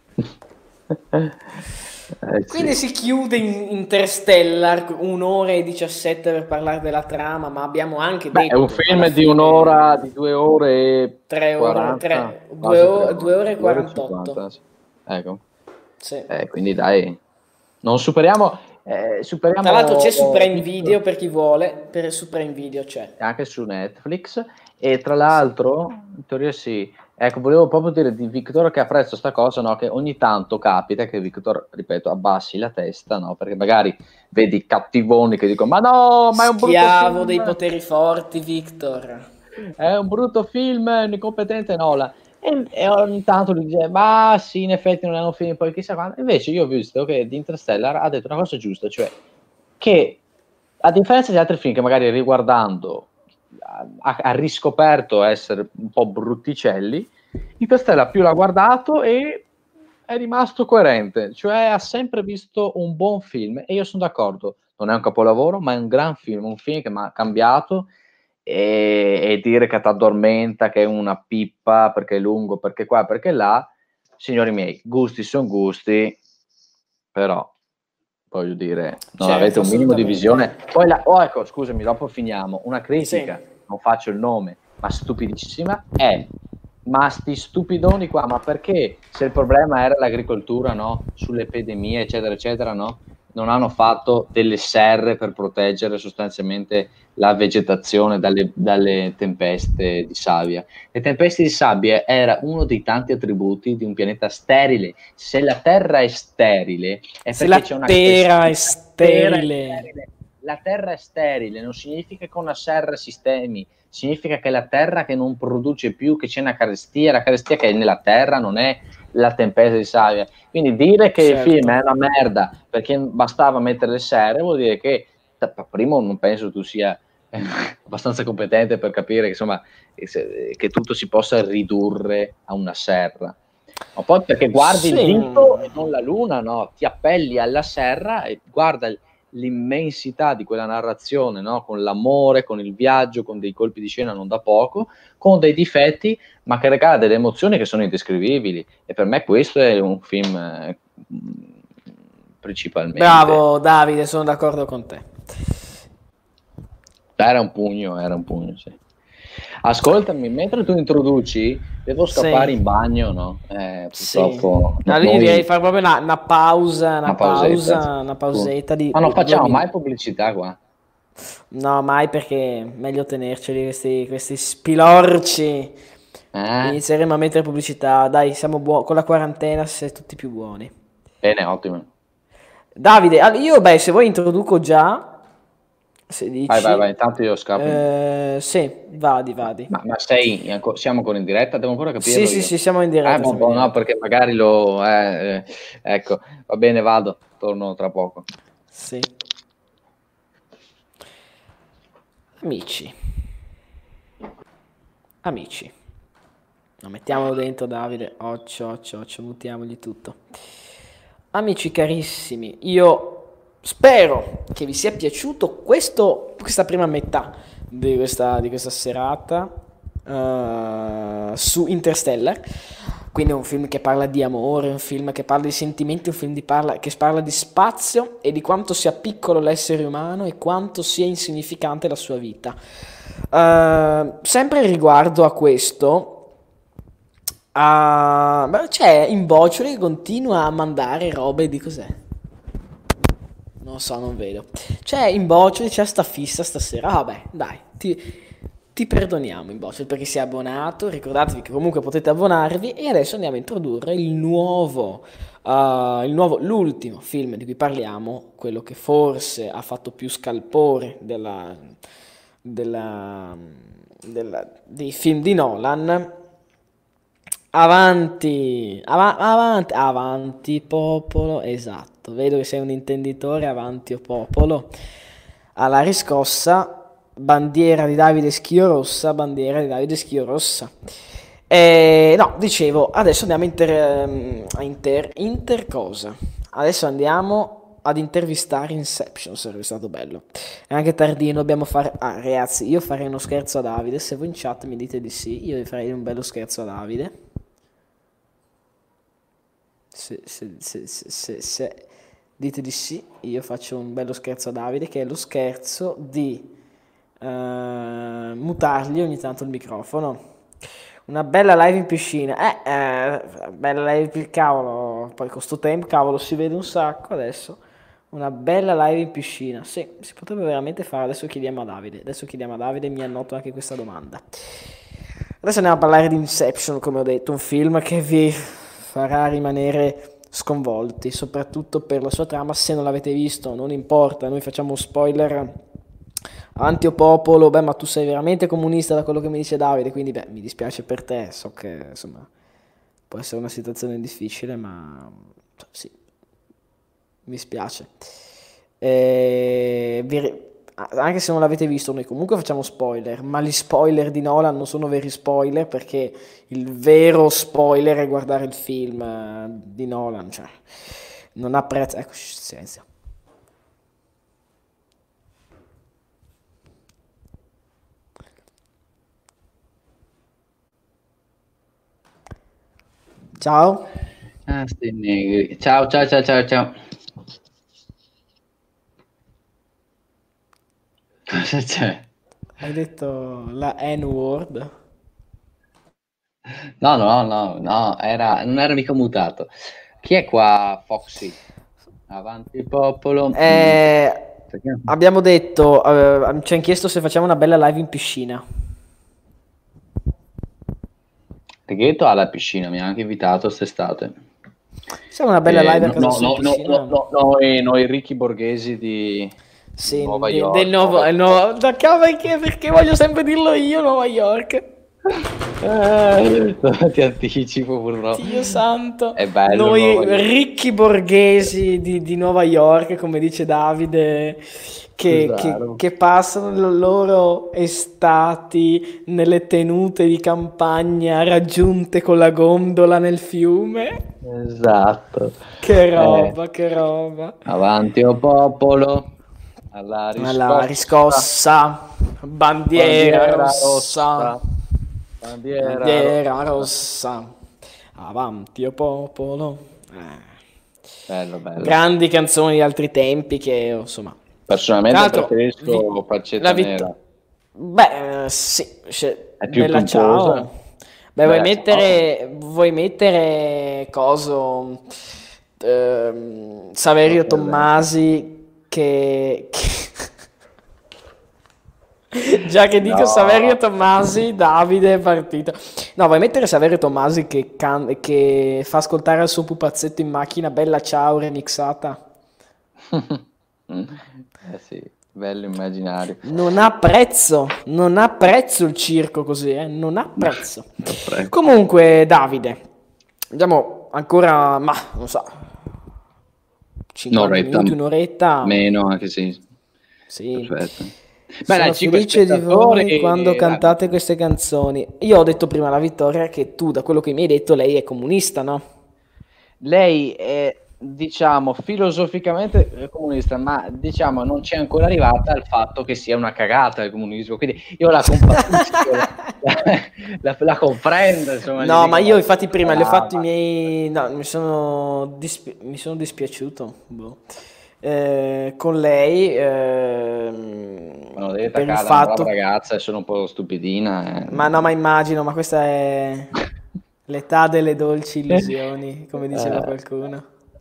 Sì. Quindi si chiude in Interstellar, 1 ora e 17 per parlare della trama, ma abbiamo anche Beh, è un detto alla film di un'ora, fine di 2 ore e 3 ore, 40, due quasi 3 ore, ore, 2 ore e 2 ore e 50. 48. Sì. Ecco. Sì. Quindi dai, non superiamo, Tra l'altro c'è su superiamo Prime Victor Video per chi vuole, su Prime Video c'è. anche su Netflix e tra Sì. l'altro, in teoria sì, ecco, volevo proprio dire di Victor che apprezzo sta cosa, no? Che ogni tanto capita che Victor, ripeto, abbassi la testa, no? Perché magari vedi cattivoni che dicono, ma no, ma è un brutto Schiavo film, dei poteri forti, Victor. è un brutto film, è un incompetente Nolan. E ogni tanto lui dice, ma sì, in effetti non è un film, poi chissà quando. Invece io ho visto che di Interstellar ha detto una cosa giusta, cioè che a differenza di altri film che magari riguardando ha riscoperto essere un po' brutticelli, Interstellar più l'ha guardato e è rimasto coerente, cioè ha sempre visto un buon film e io sono d'accordo, non è un capolavoro, ma è un gran film, un film che mi ha cambiato e dire che ti addormenta, che è una pippa perché è lungo, perché qua, perché là, signori miei, gusti sono gusti, però voglio dire, non avete Certo, un minimo di visione. assolutamente. Poi ecco, scusami, dopo finiamo. Una Sì. critica, non faccio il nome, ma stupidissima è. Ma sti stupidoni qua, ma perché se il problema era l'agricoltura, no? Sulle epidemie, eccetera, eccetera, no? Non hanno fatto delle serre per proteggere sostanzialmente la vegetazione dalle tempeste di sabbia. Le tempeste di sabbia era uno dei tanti attributi di un pianeta sterile. Se la Terra è sterile, è Se la perché c'è una terra è la Terra è sterile. sterile. La Terra è sterile, non significa che una serra sistemi, significa che la Terra che non produce più, che c'è una carestia, la carestia che è nella Terra non è la tempesta di sabbia. Quindi dire che il film Certo. è una merda perché bastava mettere le serre vuol dire che, primo, non penso tu sia abbastanza competente per capire che, insomma, che tutto si possa ridurre a una serra. Ma poi perché guardi il Sì. dito e non la luna, no? Ti appelli alla serra e guarda l'immensità di quella narrazione, no? Con l'amore, con il viaggio, con dei colpi di scena non da poco, con dei difetti, ma che regala delle emozioni che sono indescrivibili. E per me questo è un film principalmente. Bravo Davide, sono d'accordo con te. Era un pugno, sì. Ascoltami, mentre tu introduci, devo scappare Sì. in bagno, no? Sì. Purtroppo Allora io direi noi di fare proprio una pausa, una pausetta. una pausetta di Ma non due facciamo mai minuti. pubblicità qua. No, mai perché è meglio tenerceli questi spilorci. Eh? Inizieremo a mettere pubblicità. Dai, siamo buoni. Con la quarantena si è tutti più buoni. Bene, ottimo. Davide, io beh, se vuoi introduco già, se Vai, dici. intanto io scappo in bagno. Sì, vadi. Ma siamo ancora in diretta? Devo ancora Sì, capirlo sì, io. sì, siamo in diretta, siamo in No, diretta. perché magari ecco, va bene, vado, torno tra poco. Sì. Amici. Amici. No, mettiamolo dentro, Davide. Occhio, mutiamogli tutto. Amici carissimi, io spero che vi sia piaciuto questa prima metà di questa serata su Interstellar. Quindi è un film che parla di amore, un film che parla di sentimenti, un film che parla di spazio e di quanto sia piccolo l'essere umano e quanto sia insignificante la sua vita. Sempre riguardo a questo, c'è Imboccioli che continua a mandare robe di cos'è? Non lo so, non vedo. C'è Imboccioli, c'è sta fissa stasera. Vabbè, dai, ti perdoniamo Imboccioli perché sei abbonato. Ricordatevi che comunque potete abbonarvi. E adesso andiamo a introdurre l'ultimo film di cui parliamo, quello che forse ha fatto più scalpore dei film di Nolan. Avanti popolo, esatto. Esatto, vedo che sei un intenditore, avanti o popolo. Alla riscossa, bandiera di Davide Schiorossa, bandiera di Davide Schiorossa. No, dicevo, adesso andiamo Inter cosa? Adesso andiamo ad intervistare Inception, sarebbe stato bello. È anche tardino, dobbiamo fare... Ah, ragazzi, io farei uno scherzo a Davide, se voi in chat mi dite di sì, io farei un bello scherzo a Davide. Se dite di sì, io faccio un bello scherzo a Davide, che è lo scherzo di mutargli ogni tanto il microfono. Una bella live in piscina, bella live il cavolo, poi con sto tempo, cavolo, si vede un sacco adesso. Una bella live in piscina, sì, si potrebbe veramente fare. Adesso chiediamo a Davide, mi annoto anche questa domanda. Adesso andiamo a parlare di Inception, come ho detto, un film che vi farà rimanere sconvolti, soprattutto per la sua trama. Se non l'avete visto, non importa, noi facciamo spoiler avanti o popolo. Beh, ma tu sei veramente comunista da quello che mi dice Davide, quindi beh, mi dispiace per te, so che insomma può essere una situazione difficile, ma sì, mi spiace. Anche se non l'avete visto, noi comunque facciamo spoiler, ma gli spoiler di Nolan non sono veri spoiler, perché il vero spoiler è guardare il film di Nolan, cioè non ha prezzo. Ecco, silenzio. Ciao. Sti negri. Ciao. Cosa c'è? Hai detto la N-word? No, non era mica mutato. Chi è qua, Foxy? Avanti popolo. Abbiamo detto, ci hanno chiesto se facciamo una bella live in piscina. Righetto alla piscina, mi ha anche invitato quest'estate. Facciamo una bella live a casa sua in piscina. Noi ricchi borghesi di Nuova York. Del nuovo, perché voglio sempre dirlo io, Nuova York. Ti anticipo purtroppo. Dio santo. È bello. Noi ricchi borghesi di Nuova York, come dice Davide, che passano le loro estati nelle tenute di campagna raggiunte con la gondola nel fiume. Esatto. Che roba. Avanti o popolo. Alla riscossa. Bandiera rossa. Bandiera rossa. Avanti o popolo. Bello. Grandi canzoni di altri tempi che, insomma... Personalmente preferisco Faccetta Nera. Beh, sì. È più bella pomposa. Ciao. Beh, vuoi mettere coso... Saverio Tommasi che... Già che dico Saverio Tommasi, Davide è partito. No, vuoi mettere Saverio Tommasi che fa ascoltare il suo pupazzetto in macchina, Bella Ciao remixata? Sì, bello immaginario. Non ha prezzo il circo così, non ha prezzo. Comunque, Davide, andiamo ancora, ma non so, 50 minuti, un'oretta. Meno, anche sì. Perfetto. Beh, sono felice di voi quando cantate queste canzoni. Io ho detto prima alla Vittoria che tu, da quello che mi hai detto, lei è comunista, no? Lei è, diciamo, filosoficamente comunista, ma diciamo non c'è ancora arrivata al fatto che sia una cagata il comunismo, quindi io la compatisco, la comprendo, insomma. No, ma io infatti prima le ho fatto i miei... No, mi sono dispiaciuto, con lei per il fatto una ragazza, sono un po' stupidina. Ma no, ma immagino, ma questa è l'età delle dolci illusioni, come diceva qualcuno.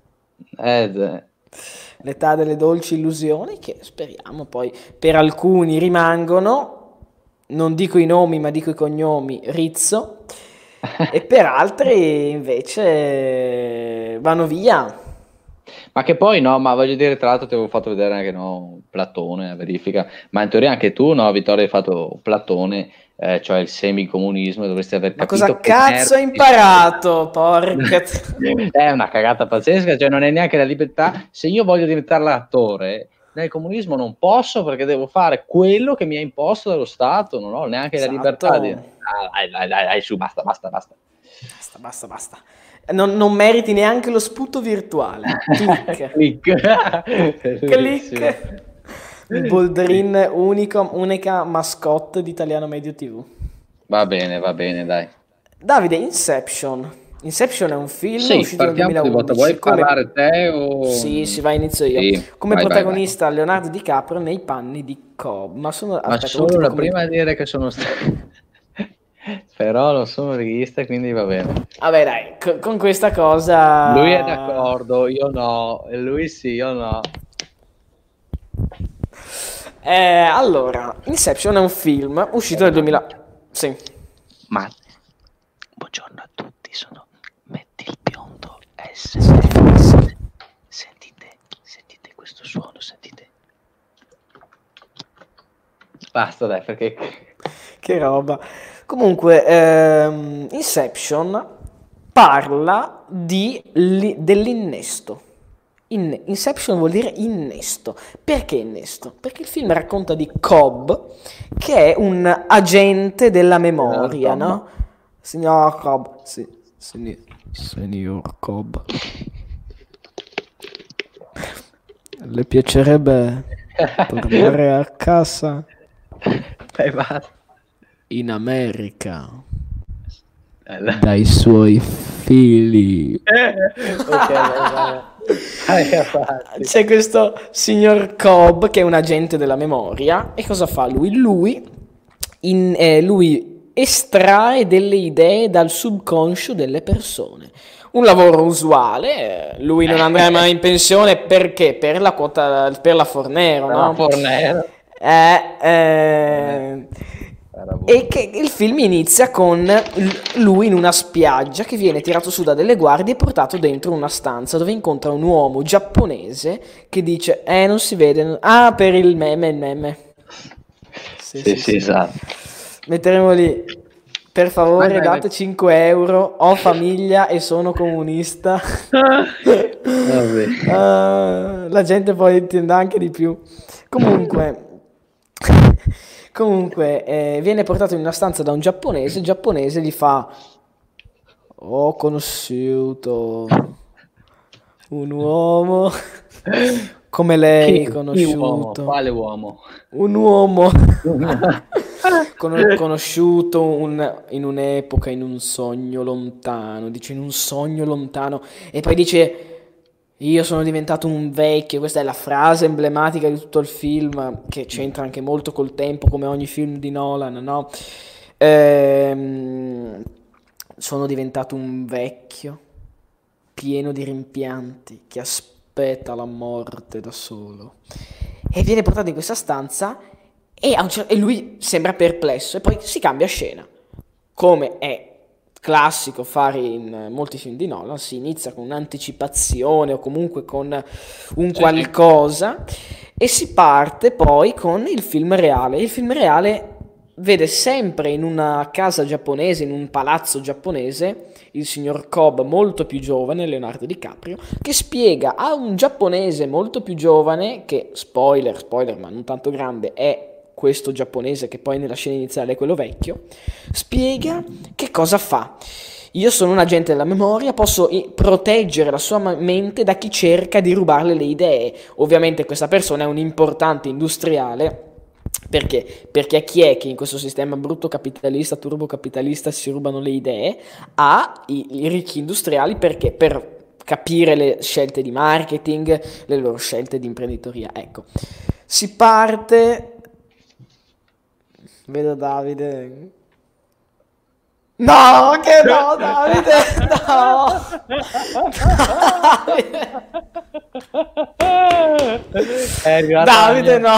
L'età delle dolci illusioni che speriamo poi per alcuni rimangono, non dico i nomi ma dico i cognomi, Rizzo, e per altri invece vanno via. Ma che poi no, ma voglio dire, tra l'altro ti avevo fatto vedere anche Platone, a verifica, ma in teoria anche tu, no, Vittorio, hai fatto Platone, cioè il semicomunismo, dovresti aver Ma capito cosa che cazzo hai imparato? Porca. è una cagata pazzesca, cioè non è neanche la libertà. Se io voglio diventare l'attore, nel comunismo non posso perché devo fare quello che mi ha imposto dallo Stato, non ho neanche la libertà di... dai, su, basta. Basta. Non meriti neanche lo sputo virtuale. Click. Click. Boldrin, unica mascotte di Italiano Medio TV. Va bene, dai. Davide, Inception è un film uscito nel 2011. Vuoi parlare te o... Sì, inizio io. Sì, come vai. protagonista Leonardo DiCaprio nei panni di Cobb. Ma solo prima di dire che sono stato... Però non sono regista, quindi va bene. Vabbè dai, con questa cosa... Lui è d'accordo, io no. E lui sì, io no. Allora, Inception è un film uscito nel 2000... Sì. Ma buongiorno a tutti, sono Metti il biondo S. Sentite questo suono, sentite. Basta dai, perché... Che roba. Comunque, Inception parla dell'innesto. Inception vuol dire innesto. Perché innesto? Perché il film racconta di Cobb, che è un agente della memoria, no? Signor Cobb, sì, signor Cobb. Le piacerebbe tornare a casa? In America. Dai suoi figli. C'è questo signor Cobb che è un agente della memoria. E cosa fa lui? Lui estrae delle idee dal subconscio delle persone. Un lavoro usuale. Lui non andrà mai in pensione perché? Per la quota, per la Fornero, no? La Fornero. E che il film inizia con lui in una spiaggia che viene tirato su da delle guardie e portato dentro una stanza dove incontra un uomo giapponese che dice non si vede, per il meme. Sì, esatto. Metteremo lì, per favore date 5 euro, ho famiglia e sono comunista. La gente poi intende anche di più. Comunque viene portato in una stanza da un giapponese, il giapponese gli fa: ho conosciuto un uomo come lei, conosciuto quale uomo? Un uomo conosciuto in un'epoca, in un sogno lontano, dice in un sogno lontano, e poi dice io sono diventato un vecchio. Questa è la frase emblematica di tutto il film, che c'entra anche molto col tempo, come ogni film di Nolan, no? Sono diventato un vecchio pieno di rimpianti che aspetta la morte da solo. E viene portato in questa stanza e lui sembra perplesso e poi si cambia scena. Come è classico fare in molti film di Nolan, si inizia con un'anticipazione o comunque con un qualcosa e si parte poi con il film reale. Il film reale vede sempre in una casa giapponese, in un palazzo giapponese, il signor Cobb molto più giovane, Leonardo DiCaprio, che spiega a un giapponese molto più giovane, che spoiler ma non tanto grande, è questo giapponese che poi nella scena iniziale è quello vecchio, spiega che cosa fa. Io sono un agente della memoria, posso proteggere la sua mente da chi cerca di rubarle le idee. Ovviamente questa persona è un importante industriale. Perché? Perché chi è che in questo sistema brutto capitalista, turbocapitalista si rubano le idee? I ricchi industriali, perché? Per capire le scelte di marketing, le loro scelte di imprenditoria. Ecco, si parte... Vedo Davide. No, che no, Davide, no. Davide, no.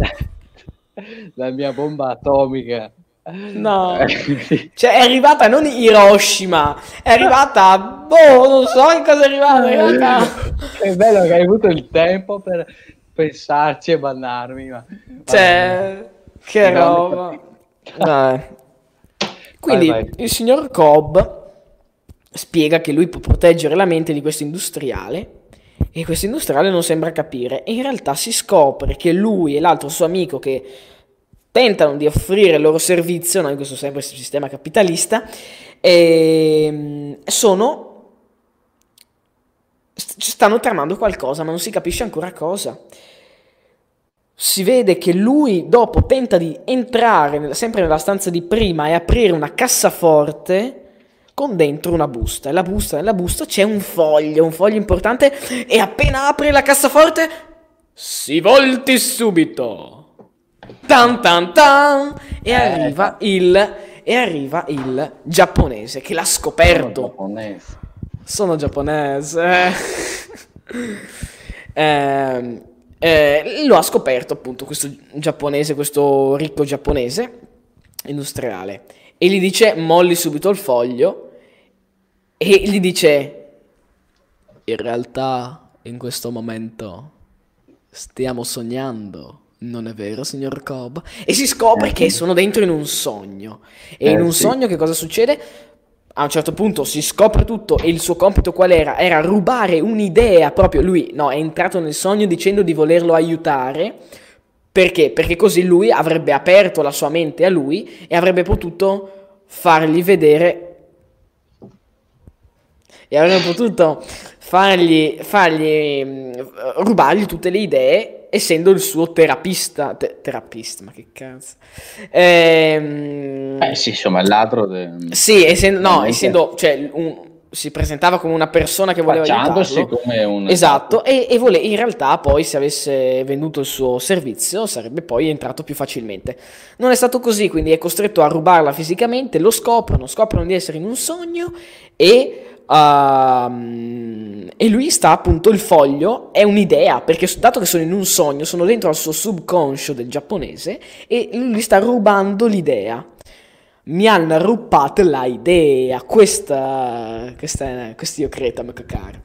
La mia bomba atomica. No. Cioè è arrivata non Hiroshima, è arrivata, non so che cosa è arrivata, È bello che hai avuto il tempo per pensarci e bannarmi, ma... Cioè, che roba. Dai. Quindi vai. il signor Cobb spiega che lui può proteggere la mente di questo industriale e questo industriale non sembra capire e in realtà si scopre che lui e l'altro suo amico che tentano di offrire il loro servizio, no, in questo sempre sistema capitalista, stanno tramando qualcosa, ma non si capisce ancora cosa. Si vede che lui dopo tenta di entrare sempre nella stanza di prima e aprire una cassaforte con dentro una busta. E nella busta c'è un foglio importante e appena apre la cassaforte si volti subito. Tan tan tan e arriva il giapponese che l'ha scoperto. Sono giapponese. Lo ha scoperto appunto questo giapponese, questo ricco giapponese industriale e gli dice molli subito il foglio e gli dice in realtà in questo momento stiamo sognando, non è vero signor Cobb? E si scopre che sono dentro in un sogno e in un sogno che cosa succede? A un certo punto si scopre tutto e il suo compito qual era? Era rubare un'idea proprio, lui è entrato nel sogno dicendo di volerlo aiutare, perché? Perché così lui avrebbe aperto la sua mente a lui e avrebbe potuto fargli vedere e avrebbe potuto rubargli tutte le idee essendo il suo terapista, ma che cazzo? Sì, insomma, il ladro. Sì, essendo cioè, si presentava come una persona che voleva aiutarlo. Come un... Esatto, e in realtà poi se avesse venduto il suo servizio sarebbe poi entrato più facilmente. Non è stato così, quindi è costretto a rubarla fisicamente, lo scoprono di essere in un sogno e lui sta appunto, il foglio è un'idea, perché dato che sono in un sogno, sono dentro al suo subconscio del giapponese e lui sta rubando l'idea. Mi hanno rubato l'idea, questa io credo, ma che caro.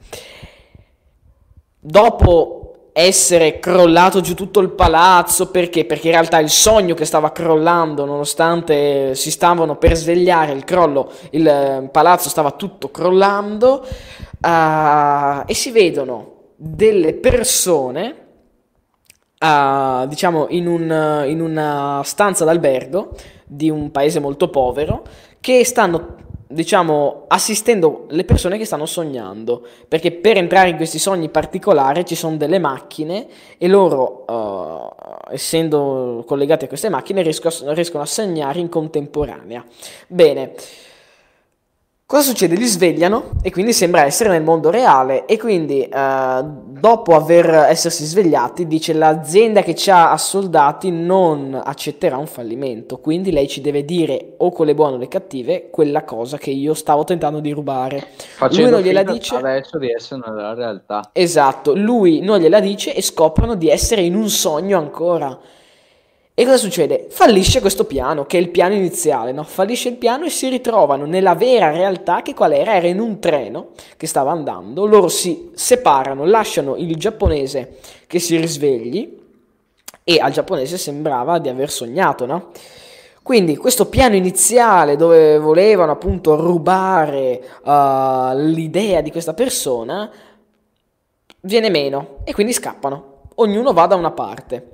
Dopo essere crollato giù tutto il palazzo, perché in realtà il sogno che stava crollando, nonostante si stavano per svegliare, il palazzo stava tutto crollando, e si vedono delle persone, diciamo in una stanza d'albergo di un paese molto povero, che stanno, diciamo, assistendo le persone che stanno sognando, perché per entrare in questi sogni particolari ci sono delle macchine e loro, essendo collegati a queste macchine, riescono a sognare in contemporanea. Bene. Cosa succede? Li svegliano e quindi sembra essere nel mondo reale e quindi dopo essersi svegliati dice l'azienda che ci ha assoldati non accetterà un fallimento, quindi lei ci deve dire o con le buone o le cattive quella cosa che io stavo tentando di rubare. Facendo lui non gliela dice adesso di essere nella realtà. Esatto, lui non gliela dice e scoprono di essere in un sogno ancora. E cosa succede? Fallisce questo piano, che è il piano iniziale, no? Fallisce il piano e si ritrovano nella vera realtà che qual era? Era in un treno che stava andando, loro si separano, lasciano il giapponese che si risvegli e al giapponese sembrava di aver sognato, no? Quindi questo piano iniziale dove volevano appunto rubare l'idea di questa persona viene meno e quindi scappano, ognuno va da una parte.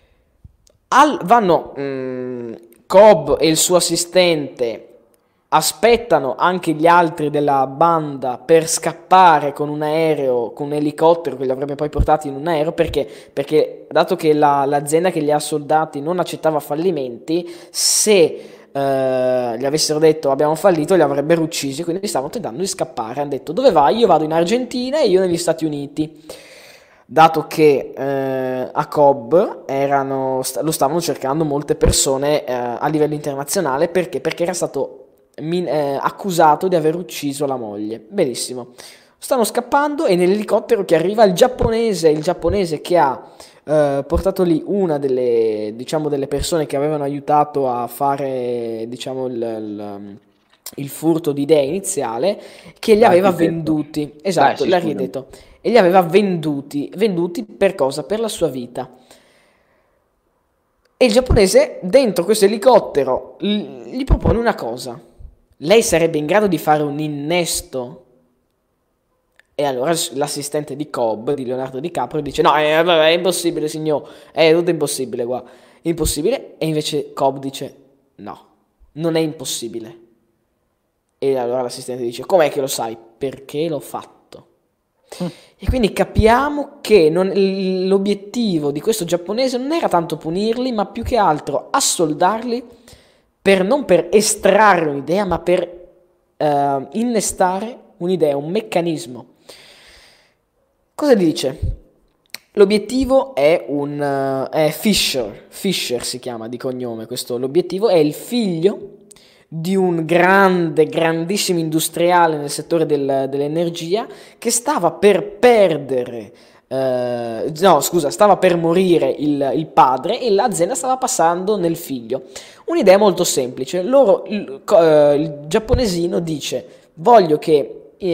Cobb e il suo assistente aspettano anche gli altri della banda per scappare con un aereo, con un elicottero che li avrebbe poi portati in un aereo, perché dato che l'azienda che li ha soldati non accettava fallimenti, se gli avessero detto abbiamo fallito li avrebbero uccisi, quindi stavano tentando di scappare. Hanno detto dove vai? Io vado in Argentina e io negli Stati Uniti. Dato che a Cobb lo stavano cercando molte persone a livello internazionale, perché era stato accusato di aver ucciso la moglie. Benissimo, stanno scappando e nell'elicottero che arriva il giapponese che ha portato lì una delle persone che avevano aiutato a fare, diciamo, il furto di idee iniziale, che gli aveva venduti, esatto, sì, l'architetto, e gli aveva venduti per cosa? Per la sua vita. E il giapponese dentro questo elicottero gli propone una cosa: lei sarebbe in grado di fare un innesto? E allora l'assistente di Cobb, di Leonardo DiCaprio, dice: no, è impossibile, signor, è tutto impossibile qua, impossibile. E invece Cobb dice: no, non è impossibile. E allora l'assistente dice: com'è che lo sai? Perché l'ho fatto. E quindi capiamo che l'obiettivo di questo giapponese non era tanto punirli, ma più che altro assoldarli, non per estrarre un'idea, ma per innestare un'idea, un meccanismo. Cosa dice? L'obiettivo è Fisher si chiama di cognome, l'obiettivo è il figlio di un grandissimo industriale nel settore dell'energia che stava per morire il padre, e l'azienda stava passando nel figlio. Un'idea molto semplice. Il giapponesino dice: voglio che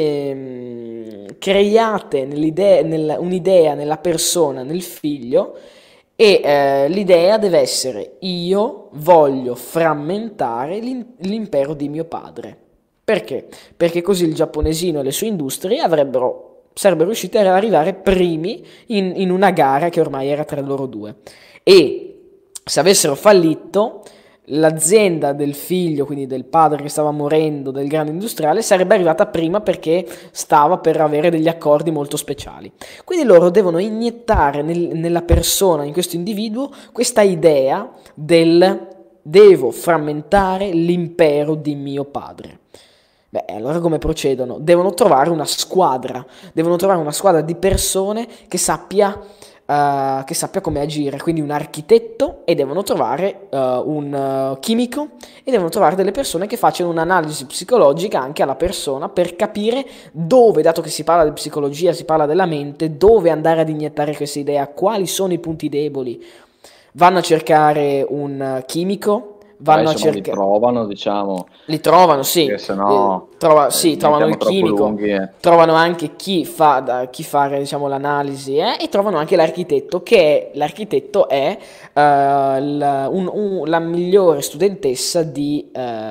creiate un'idea nella persona, nel figlio, e l'idea deve essere: io voglio frammentare l'impero di mio padre. Perché? Perché così il giapponesino e le sue industrie sarebbero riusciti ad arrivare primi in una gara che ormai era tra loro due. E se avessero fallito, l'azienda del figlio, quindi del padre che stava morendo, del grande industriale, sarebbe arrivata prima perché stava per avere degli accordi molto speciali. Quindi loro devono iniettare nella persona, in questo individuo, questa idea del devo frammentare l'impero di mio padre. Beh, allora come procedono? Devono trovare una squadra di persone che sappia come agire, quindi un architetto, e devono trovare un chimico, e devono trovare delle persone che facciano un'analisi psicologica anche alla persona per capire dove, dato che si parla di psicologia, si parla della mente, dove andare ad iniettare questa idea, quali sono i punti deboli. Vanno a cercare un chimico, li trovano, diciamo. Li trovano, sì. Perché sennò trovano il chimico, lunghi, trovano anche chi fare, diciamo, l'analisi, e trovano anche l'architetto, l'architetto è la migliore studentessa come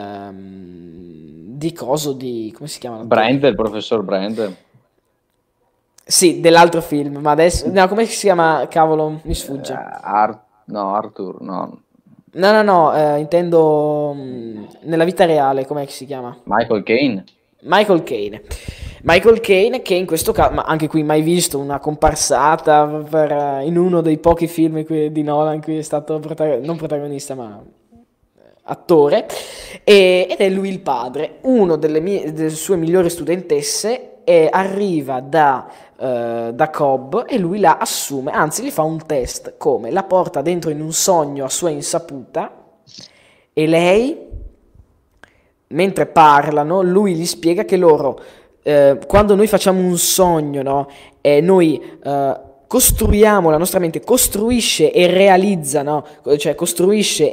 si chiama? Il professor Brand. Sì, dell'altro film, ma adesso, no, come si chiama? Cavolo, mi sfugge. Arthur, no. No, intendo nella vita reale, com'è che si chiama? Michael Caine, che in questo caso, ma anche qui mai visto, una comparsata in uno dei pochi film di Nolan in cui è stato non protagonista, ma attore, ed è lui il padre. Uno delle sue migliori studentesse arriva da Cobb, e lui la assume, anzi gli fa un test, come la porta dentro in un sogno a sua insaputa, e lei, mentre parlano, lui gli spiega che quando noi facciamo un sogno, no, noi costruiamo, la nostra mente costruisce e realizza, no? Cioè costruisce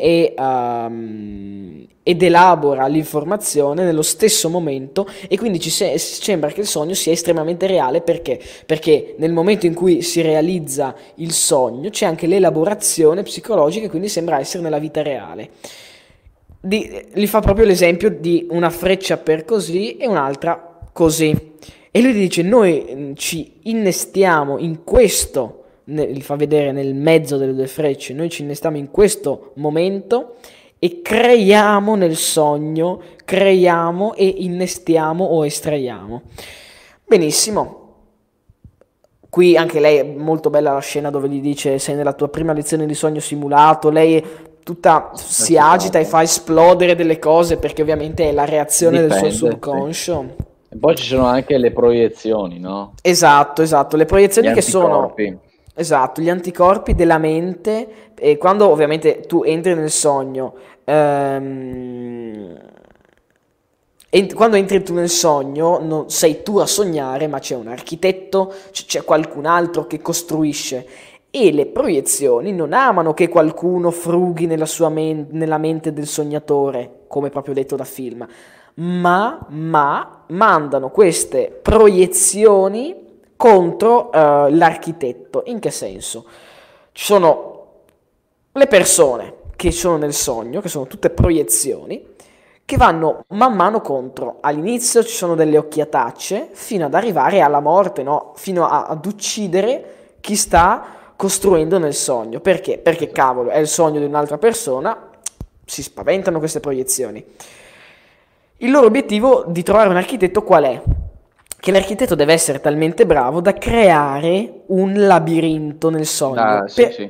ed elabora l'informazione nello stesso momento, e quindi ci sembra che il sogno sia estremamente reale. Perché nel momento in cui si realizza il sogno c'è anche l'elaborazione psicologica, e quindi sembra essere nella vita reale. Gli fa proprio l'esempio di una freccia per così e un'altra così. E lui dice: noi ci innestiamo in questo, gli fa vedere nel mezzo delle due frecce, noi ci innestiamo in questo momento e creiamo nel sogno, creiamo e innestiamo o estraiamo. Benissimo. Qui anche lei è molto bella la scena dove gli dice: sei nella tua prima lezione di sogno simulato. Lei tutta si agita e fa esplodere delle cose, perché ovviamente è la reazione del suo subconscio. Sì. E poi ci sono anche le proiezioni, no? Esatto, le proiezioni che sono... Esatto, gli anticorpi della mente, e quando ovviamente tu entri nel sogno, quando entri tu nel sogno non sei tu a sognare, ma c'è un architetto, c'è qualcun altro che costruisce, e le proiezioni non amano che qualcuno frughi nella mente del sognatore, come proprio detto da film, ma mandano queste proiezioni contro l'architetto. In che senso? Ci sono le persone che sono nel sogno, che sono tutte proiezioni, che vanno man mano contro. All'inizio ci sono delle occhiatacce, fino ad arrivare alla morte, no? Fino ad uccidere chi sta costruendo nel sogno. Perché? Perché cavolo, è il sogno di un'altra persona, si spaventano queste proiezioni. Il loro obiettivo di trovare un architetto qual è? Che l'architetto deve essere talmente bravo da creare un labirinto nel sogno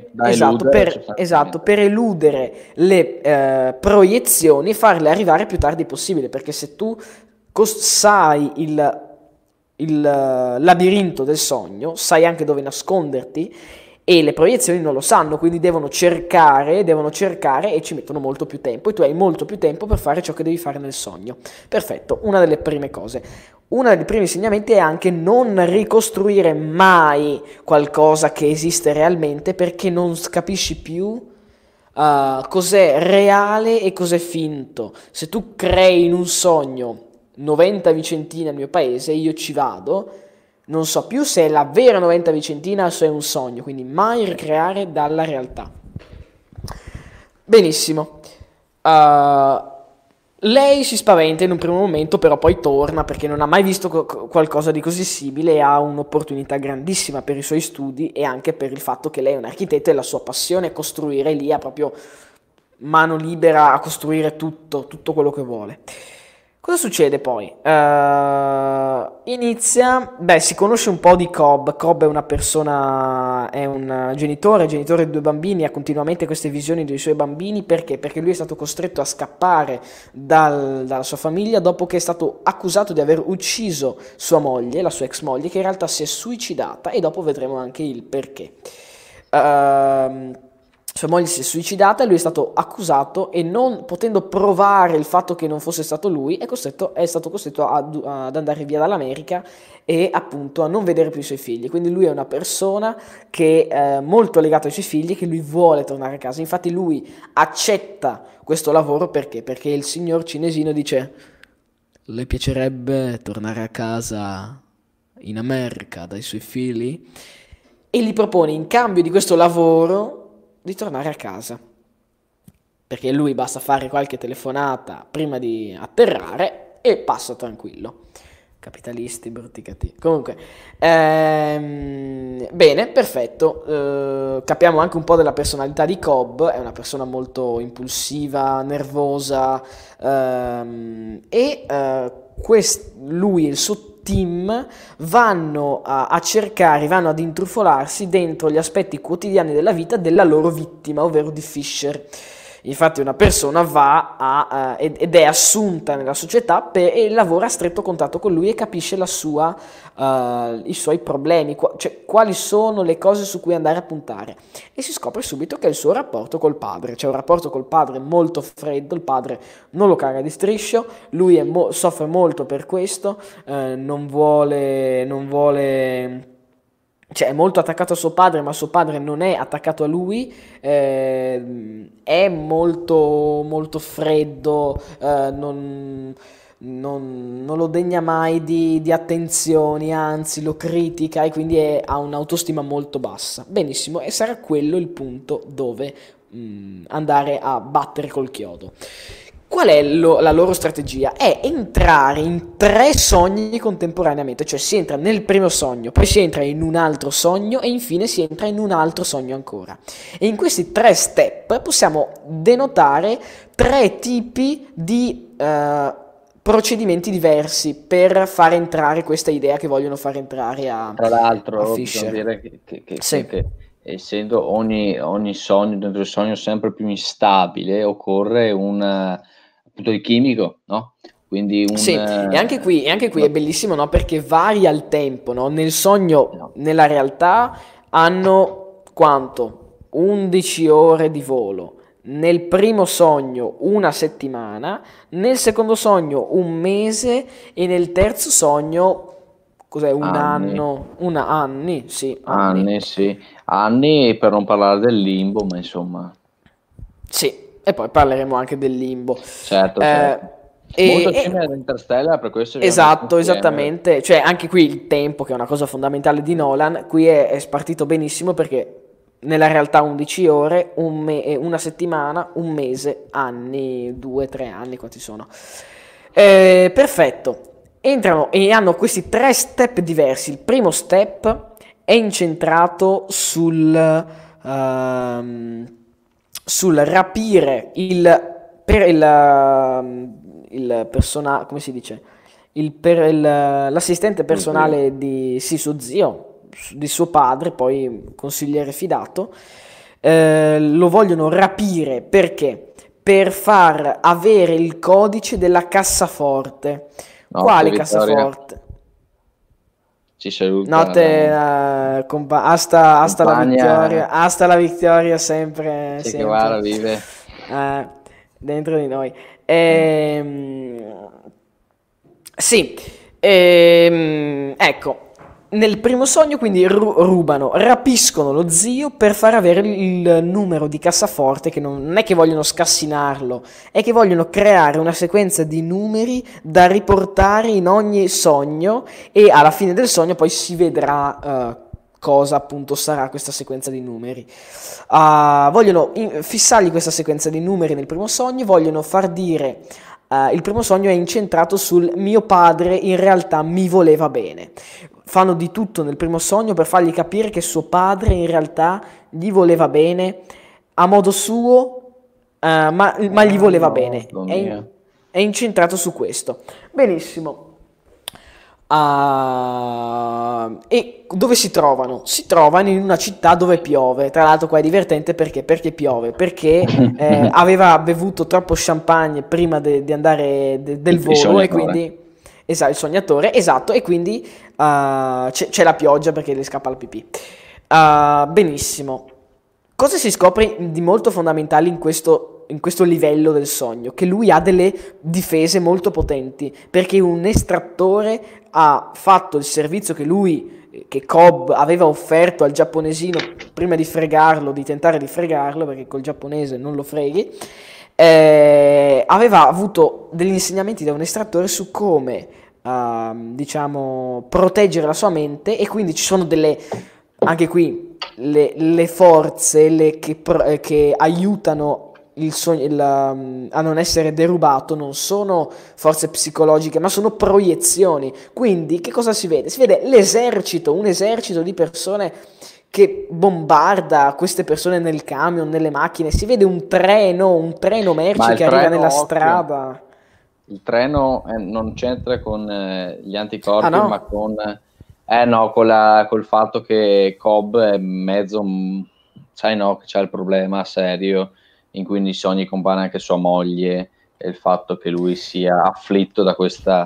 per eludere le proiezioni e farle arrivare più tardi possibile, perché se tu sai il labirinto del sogno, sai anche dove nasconderti, e le proiezioni non lo sanno, quindi devono cercare e ci mettono molto più tempo, e tu hai molto più tempo per fare ciò che devi fare nel sogno. Perfetto, una delle prime cose. Uno dei primi insegnamenti è anche non ricostruire mai qualcosa che esiste realmente, perché non capisci più cos'è reale e cos'è finto. Se tu crei in un sogno 90 vicentine al mio paese, io ci vado, non so più se è la vera 90 vicentina o se è un sogno, quindi mai ricreare dalla realtà. Benissimo. Lei si spaventa in un primo momento, però poi torna perché non ha mai visto qualcosa di così simile e ha un'opportunità grandissima per i suoi studi e anche per il fatto che lei è un architetto e la sua passione è costruire, lì ha proprio mano libera a costruire tutto quello che vuole. Cosa succede poi? Si conosce un po' di Cobb. Cobb è una persona, è un genitore di 2 bambini, ha continuamente queste visioni dei suoi bambini. Perché? Perché lui è stato costretto a scappare dalla sua famiglia dopo che è stato accusato di aver ucciso sua moglie, la sua ex moglie, che in realtà si è suicidata, e dopo vedremo anche il perché. Sua moglie si è suicidata e lui è stato accusato, e non potendo provare il fatto che non fosse stato lui è stato costretto ad andare via dall'America e appunto a non vedere più i suoi figli. Quindi lui è una persona che è molto legata ai suoi figli, che lui vuole tornare a casa. Infatti lui accetta questo lavoro perché il signor cinesino dice: le piacerebbe tornare a casa in America dai suoi figli? E gli propone, in cambio di questo lavoro, di tornare a casa, perché lui basta fare qualche telefonata prima di atterrare e passa tranquillo. Capitalisti brutti cattivi. Comunque bene, perfetto. Capiamo anche un po' della personalità di Cobb. È una persona molto impulsiva, nervosa, lui e il suo team vanno vanno ad intrufolarsi dentro gli aspetti quotidiani della vita della loro vittima, ovvero di Fisher. Infatti una persona va ed è assunta nella società e lavora a stretto contatto con lui e capisce i suoi problemi, cioè quali sono le cose su cui andare a puntare, e si scopre subito che è il suo rapporto col padre. C'è un rapporto col padre molto freddo, il padre non lo caga di striscio, lui soffre molto per questo, non vuole cioè è molto attaccato a suo padre, ma suo padre non è attaccato a lui, è molto, molto freddo, non lo degna mai di attenzioni, anzi lo critica, e quindi ha un'autostima molto bassa. Benissimo, e sarà quello il punto dove andare a battere col chiodo. Qual è la loro strategia? È entrare in 3 sogni contemporaneamente, cioè si entra nel primo sogno, poi si entra in un altro sogno e infine si entra in un altro sogno ancora. E in questi 3 step possiamo denotare 3 tipi di procedimenti diversi per far entrare questa idea che vogliono far entrare a Tra l'altro, Fisher. bisogna dire Sì. che essendo ogni sogno dentro il sogno sempre più instabile, occorre appunto il chimico, no? Quindi Sì, e anche qui è bellissimo, no? Perché varia il tempo, no? Nel sogno, nella realtà, hanno quanto? 11 ore di volo. Nel primo sogno 1 settimana, nel secondo sogno 1 mese e nel terzo sogno, cos'è? Un anno? Anni, sì. Anni, sì. Anni, per non parlare del limbo, ma insomma. Sì, e poi parleremo anche del limbo. Certo. Molto simile ad Interstellar, per questo esatto, esattamente, cioè anche qui il tempo, che è una cosa fondamentale di Nolan, qui è spartito benissimo, perché nella realtà 11 ore, una settimana, un mese, anni, 2-3 anni, quanti sono. Perfetto, entrano e hanno questi 3 step diversi. Il primo step è incentrato sul rapire come si dice? L'assistente personale di suo zio, di suo padre, poi consigliere fidato. Lo vogliono rapire perché? Per far avere il codice della cassaforte. Quale cassaforte? Ci saluta. Notte, hasta la vittoria, hasta la vittoria sempre. Che Guevara vive dentro di noi. Sì, ecco, nel primo sogno quindi rapiscono lo zio per far avere il numero di cassaforte, che non è che vogliono scassinarlo, è che vogliono creare una sequenza di numeri da riportare in ogni sogno, e alla fine del sogno poi si vedrà cosa appunto sarà questa sequenza di numeri. Vogliono fissargli questa sequenza di numeri nel primo sogno, vogliono far dire... il primo sogno è incentrato sul mio padre in realtà mi voleva bene. Fanno di tutto nel primo sogno per fargli capire che suo padre in realtà gli voleva bene a modo suo, ma gli voleva bene. È incentrato su questo. Benissimo. E dove si trovano? Si trovano in una città dove piove. Tra l'altro qua è divertente perché piove, perché aveva bevuto troppo champagne prima di andare del volo, e quindi esatto, il sognatore, esatto, e quindi c'è la pioggia perché le scappa la pipì. Benissimo. Cosa si scopre di molto fondamentale in questo livello del sogno? Che lui ha delle difese molto potenti, perché un estrattore ha fatto il servizio che Cobb aveva offerto al giapponesino prima di tentare di fregarlo, perché col giapponese non lo freghi. Aveva avuto degli insegnamenti da un estrattore su come diciamo proteggere la sua mente, e quindi ci sono anche qui le forze che aiutano il sogno, a non essere derubato. Non sono forze psicologiche, ma sono proiezioni. Quindi che cosa si vede? Si vede un esercito di persone che bombarda queste persone nel camion, nelle macchine. Si vede un treno merci che arriva nella strada. Il treno non c'entra con gli anticorpi, no? Ma con col fatto che Cobb è mezzo, sai, no, che c'ha il problema serio in cui nei sogni compare anche sua moglie, e il fatto che lui sia afflitto da questo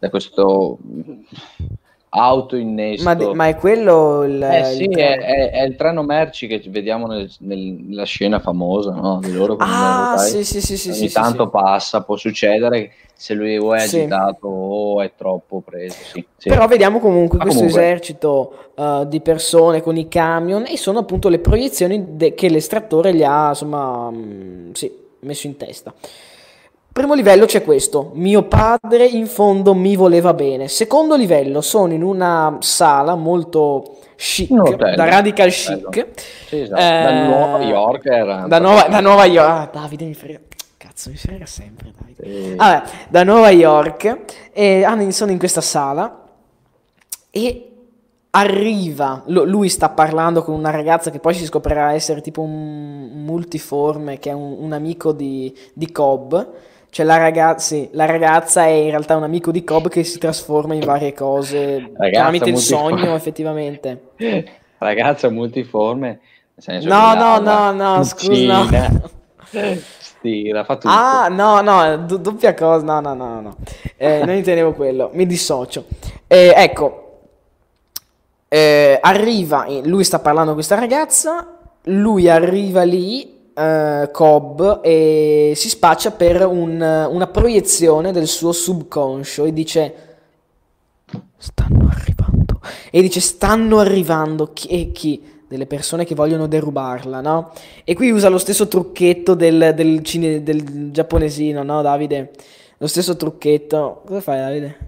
autoinnesto. Ma è quello sì, è il treno merci che vediamo nella scena famosa, no? Di loro, sì, ogni tanto passa, può succedere se lui o è agitato o è troppo preso. Sì. Però vediamo comunque questo esercito di persone con i camion, e sono appunto le proiezioni che l'estrattore gli ha messo in testa. Primo livello c'è questo: mio padre in fondo mi voleva bene. Secondo livello sono in una sala molto chic, da radical chic. Sì, esatto. Da Nuova York era. Da Nuova York. Davide mi frega. Cazzo, mi frega sempre, Davide. Vabbè, da Nuova York, e sono in questa sala e arriva, lui sta parlando con una ragazza che poi si scoprirà essere tipo un multiforme, che è un amico di Cobb. Cioè la ragazza è in realtà un amico di Cobb che si trasforma in varie cose tramite il sogno, effettivamente. Ragazza multiforme, nel senso no, scusa, no. Stira, fa tutto. Doppia cosa, no. Non intendevo quello, mi dissocio. Ecco, arriva, lui sta parlando con questa ragazza, lui arriva lì, Cobb, e si spaccia per una proiezione del suo subconscio, e dice stanno arrivando chi? Delle persone che vogliono derubarla, no? E qui usa lo stesso trucchetto del giapponesino, no, Davide? Lo stesso trucchetto. Cosa fai, Davide?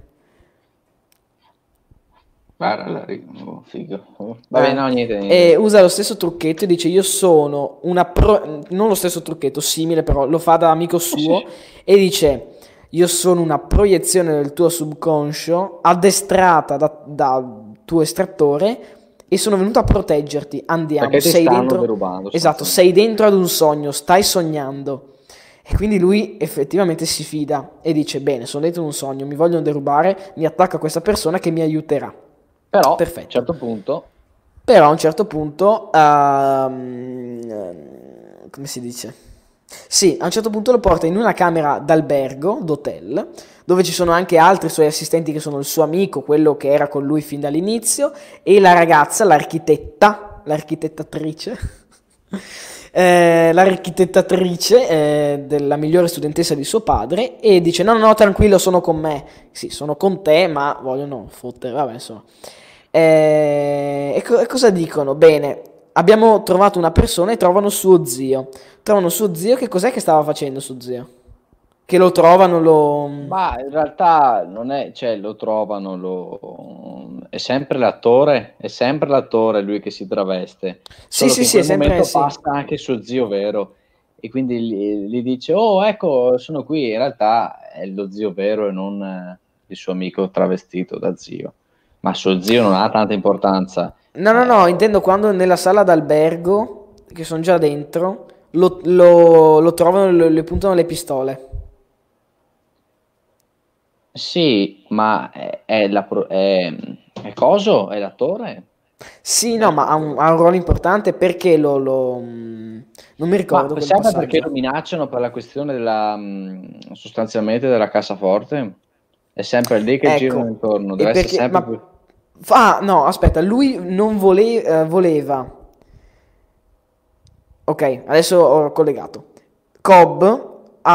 Guarda, figo. Vabbè, no, niente. E usa lo stesso trucchetto e dice io sono non lo stesso trucchetto, simile però, lo fa da amico suo e dice io sono una proiezione del tuo subconscio addestrata da tuo estrattore e sono venuto a proteggerti, andiamo, Perché ti sei stanno dentro, derubando, esatto, sei dentro ad un sogno, stai sognando. E quindi lui effettivamente si fida e dice bene, sono dentro un sogno, mi vogliono derubare, mi attacca questa persona che mi aiuterà. Però, Perfetto. a un certo punto... Però a un certo punto, come si dice? Sì, a un certo punto lo porta in una camera d'albergo, d'hotel, dove ci sono anche altri suoi assistenti che sono il suo amico, quello che era con lui fin dall'inizio, e la ragazza, l'architettatrice della migliore studentessa di suo padre, e dice no, tranquillo, sono con me. Sì, sono con te, ma vogliono fottere, vabbè, insomma. E cosa dicono? Bene, abbiamo trovato una persona e trovano suo zio. Trovano suo zio, che cos'è che stava facendo suo zio? Che lo trovano, Ma in realtà non è, cioè lo trovano, è sempre l'attore lui che si traveste. Sì, Solo sì, che in sì, è quel sempre momento sì. passa anche suo zio vero e quindi gli dice, oh ecco, sono qui. In realtà è lo zio vero e non il suo amico travestito da zio. Ma suo zio non ha tanta importanza. No, intendo quando nella sala d'albergo, che sono già dentro, lo trovano e le puntano le pistole. Sì, ma è coso? È l'attore? Sì, no, ma ha un ruolo importante perché non mi Ma ricordo quel sempre perché lo passaggio. minacciano per la questione sostanzialmente della cassaforte? È sempre lì che girano Ecco, intorno, e deve essere perché, sempre più... no, aspetta, lui non voleva, ok, adesso ho collegato, Cobb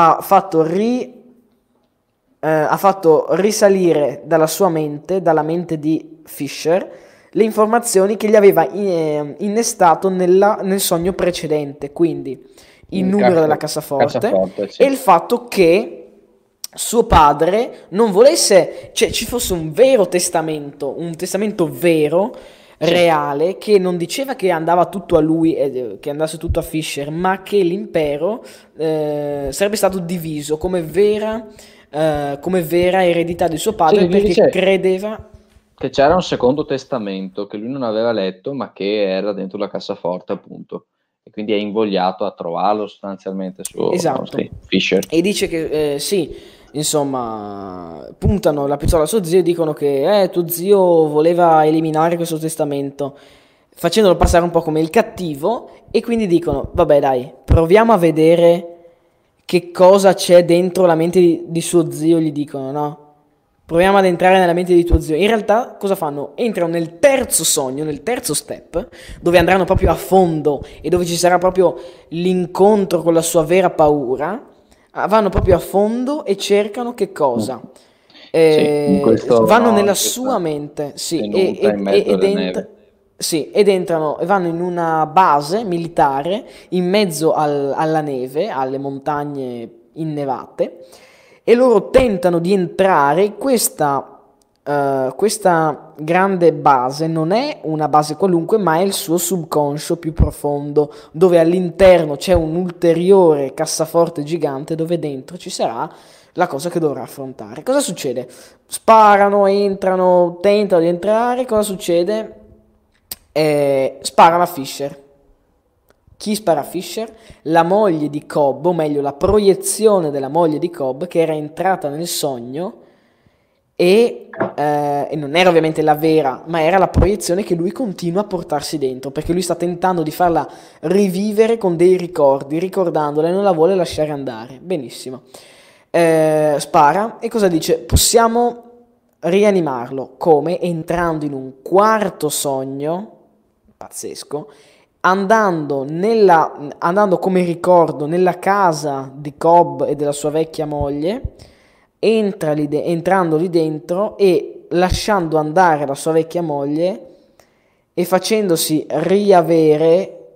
ha fatto risalire dalla sua mente, dalla mente di Fisher, le informazioni che gli aveva innestato nel sogno precedente, quindi il il numero della cassaforte cassaforte, e sì. il fatto che suo padre non volesse, cioè ci fosse un testamento vero, Sì. reale, che non diceva che andava tutto a lui, che andasse tutto a Fisher, ma che l'impero sarebbe stato diviso come vera eredità di suo padre Sì, lui perché dice credeva. che c'era un secondo testamento che lui non aveva letto, ma che era dentro la cassaforte, appunto. E quindi è invogliato a trovarlo sostanzialmente Esatto. sì, Fisher. E dice che sì, insomma, puntano la pistola a suo zio e dicono che tuo zio voleva eliminare questo testamento, facendolo passare un po' come il cattivo, e quindi dicono, vabbè dai, proviamo a vedere che cosa c'è dentro la mente di suo zio, gli dicono, no? Proviamo ad entrare nella mente di tuo zio. In realtà cosa fanno? Entrano nel terzo sogno, nel terzo step, dove andranno proprio a fondo e dove ci sarà proprio l'incontro con la sua vera paura. Vanno proprio a fondo e cercano che cosa? Sì, in questo, Vanno no, nella in sua questa mente, sì, tenuta in mezzo alla neve. sì, ed entrano e vanno in una base militare in mezzo alla neve, alle montagne innevate, e loro tentano di entrare. Questa grande base non è una base qualunque, ma è il suo subconscio più profondo, dove all'interno c'è un ulteriore cassaforte gigante dove dentro ci sarà la cosa che dovrà affrontare. Cosa succede? Sparano, entrano, tentano di entrare, cosa succede? Sparano a Fisher. Chi spara a Fisher? La moglie di Cobb, o meglio la proiezione della moglie di Cobb, che era entrata nel sogno e non era ovviamente la vera, ma era la proiezione che lui continua a portarsi dentro, perché lui sta tentando di farla rivivere con dei ricordi, ricordandola e non la vuole lasciare andare. Benissimo. Spara e cosa dice? Possiamo rianimarlo. Come? Entrando in un quarto sogno, pazzesco, andando come ricordo nella casa di Cobb e della sua vecchia moglie, entrando lì dentro e lasciando andare la sua vecchia moglie e facendosi riavere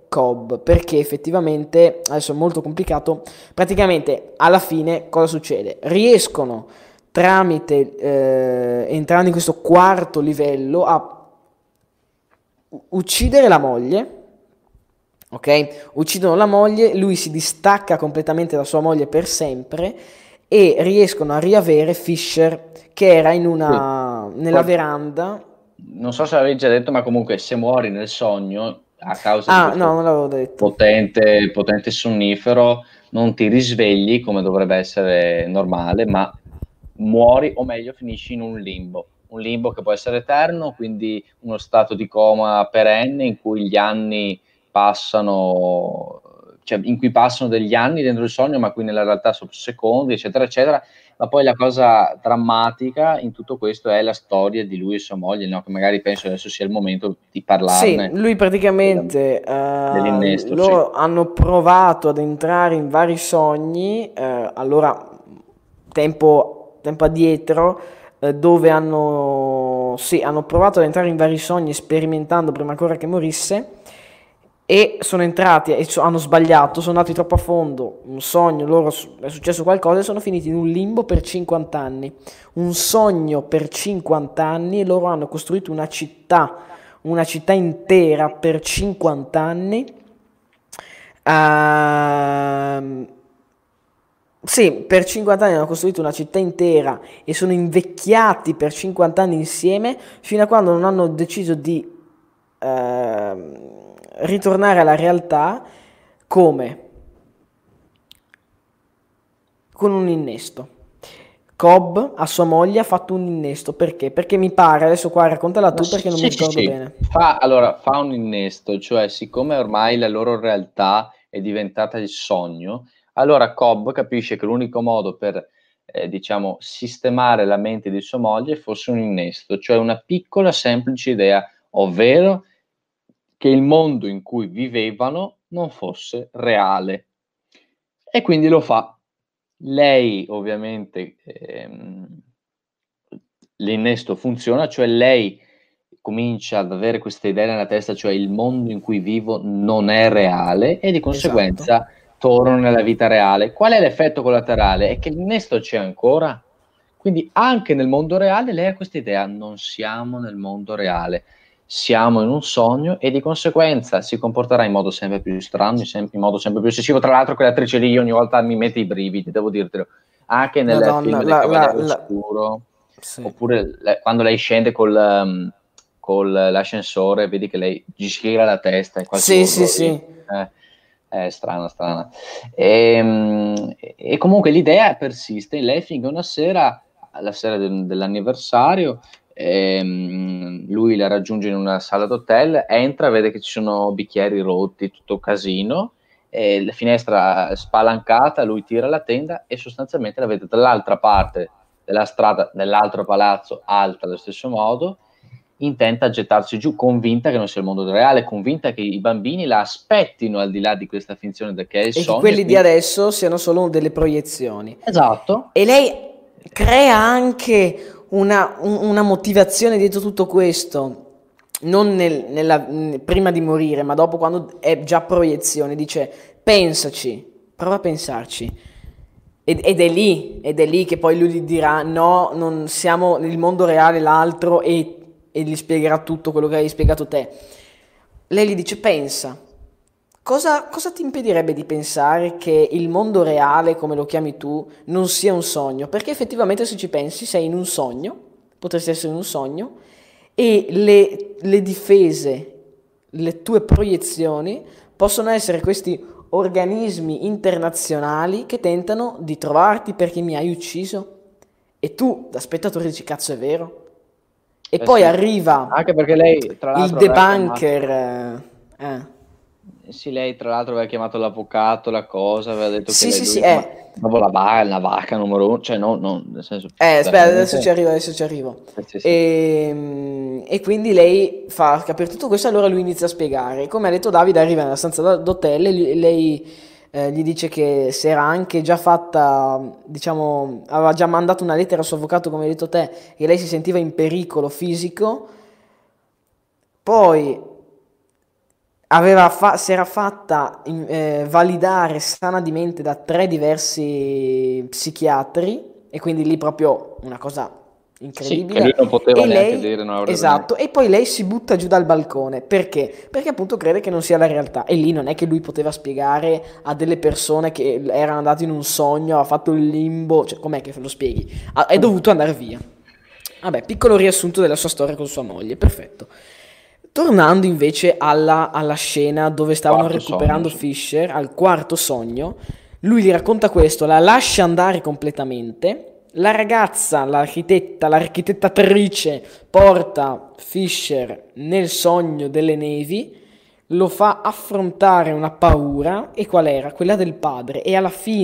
Cobb, perché effettivamente, adesso è molto complicato, praticamente alla fine cosa succede? Riescono tramite, entrando in questo quarto livello, a uccidere la moglie, ok? Uccidono la moglie, lui si distacca completamente da sua moglie per sempre e riescono a riavere Fisher che era nella veranda. Non so se l'avevi già detto, ma comunque se muori nel sogno a causa di questo no, non l'avevo detto. potente sonnifero, non ti risvegli come dovrebbe essere normale, ma muori, o meglio finisci in un limbo che può essere eterno, quindi uno stato di coma perenne in cui gli anni passano, cioè in cui passano degli anni dentro il sogno, ma qui nella realtà sono secondi, eccetera, eccetera. Ma poi la cosa drammatica in tutto questo è la storia di lui e sua moglie, no? Che magari penso adesso sia il momento di parlarne. Sì, lui praticamente, Dell'innesto, loro hanno provato ad entrare in vari sogni, allora tempo addietro, dove hanno provato ad entrare in vari sogni sperimentando prima ancora che morisse, e sono entrati e hanno sbagliato, sono andati troppo a fondo, un sogno, loro è successo qualcosa e sono finiti in un limbo per 50 anni, un sogno per 50 anni, e loro hanno costruito una città intera per 50 anni. Sì, per 50 anni hanno costruito una città intera e sono invecchiati per 50 anni insieme, fino a quando non hanno deciso di ritornare alla realtà. Come? Con un innesto. Cobb a sua moglie ha fatto un innesto. Perché? Perché mi pare, adesso qua raccontala tu perché non mi ricordo bene. Fa un innesto, cioè siccome ormai la loro realtà è diventata il sogno, allora Cobb capisce che l'unico modo per diciamo sistemare la mente di sua moglie fosse un innesto, cioè una piccola semplice idea, ovvero che il mondo in cui vivevano non fosse reale. E quindi lo fa. Lei ovviamente l'innesto funziona, cioè lei comincia ad avere questa idea nella testa, cioè il mondo in cui vivo non è reale, e di conseguenza tornano nella vita reale. Qual è l'effetto collaterale? È che l'innesto c'è ancora, quindi anche nel mondo reale lei ha questa idea: non siamo nel mondo reale, siamo in un sogno, e di conseguenza si comporterà in modo sempre più strano, in modo sempre più eccessivo. Tra l'altro quell'attrice lì ogni volta mi mette i brividi, devo dirtelo, anche nel Madonna, film del Cavaliere Oscuro, sì. oppure quando lei scende con l'ascensore, vedi che lei gli si gira la testa, è quasi Sì. è strana. E comunque l'idea persiste in lei finché una sera, la sera dell'anniversario, lui la raggiunge in una sala d'hotel, entra, vede che ci sono bicchieri rotti, tutto casino, e la finestra spalancata, lui tira la tenda e sostanzialmente la vede dall'altra parte della strada, nell'altro palazzo, alta allo stesso modo, intenta a gettarsi giù, convinta che non sia il mondo reale, convinta che i bambini la aspettino al di là di questa finzione che è il E sogno. che quelli di adesso siano solo delle proiezioni. Esatto. E lei crea anche una motivazione dietro tutto questo, non prima di morire, ma dopo, quando è già proiezione. Dice: pensaci, prova a pensarci. Ed è lì che poi lui gli dirà: no, non siamo nel mondo reale, l'altro, e gli spiegherà tutto quello che hai spiegato te. Lei gli dice: pensa. Cosa ti impedirebbe di pensare che il mondo reale, come lo chiami tu, non sia un sogno? Perché effettivamente, se ci pensi, sei in un sogno, potresti essere in un sogno, e le difese, le tue proiezioni possono essere questi organismi internazionali che tentano di trovarti perché mi hai ucciso. E tu, da spettatore, dici: cazzo, è vero? E poi sì. Anche Anche perché lei, tra l'altro, il debunker. Sì, lei tra l'altro aveva chiamato l'avvocato, la cosa, aveva detto Sì, che sì, lui dopo la vacca numero uno, cioè no, nel senso... aspetta, adesso ci arrivo. Sì. E quindi lei fa capire tutto questo, allora lui inizia a spiegare. Come ha detto Davide, arriva nella stanza d'hotel e lei gli dice che si era anche già fatta, diciamo, aveva già mandato una lettera al suo avvocato, come hai detto te, che lei si sentiva in pericolo fisico. Poi si era fatta validare sana di mente da 3 diversi psichiatri, e quindi lì proprio una cosa Sì, che incredibile. lui non poteva E neanche lei, dire, non avrebbe esatto, e poi lei si butta giù dal balcone. Perché? Perché appunto crede che non sia la realtà. E lì non è che lui poteva spiegare a delle persone che erano andate in un sogno, ha fatto il limbo, cioè com'è che lo spieghi? È dovuto andare via. Vabbè, piccolo riassunto della sua storia con sua moglie, perfetto. Tornando invece alla scena dove stavano Quarto recuperando sogno, sì. Fisher, al quarto sogno, lui gli racconta questo, la lascia andare completamente. La ragazza, l'architettatrice, porta Fisher nel sogno delle nevi, lo fa affrontare una paura, e qual era? Quella del padre. E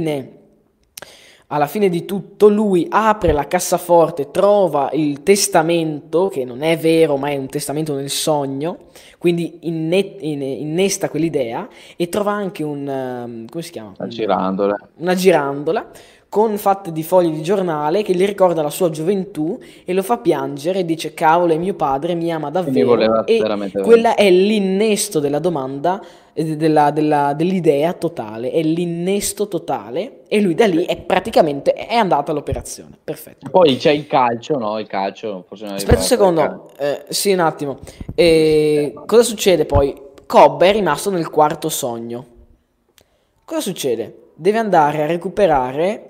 alla fine di tutto, lui apre la cassaforte, trova il testamento, che non è vero, ma è un testamento nel sogno, quindi innesta quell'idea, e trova anche come si chiama? Girandola. Una girandola con fatte di fogli di giornale che gli ricorda la sua gioventù, e lo fa piangere e dice: cavolo, è mio padre, mi ama Quindi davvero. voleva E veramente bene. quella è l'innesto della domanda, dell'idea totale, è l'innesto totale, e lui da lì è andato all'operazione. Perfetto. Poi c'è il calcio, no? Il calcio, forse non Aspetta un secondo, sì, un attimo. Cosa succede poi? Cobb è rimasto nel quarto sogno. Cosa succede? Deve andare a recuperare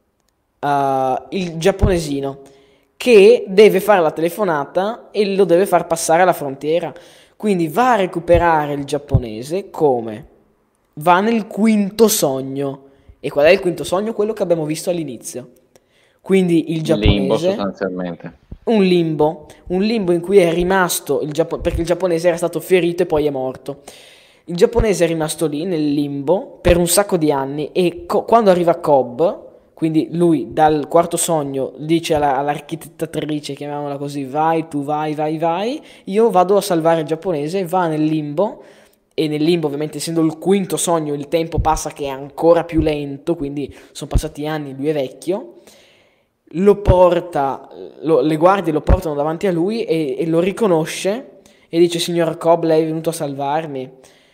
il giapponesino, che deve fare la telefonata e lo deve far passare alla frontiera. Quindi va a recuperare il giapponese come? Va nel quinto sogno. E qual è il quinto sogno? Quello che abbiamo visto all'inizio. Quindi il limbo giapponese, sostanzialmente. un limbo in cui è rimasto perché il giapponese era stato ferito e poi è morto. Il giapponese è rimasto lì nel limbo per un sacco di anni, e quando arriva Cobb, quindi lui dal quarto sogno dice all'architettatrice, chiamiamola così, vai, tu vai, io vado a salvare il giapponese, va nel limbo, e nel limbo, ovviamente, essendo il quinto sogno, il tempo passa che è ancora più lento, quindi sono passati anni, lui è vecchio. Lo porta, le guardie lo portano davanti a lui, e lo riconosce e dice: signor Cobb, lei è venuto a salvarmi.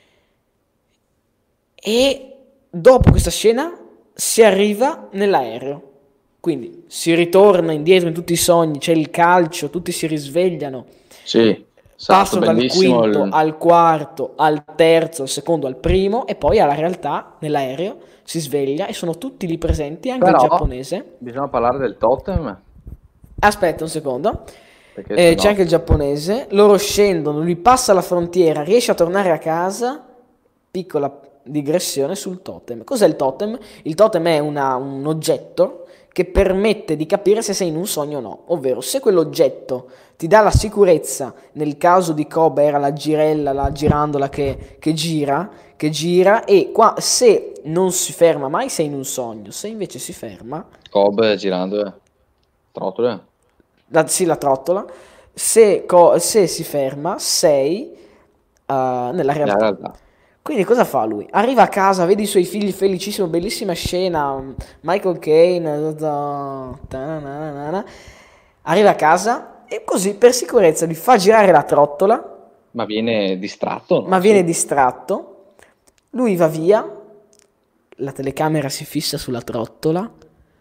E dopo questa scena si arriva nell'aereo, quindi si ritorna indietro in tutti i sogni, c'è il calcio, tutti si risvegliano, Sì, passano dal bellissimo quinto al quarto, al terzo, al secondo, al primo, e poi alla realtà nell'aereo si sveglia e sono tutti lì presenti, anche il Però giapponese. bisogna parlare del totem, Aspetta un secondo. perché C'è sennò... anche il giapponese, loro scendono, lui passa la frontiera, riesce a tornare a casa. Piccola digressione sul totem. Cos'è il totem? Il totem è un oggetto che permette di capire se sei in un sogno o no, ovvero se quell'oggetto ti dà la sicurezza. Nel caso di Cobb era la girandola che gira, e qua se non si ferma mai sei in un sogno, se invece si ferma, Cobb girando, trotole. sì, la trottola, se si ferma sei nella La realtà. realtà. Quindi cosa fa lui? Arriva a casa, vede i suoi figli felicissimo, bellissima scena, Michael Caine, arriva a casa e così per sicurezza gli fa girare la trottola, Ma viene distratto, no? ma viene distratto, lui va via, la telecamera si fissa sulla trottola,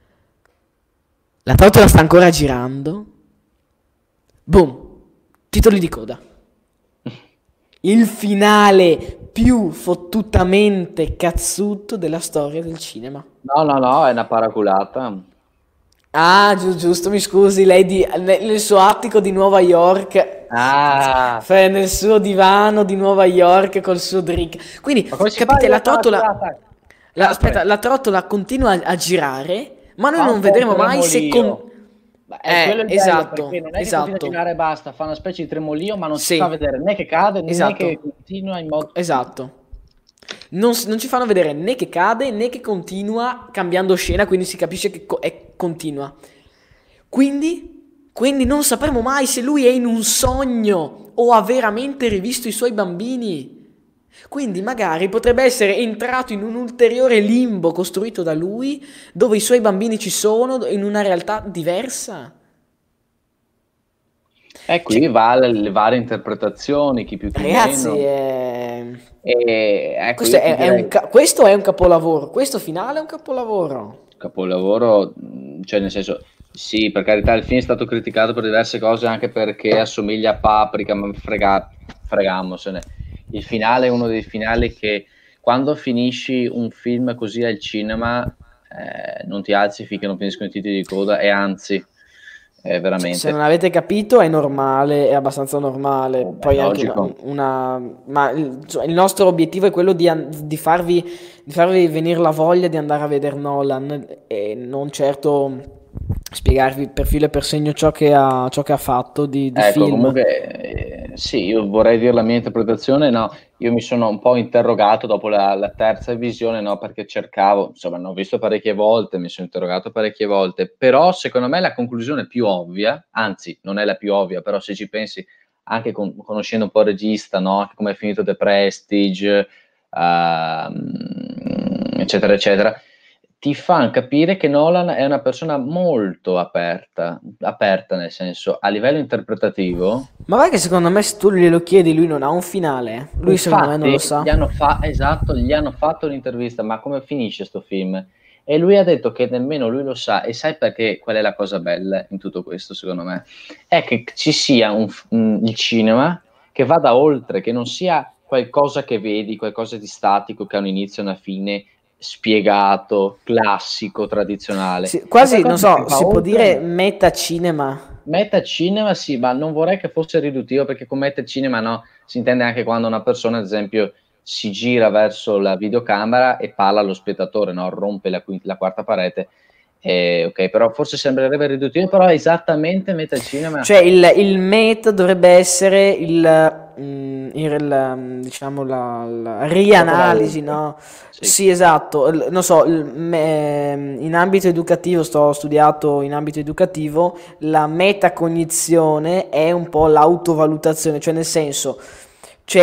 la trottola sta ancora girando, boom, titoli di coda. Il finale più fottutamente cazzuto della storia del cinema. No, è una paraculata. Ah, giusto, mi scusi, lei nel suo attico di Nuova York, Ah, nel suo divano di Nuova York col suo drink. Quindi, ma come si capite, fa la trottola, paraculata? aspetta, la trottola continua a girare, ma noi Fa un non po' un vedremo mai se tremolio. Beh, quello è il bello, esatto, perché non è che continua a girare e basta, fa una specie di tremolio, ma non si Sì. fa vedere né che cade né Esatto. che continua in modo... Esatto. Non ci fanno vedere né che cade né che continua cambiando scena, quindi si capisce che è continua. Quindi non sapremo mai se lui è in un sogno o ha veramente rivisto i suoi bambini. Quindi magari potrebbe essere entrato in un ulteriore limbo costruito da lui, dove i suoi bambini ci sono, in una realtà diversa. E qui va le varie interpretazioni, chi più chi Ragazzi, meno. Ecco, questo è un capolavoro, questo finale è un capolavoro. Capolavoro, cioè nel senso, sì, per carità, il film è stato criticato per diverse cose, anche perché assomiglia a Paprika, ma fregamosene. Il finale è uno dei finali che quando finisci un film così al cinema non ti alzi finché non finiscono i titoli di coda, e anzi, veramente. Se non avete capito è normale, è abbastanza normale. Poi anche ma il nostro obiettivo è quello di farvi venire la voglia di andare a vedere Nolan e non certo spiegarvi per filo e per segno ciò che ha fatto di Ecco, film. comunque, sì, io vorrei dire la mia interpretazione, no, io mi sono un po' interrogato dopo la terza visione, no, perché cercavo, insomma, l'ho visto parecchie volte, mi sono interrogato parecchie volte, però secondo me la conclusione più ovvia, anzi, non è la più ovvia, però se ci pensi, anche conoscendo un po' il regista, no, anche come è finito The Prestige, eccetera, eccetera, ti fanno capire che Nolan è una persona molto aperta nel senso, a livello interpretativo. Ma vai che secondo me se tu glielo chiedi lui non ha un finale. Lui Infatti, secondo me non lo sa. Gli hanno fatto l'intervista, ma come finisce sto film? E lui ha detto che nemmeno lui lo sa, e sai perché? Qual è la cosa bella in tutto questo, secondo me? È che ci sia il cinema che vada oltre, che non sia qualcosa che vedi, qualcosa di statico che ha un inizio e una fine, spiegato, classico, tradizionale. Sì, quasi, non so, si può dire metacinema. Metacinema sì, ma non vorrei che fosse riduttivo, perché con metacinema no, si intende anche quando una persona, ad esempio, si gira verso la videocamera e parla allo spettatore, no? Rompe la quarta parete. Ok, però forse sembrerebbe riduttivo, però è esattamente metacinema. Cioè il meta dovrebbe essere diciamo la rianalisi, no? Sì, esatto. Non so, in ambito educativo, sto studiato in ambito educativo, la metacognizione è un po' l'autovalutazione, cioè nel senso c'è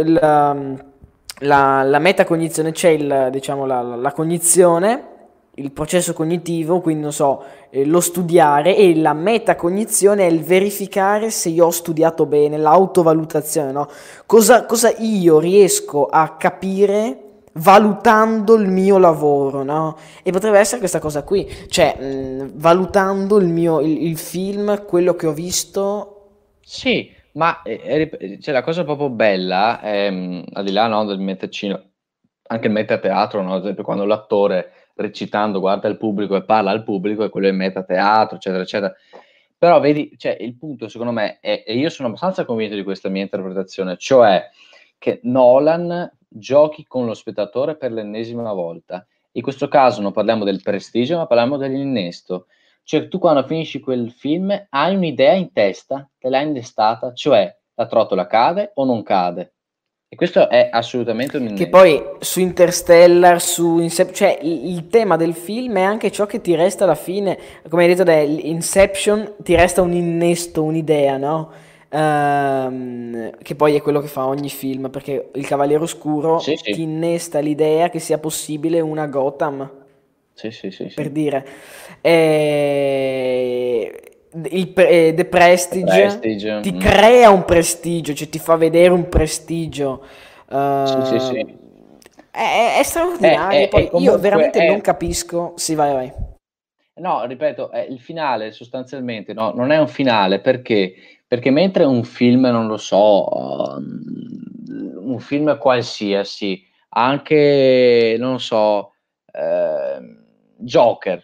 la metacognizione, c'è diciamo la cognizione, il processo cognitivo, quindi non so, lo studiare, e la metacognizione è il verificare se io ho studiato bene, l'autovalutazione, no? Cosa io riesco a capire valutando il mio lavoro, no? E potrebbe essere questa cosa qui, cioè valutando il film, quello che ho visto. Sì, ma c'è la cosa proprio bella, al di là, no, del metacinema, anche il metateatro, no? Ad esempio quando l'attore recitando guarda il pubblico e parla al pubblico, e quello è metateatro, eccetera, eccetera. Però vedi, cioè, il punto secondo me è, e io sono abbastanza convinto di questa mia interpretazione, cioè che Nolan giochi con lo spettatore per l'ennesima volta. In questo caso non parliamo del prestigio, ma parliamo dell'innesto. Cioè tu quando finisci quel film hai un'idea in testa, te l'hai innestata, cioè la trottola cade o non cade. E questo è assolutamente un innesto. Che poi su Interstellar, cioè il tema del film è anche ciò che ti resta alla fine, come hai detto, Inception ti resta un innesto, un'idea, no? Che poi è quello che fa ogni film, perché il Cavaliere Oscuro Sì. ti innesta l'idea che sia possibile una Gotham, Sì. per dire. The Prestige ti crea un prestigio, cioè ti fa vedere un prestigio. Sì. È straordinario. Poi io veramente non capisco. Sì, vai. No, ripeto, il finale sostanzialmente no, non è un finale, perché mentre un film, non lo so, un film qualsiasi, anche, non so, Joker,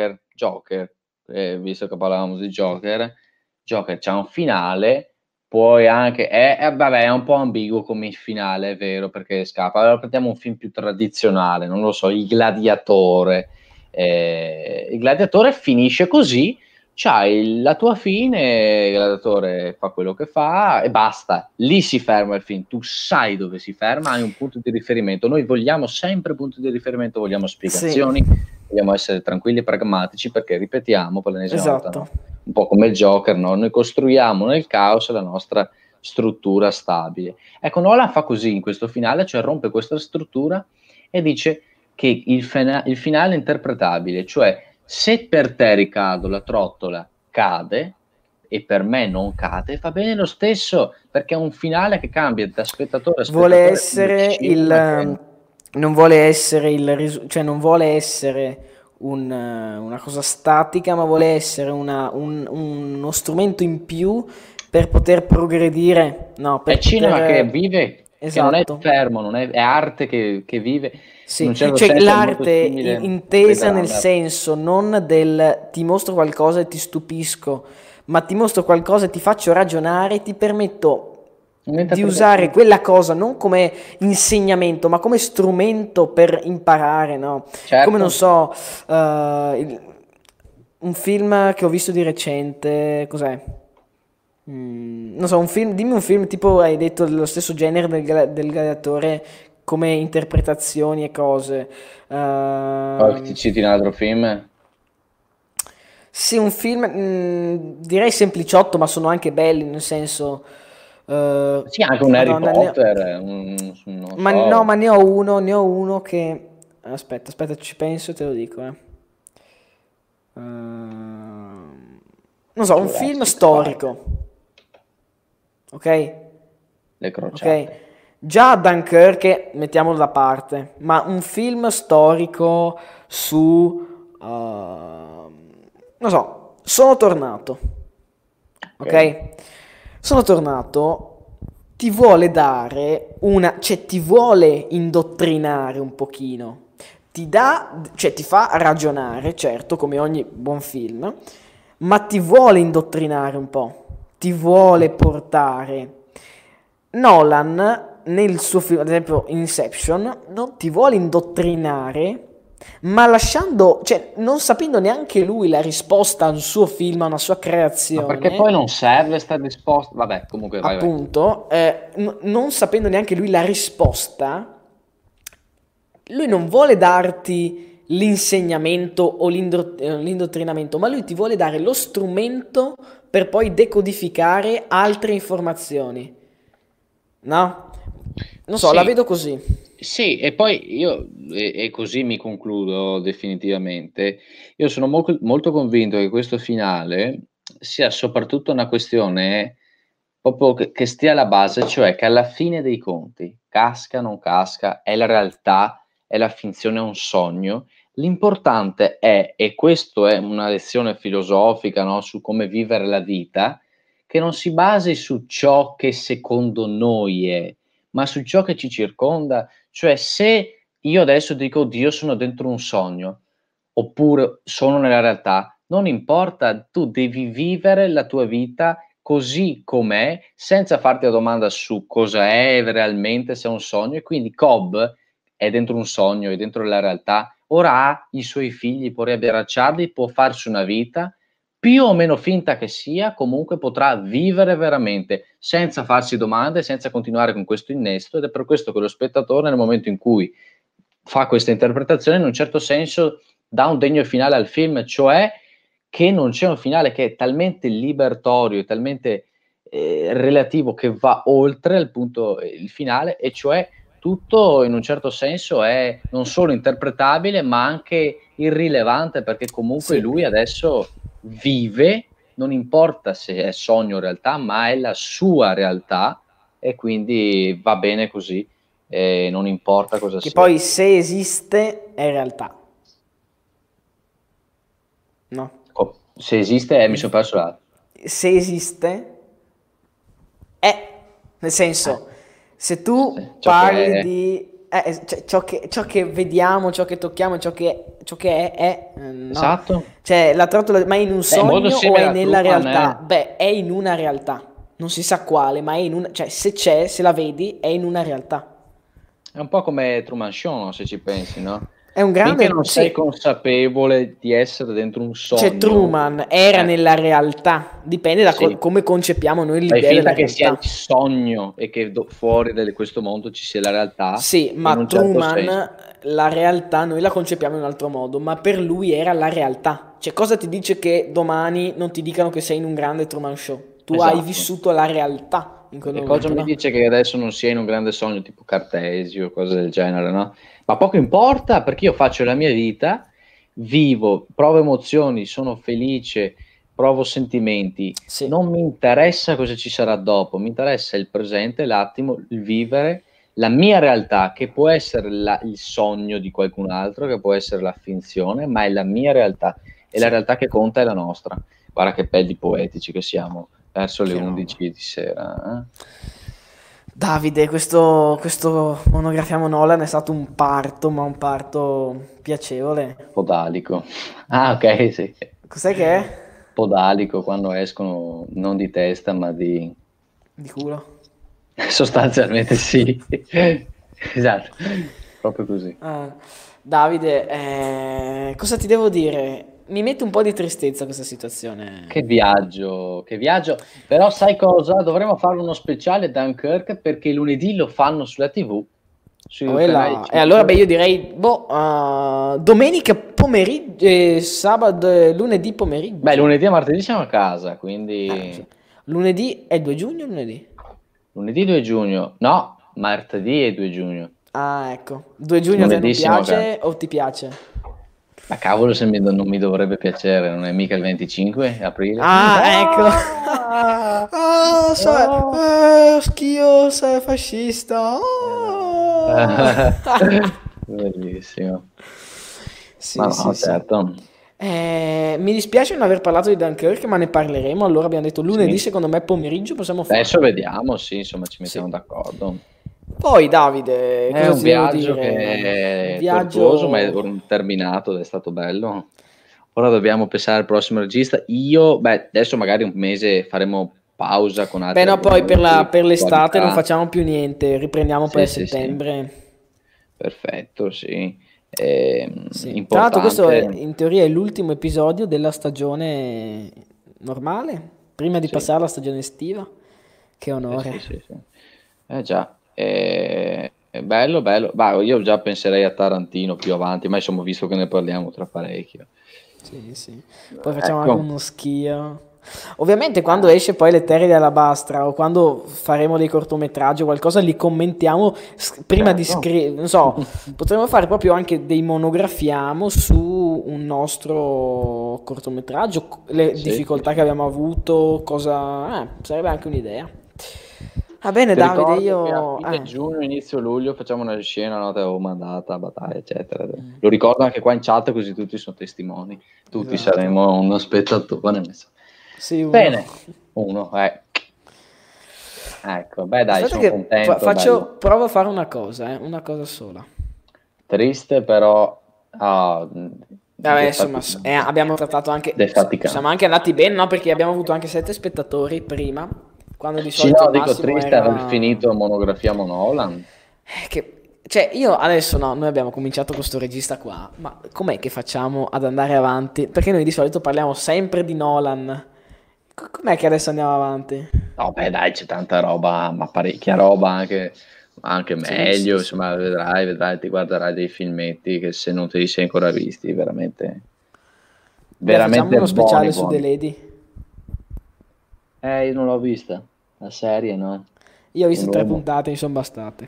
visto che parlavamo di Joker c'ha un finale, poi anche, vabbè, è un po' ambiguo come finale, è vero, perché scappa. Allora prendiamo un film più tradizionale, non lo so, Il Gladiatore. Il gladiatore finisce così, c'hai la tua fine, il gladiatore fa quello che fa e basta, lì si ferma il film, tu sai dove si ferma, hai un punto di riferimento. Noi vogliamo sempre punti di riferimento, vogliamo spiegazioni, vogliamo essere tranquilli e pragmatici, perché ripetiamo per l'ennesima volta, no? Un po' come il Joker, no? Noi costruiamo nel caos la nostra struttura stabile. Ecco, Nolan fa così in questo finale, cioè rompe questa struttura e dice che il finale è interpretabile, cioè se per te, Riccardo, la trottola cade, e per me non cade, va bene lo stesso, perché è un finale che cambia da spettatore a Vuole spettatore. essere non vuole essere cioè non vuole essere una cosa statica, ma vuole essere uno strumento in più per poter progredire, no, È per cinema che poter... vive, che non è Esatto. fermo, è arte che vive, in Sì, un certo cioè senso è molto l'arte simile a Blade intesa nel Runner. senso non del ti mostro qualcosa e ti stupisco, ma ti mostro qualcosa e ti faccio ragionare, ti permetto di usare quella cosa non come insegnamento, ma come strumento per imparare, no? Certo. Come non so, un film che ho visto di recente, cos'è? Non so, un film, dimmi un film tipo hai detto dello stesso genere del gladiatore come interpretazioni e cose. Poi ti citi un altro film? Sì, un film, direi sempliciotto, ma sono anche belli, nel senso... Sì, anche un Harry Madonna, Potter, non ma no, so. ma ne ho uno che... Aspetta, ci penso e te lo dico, eh. Non so, un film Jurassic storico, ok? Le Ok? crociate. Già Dunkirk, mettiamolo da parte, ma un film storico su... non so, sono tornato, ok? Sono tornato, ti vuole dare cioè ti vuole indottrinare un pochino, cioè ti fa ragionare, certo, come ogni buon film, ma ti vuole indottrinare un po', ti vuole portare. Nolan, nel suo film, ad esempio Inception, non ti vuole indottrinare, ma lasciando, cioè non sapendo neanche lui la risposta a un suo film, a una sua Ma creazione, perché poi non serve sta risposta? Vabbè, comunque vai. appunto, non sapendo neanche lui la risposta, lui non vuole darti l'insegnamento o l'indottrinamento, ma lui ti vuole dare lo strumento per poi decodificare altre informazioni. No? Non so, la Sì, vedo così. sì, e poi io, e così mi concludo definitivamente, io sono molto convinto che questo finale sia soprattutto una questione proprio che stia alla base, cioè che alla fine dei conti, casca, non casca, è la realtà, è la finzione, è un sogno. L'importante è, e questo è una lezione filosofica, no, su come vivere la vita, che non si basi su ciò che secondo noi è, ma su ciò che ci circonda. Cioè, se io adesso dico: "Dio, sono dentro un sogno", oppure sono nella realtà, non importa, tu devi vivere la tua vita così com'è, senza farti la domanda su cosa è realmente, se è un sogno. E quindi Cobb è dentro un sogno, è dentro la realtà, ora ha i suoi figli, può riabbracciarli, può farsi una vita, più o meno finta che sia, comunque potrà vivere veramente, senza farsi domande, senza continuare con questo innesto, ed è per questo che lo spettatore, nel momento in cui fa questa interpretazione, in un certo senso dà un degno finale al film, cioè che non c'è un finale che è talmente libertorio, talmente relativo, che va oltre il punto, il finale, e cioè tutto in un certo senso è non solo interpretabile, ma anche irrilevante, perché comunque Sì. lui adesso vive, non importa se è sogno o realtà, ma è la sua realtà, e quindi va bene così, non importa cosa Che sia. poi se esiste è realtà. No? Se esiste, mi sono perso là. Se esiste è, nel senso, se tu Sì, ciò parli che è. di cioè, ciò che vediamo, ciò che tocchiamo, ciò che è, no. Esatto. Cioè, la trottola, ma è in un È molto sogno o simile è a nella Truman, realtà? Beh, è in una realtà. Non si sa quale, ma è in una, cioè, se c'è, se la vedi, è in una realtà. È un po' come Truman Show, no? Se ci pensi, no? È un Finché grande, non sei sì. consapevole di essere dentro un Cioè, sogno, Truman era nella realtà, dipende da sì, come concepiamo noi fai l'idea finta della che sia il realtà. sogno e che fuori da questo mondo ci sia la realtà, Sì, in ma un certo senso. Truman, la realtà noi la concepiamo in un altro modo, ma per lui era la realtà. Cioè, cosa ti dice che domani non ti dicano che sei in un grande Truman Show? Tu hai Esatto. vissuto la realtà in quel E cosa momento, mi no? dice che adesso non sia in un grande sogno tipo Cartesio, cose del genere, no? Ma poco importa, perché io faccio la mia vita, vivo, provo emozioni, sono felice, provo sentimenti, Sì. non mi interessa cosa ci sarà dopo, mi interessa il presente, l'attimo, il vivere, la mia realtà, che può essere il sogno di qualcun altro, che può essere la finzione, ma è la mia realtà, e Sì. la realtà che conta è la nostra. Guarda che belli poetici che siamo, verso le Che roba. 11 di sera. Davide, questo monografiamo Nolan è stato un parto, ma un parto piacevole. Podalico. Ah, ok, sì. Cos'è che è? Podalico, quando escono non di testa, ma di... Di culo. Sostanzialmente sì. Esatto, proprio così. Ah, Davide, cosa ti devo dire? Mi mette un po' di tristezza questa situazione. Che viaggio. Però sai cosa? Dovremmo fare uno speciale Dunkirk perché lunedì lo fanno sulla TV. Sui canali E allora, 5. io direi, domenica pomeriggio, sabato, lunedì pomeriggio. Beh, lunedì e martedì siamo a casa, quindi... Sì. Lunedì è 2 giugno o lunedì? Lunedì 2 giugno. No, martedì è 2 giugno. Ah, ecco. 2 giugno a te non Lunedì siamo a piace o ti piace? Ma cavolo, se non mi dovrebbe piacere, non è mica il 25 aprile? Ah, ecco. Schio, sei fascista. Bellissimo. Sì, Ma no, sì, sì. certo. Mi dispiace non aver parlato di Dunkirk, ma ne parleremo. Allora abbiamo detto lunedì, Sì. secondo me pomeriggio possiamo fare. Adesso vediamo, sì, insomma, ci mettiamo Sì. d'accordo. Poi Davide, È cosa un ti devo viaggio dire? che è Viaggio- tortuoso, ma è terminato ed è stato bello. Ora dobbiamo pensare al prossimo regista. Io, adesso magari un mese faremo pausa con altri Beh, no, poi argomenti, per l'estate non qualità. facciamo più niente, riprendiamo poi a Sì, sì, sì. settembre. Perfetto, sì. Sì. Tra l'altro questo Importante. in teoria è l'ultimo episodio della stagione normale, prima di Sì. passare alla stagione estiva. Che onore. Sì. Già, è bello. Bah, io già penserei a Tarantino più avanti, ma insomma, visto che ne parliamo tra parecchio. Sì. Poi facciamo Ecco. anche uno schio. Ovviamente quando esce poi Le Terre di Alabastra o quando faremo dei cortometraggi o qualcosa li commentiamo prima di Certo. scrivere, non so, potremmo fare proprio anche dei monografiamo su un nostro cortometraggio, le Sì, difficoltà sì. che abbiamo avuto, cosa... sarebbe anche un'idea. Va bene Ti Davide, ricordo che a io... fine giugno, inizio luglio facciamo una scena, no? Te l'avevo mandata a battaglia, eccetera. Lo ricordo anche qua in chat, così tutti sono testimoni. Tutti Esatto. saremo uno spettatore. Sì, uno. Bene, uno, Ecco, dai, Aspetta sono che contento. bello. provo a fare una cosa sola. Triste, però... Vabbè, insomma, abbiamo trattato anche, defaticante. siamo anche andati bene, no? Perché abbiamo avuto anche 7 spettatori prima, quando di Sì, solito no, il dico massimo triste era... aver finito Monografiamo Nolan. Cioè, io adesso no, noi abbiamo cominciato con sto regista qua, ma com'è che facciamo ad andare avanti? Perché noi di solito parliamo sempre di Nolan. Com'è che adesso andiamo avanti? No, dai, c'è tanta roba, ma parecchia roba anche meglio, sì. insomma, vedrai, ti guarderai dei filmetti che se non te li sei ancora visti, veramente Facciamo uno speciale buoni. su The Lady. Io non l'ho vista, la serie, no? Io ho visto Un 3 uomo. puntate, mi sono bastate.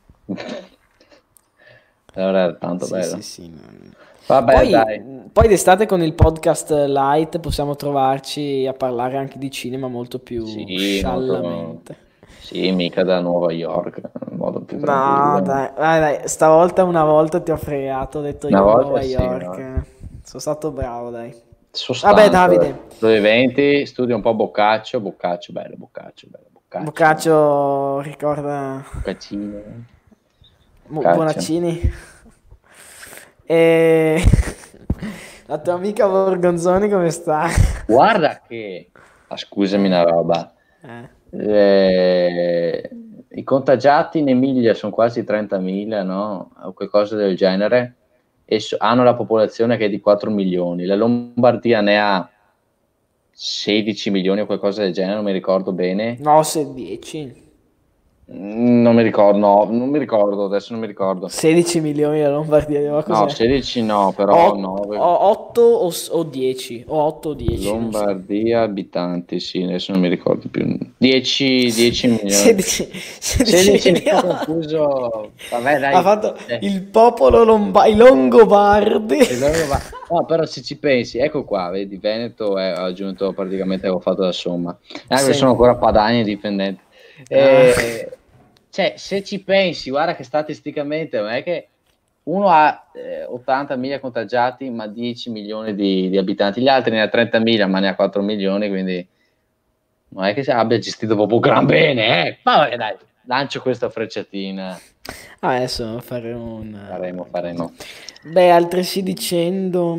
Allora era tanto bello. Sì. Vabbè, Poi, dai. poi d'estate con il podcast light possiamo trovarci a parlare anche di cinema molto più Sì, sciallamente. Sì, mica da Nuova York, in modo più No, tranquillo. dai, stavolta una volta ti ho fregato, ho detto Una io volta Nuova sì, York. no. Sono stato bravo, dai. Sostanza, Vabbè, Davide, dove 20, studia un po' Boccaccio, bello. Boccaccio ricorda Boccaccino. Boccaccio. Bonaccini. E la tua amica Borgonzoni come sta? Guarda che, scusami una roba, i contagiati in Emilia sono quasi 30.000, no? O qualcosa del genere, e hanno la popolazione che è di 4 milioni. La Lombardia ne ha 16 milioni o qualcosa del genere, non mi ricordo bene. No, se 10. Non mi ricordo, adesso non mi ricordo. 16 milioni la Lombardia, No, cos'è? 16 no, però 9. 8 o 10? O 8 o 10? non so. Lombardia abitanti, sì, adesso non mi ricordo più. 10 milioni. 16 16 mi milioni. sono confuso. Vabbè, dai. Ha fatto il popolo i Longobardi. No, però se ci pensi, ecco qua, vedi, Veneto ha aggiunto praticamente, avevo fatto la somma. Anche Sì. sono ancora Padania e dipendente. Cioè, se ci pensi, guarda che statisticamente non è che uno ha 80.000 contagiati, ma 10 milioni di abitanti, gli altri ne ha 30.000, ma ne ha 4 milioni, quindi non è che abbia gestito proprio gran bene, eh. Vabbè, dai, lancio questa frecciatina. Adesso faremo Faremo. Beh, altresì dicendo...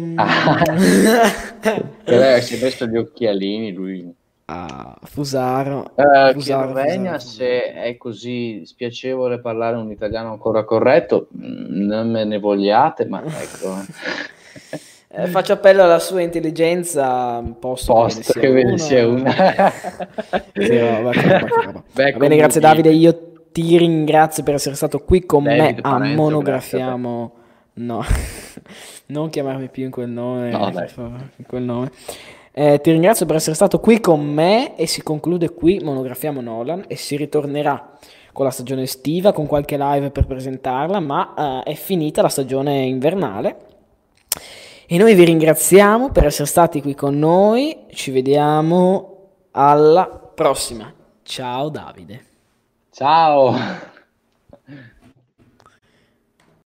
Si è messo gli occhialini lui. Fusaro. Chiedo se è così spiacevole parlare un italiano ancora corretto, non me ne vogliate, ma ecco. Faccio appello alla sua intelligenza, posto che ve ne sia una. Che roba. Beh, Va bene, grazie Davide, io ti ringrazio per essere stato qui con David me a Parenzo, Monografiamo. No, non chiamarmi più in quel nome. No, dai. In quel nome. Ti ringrazio per essere stato qui con me e si conclude qui Monografiamo Nolan e si ritornerà con la stagione estiva, con qualche live per presentarla, ma è finita la stagione invernale. E noi vi ringraziamo per essere stati qui con noi, ci vediamo alla prossima. Ciao Davide. Ciao.